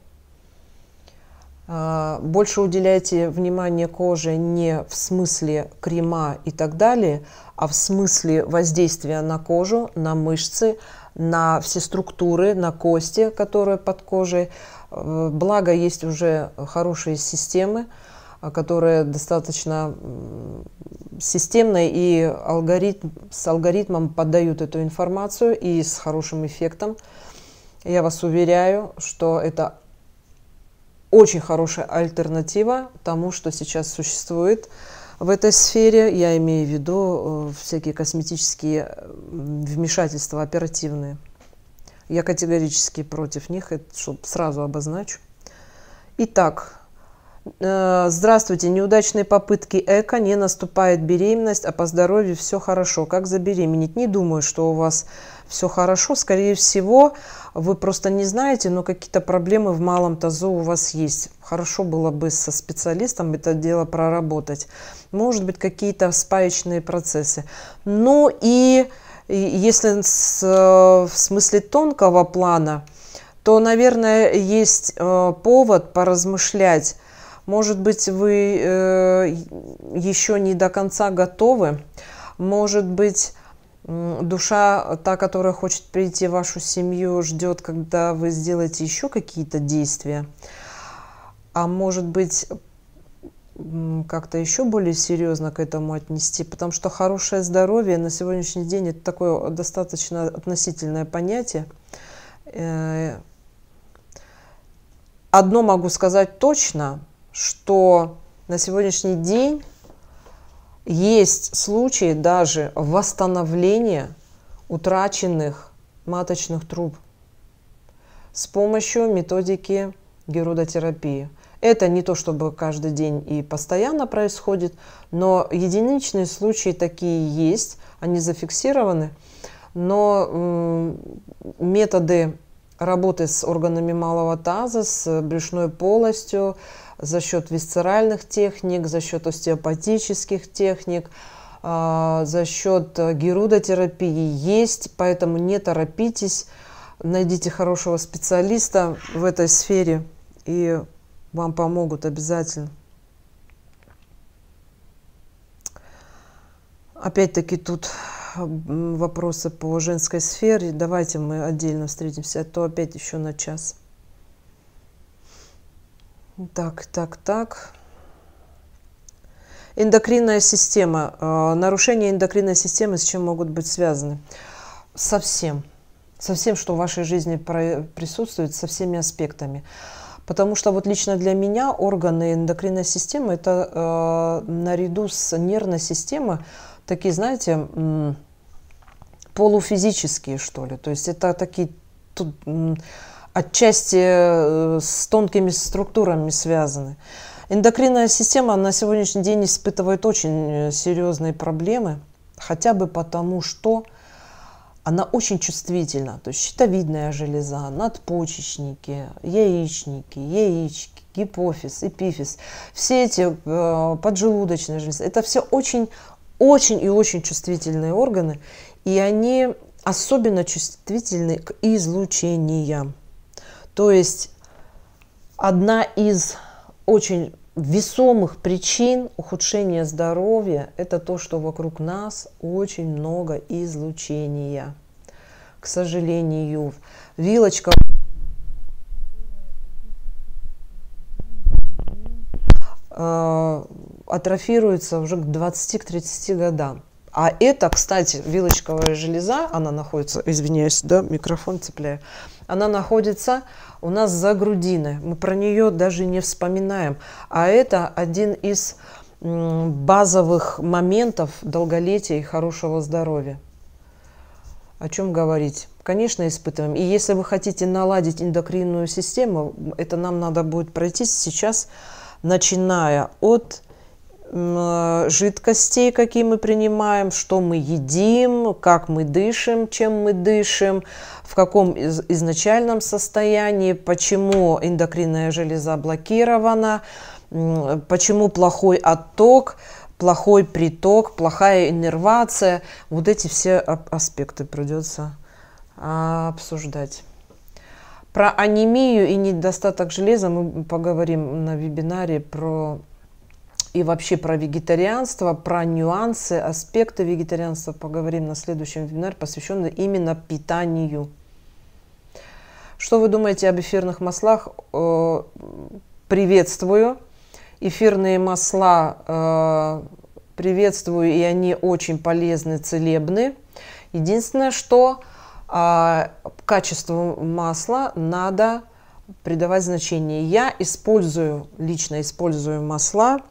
Э, больше уделяйте внимание коже не в смысле крема и так далее, а в смысле воздействия на кожу, на мышцы, на все структуры, на кости, которые под кожей. Благо, есть уже хорошие системы, которые достаточно системно и алгоритм, с алгоритмом поддают эту информацию и с хорошим эффектом. Я вас уверяю, что это очень хорошая альтернатива тому, что сейчас существует в этой сфере. Я имею в виду всякие косметические вмешательства оперативные. Я категорически против них, это чтобы сразу обозначу. Итак, э, здравствуйте. Неудачные попытки эко, не наступает беременность, а по здоровью все хорошо. Как забеременеть? Не думаю, что у вас все хорошо. Скорее всего, вы просто не знаете, но какие-то проблемы в малом тазу у вас есть. Хорошо было бы со специалистом это дело проработать. Может быть, какие-то спаечные процессы. Ну и... Если с, в смысле тонкого плана, то, наверное, есть э, повод поразмышлять. Может быть, вы э, еще не до конца готовы. Может быть, э, душа, та, которая хочет прийти в вашу семью, ждет, когда вы сделаете еще какие-то действия. А может быть, как-то еще более серьезно к этому отнести, потому что хорошее здоровье на сегодняшний день это такое достаточно относительное понятие. Одно могу сказать точно, что на сегодняшний день есть случаи даже восстановления утраченных маточных труб с помощью методики герудотерапии. Это не то, чтобы каждый день и постоянно происходит, но единичные случаи такие есть, они зафиксированы. Но методы работы с органами малого таза, с брюшной полостью, за счет висцеральных техник, за счет остеопатических техник, за счет герудотерапии есть, поэтому не торопитесь, найдите хорошего специалиста в этой сфере, и вам помогут обязательно. Опять-таки тут вопросы по женской сфере. Давайте мы отдельно встретимся, а то опять еще на час. Так, так, так. Эндокринная система. Нарушения эндокринной системы с чем могут быть связаны? Со всем. Со всем, что в вашей жизни присутствует, со всеми аспектами. Потому что вот лично для меня органы эндокринной системы, это э, наряду с нервной системой, такие, знаете, полуфизические, что ли. То есть это такие тут, отчасти с тонкими структурами связаны. Эндокринная система на сегодняшний день испытывает очень серьезные проблемы, хотя бы потому, что она очень чувствительна. То есть щитовидная железа, надпочечники, яичники, яички, гипофиз, эпифиз, все эти э, поджелудочные железы, это все очень Очень и очень чувствительные органы, и они особенно чувствительны к излучениям. То есть одна из очень весомых причин ухудшения здоровья – это то, что вокруг нас очень много излучения. К сожалению, вилочка атрофируется уже к двадцати-тридцати годам. А это, кстати, вилочковая железа, она находится, извиняюсь, да, микрофон цепляю, она находится у нас за грудиной. Мы про нее даже не вспоминаем. А это один из базовых моментов долголетия и хорошего здоровья. О чем говорить? Конечно, испытываем. И если вы хотите наладить эндокринную систему, это нам надо будет пройти сейчас, начиная от жидкостей, какие мы принимаем, что мы едим, как мы дышим, чем мы дышим, в каком изначальном состоянии, почему эндокринная железа блокирована, почему плохой отток, плохой приток, плохая иннервация. Вот эти все аспекты придется обсуждать. Про анемию и недостаток железа мы поговорим на вебинаре про и вообще про вегетарианство, про нюансы, аспекты вегетарианства поговорим на следующем вебинаре, посвященном именно питанию. Что вы думаете об эфирных маслах? Приветствую. Эфирные масла приветствую, и они очень полезны, целебны. Единственное, что качеству масла надо придавать значение. Я использую, лично использую масла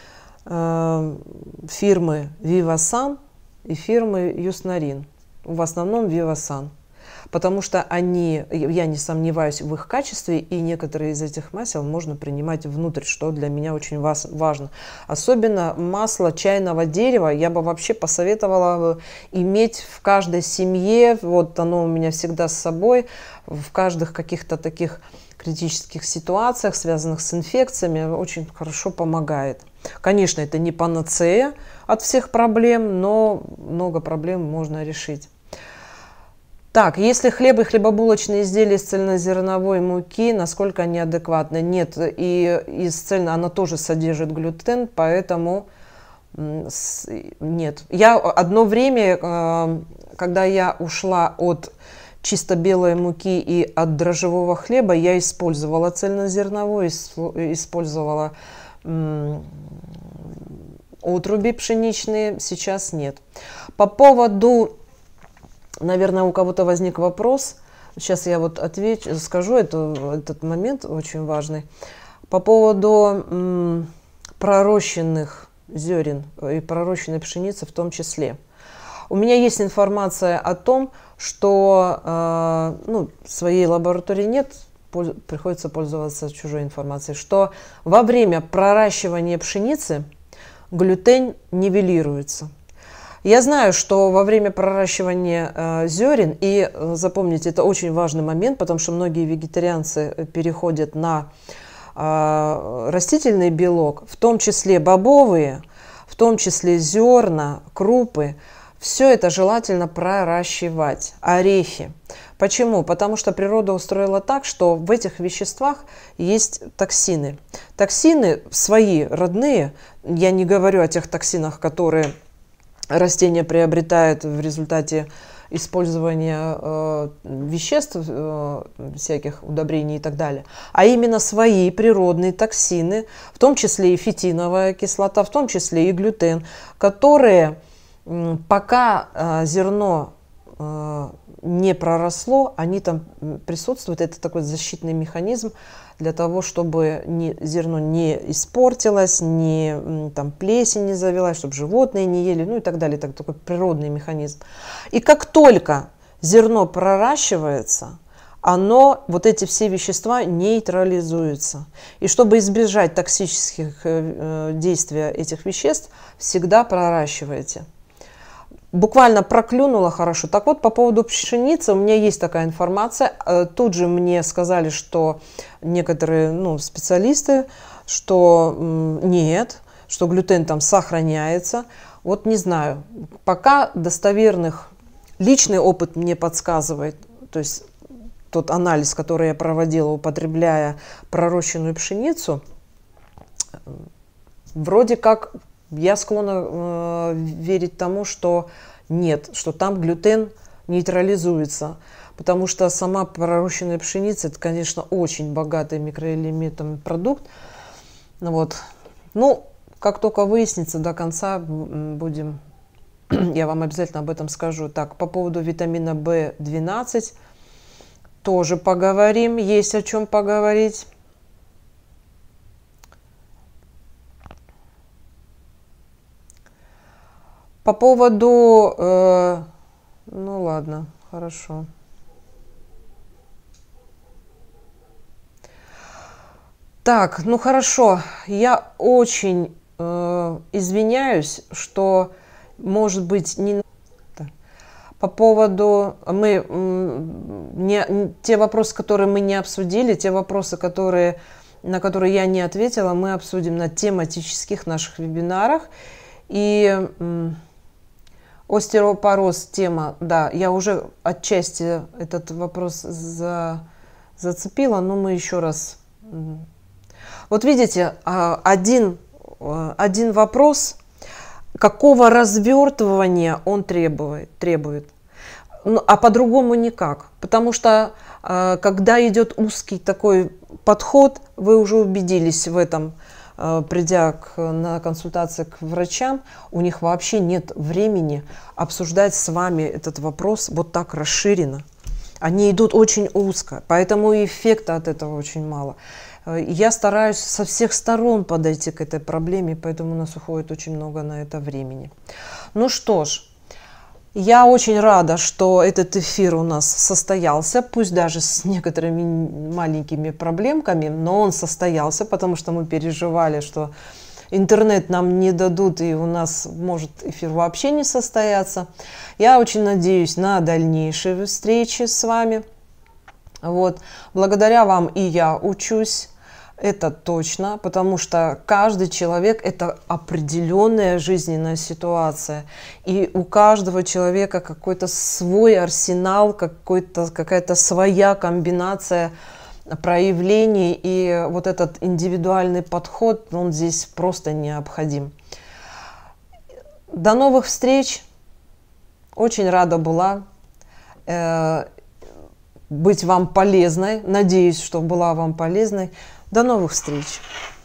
фирмы Vivasan и фирмы Юснарин. В основном Vivasan. Потому что они, я не сомневаюсь в их качестве, и некоторые из этих масел можно принимать внутрь, что для меня очень важно. Особенно масло чайного дерева я бы вообще посоветовала иметь в каждой семье. Вот оно у меня всегда с собой, в каждых каких-то таких критических ситуациях, связанных с инфекциями, очень хорошо помогает. Конечно, это не панацея от всех проблем, но много проблем можно решить. Так, если хлеб и хлебобулочные изделия из цельнозерновой муки, насколько они адекватны? Нет, и из цельно она тоже содержит глютен, поэтому нет. Я одно время, когда я ушла от чисто белой муки и от дрожжевого хлеба, я использовала цельнозерновой, использовала отруби пшеничные, сейчас нет. По поводу, наверное, у кого-то возник вопрос, Сейчас я вот отвечу, скажу это, этот момент очень важный. По поводу м, пророщенных зерен и пророщенной пшеницы в том числе. У меня есть информация о том, что э, ну, своей лаборатории нет, польз, приходится пользоваться чужой информацией, что во время проращивания пшеницы глютен нивелируется. Я знаю, что во время проращивания э, зерен, и э, запомните, это очень важный момент, потому что многие вегетарианцы переходят на э, растительный белок, в том числе бобовые, в том числе зерна, крупы. Все это желательно проращивать. Орехи. Почему? Потому что природа устроила так, что в этих веществах есть токсины. Токсины свои, родные, я не говорю о тех токсинах, которые растения приобретают в результате использования э, веществ, э, всяких удобрений и так далее, а именно свои природные токсины, в том числе и фитиновая кислота, в том числе и глютен, которые э, пока э, зерно э, не проросло, они там присутствуют. Это такой защитный механизм для того, чтобы не, зерно не испортилось, не, там, плесень не завелась, чтобы животные не ели, ну и так далее. Так, такой природный механизм. И как только зерно проращивается, оно, вот эти все вещества нейтрализуются. И чтобы избежать токсических э, действий этих веществ, всегда проращивайте. Буквально проклюнула хорошо. Так вот, по поводу пшеницы, у меня есть такая информация. Тут же мне сказали, что некоторые ну, специалисты, что нет, что глютен там сохраняется. Вот не знаю. Пока достоверных, личный опыт мне подсказывает, то есть тот анализ, который я проводила, употребляя пророщенную пшеницу, вроде как я склонна э, верить тому, что нет, что там глютен нейтрализуется. Потому что сама пророщенная пшеница, это, конечно, очень богатый микроэлементами продукт. Вот. Ну, как только выяснится до конца, будем, я вам обязательно об этом скажу. Так, по поводу витамина бэ двенадцать тоже поговорим, есть о чем поговорить. По поводу... Э, ну ладно, хорошо. Так, ну хорошо. Я очень э, извиняюсь, что, может быть, не... По поводу... Мы, не, те вопросы, которые мы не обсудили, те вопросы, которые, на которые я не ответила, мы обсудим на тематических наших вебинарах. И... Остеопороз тема, да, я уже отчасти этот вопрос за, зацепила, но мы еще раз. Вот видите, один, один вопрос, какого развертывания он требует, требует. А по-другому никак, потому что когда идет узкий такой подход, вы уже убедились в этом, придя к, на консультации к врачам, у них вообще нет времени обсуждать с вами этот вопрос вот так расширенно. Они идут очень узко, поэтому и эффекта от этого очень мало. Я стараюсь со всех сторон подойти к этой проблеме, поэтому у нас уходит очень много на это времени. Ну что ж, я очень рада, что этот эфир у нас состоялся, пусть даже с некоторыми маленькими проблемками, но он состоялся, потому что мы переживали, что интернет нам не дадут и у нас может эфир вообще не состояться. Я очень надеюсь на дальнейшие встречи с вами. Вот. Благодаря вам и я учусь. Это точно, потому что каждый человек – это определенная жизненная ситуация. И у каждого человека какой-то свой арсенал, какой-то, какая-то своя комбинация проявлений. И вот этот индивидуальный подход, он здесь просто необходим. До новых встреч. Очень рада была э, быть вам полезной. Надеюсь, что была вам полезной. До новых встреч!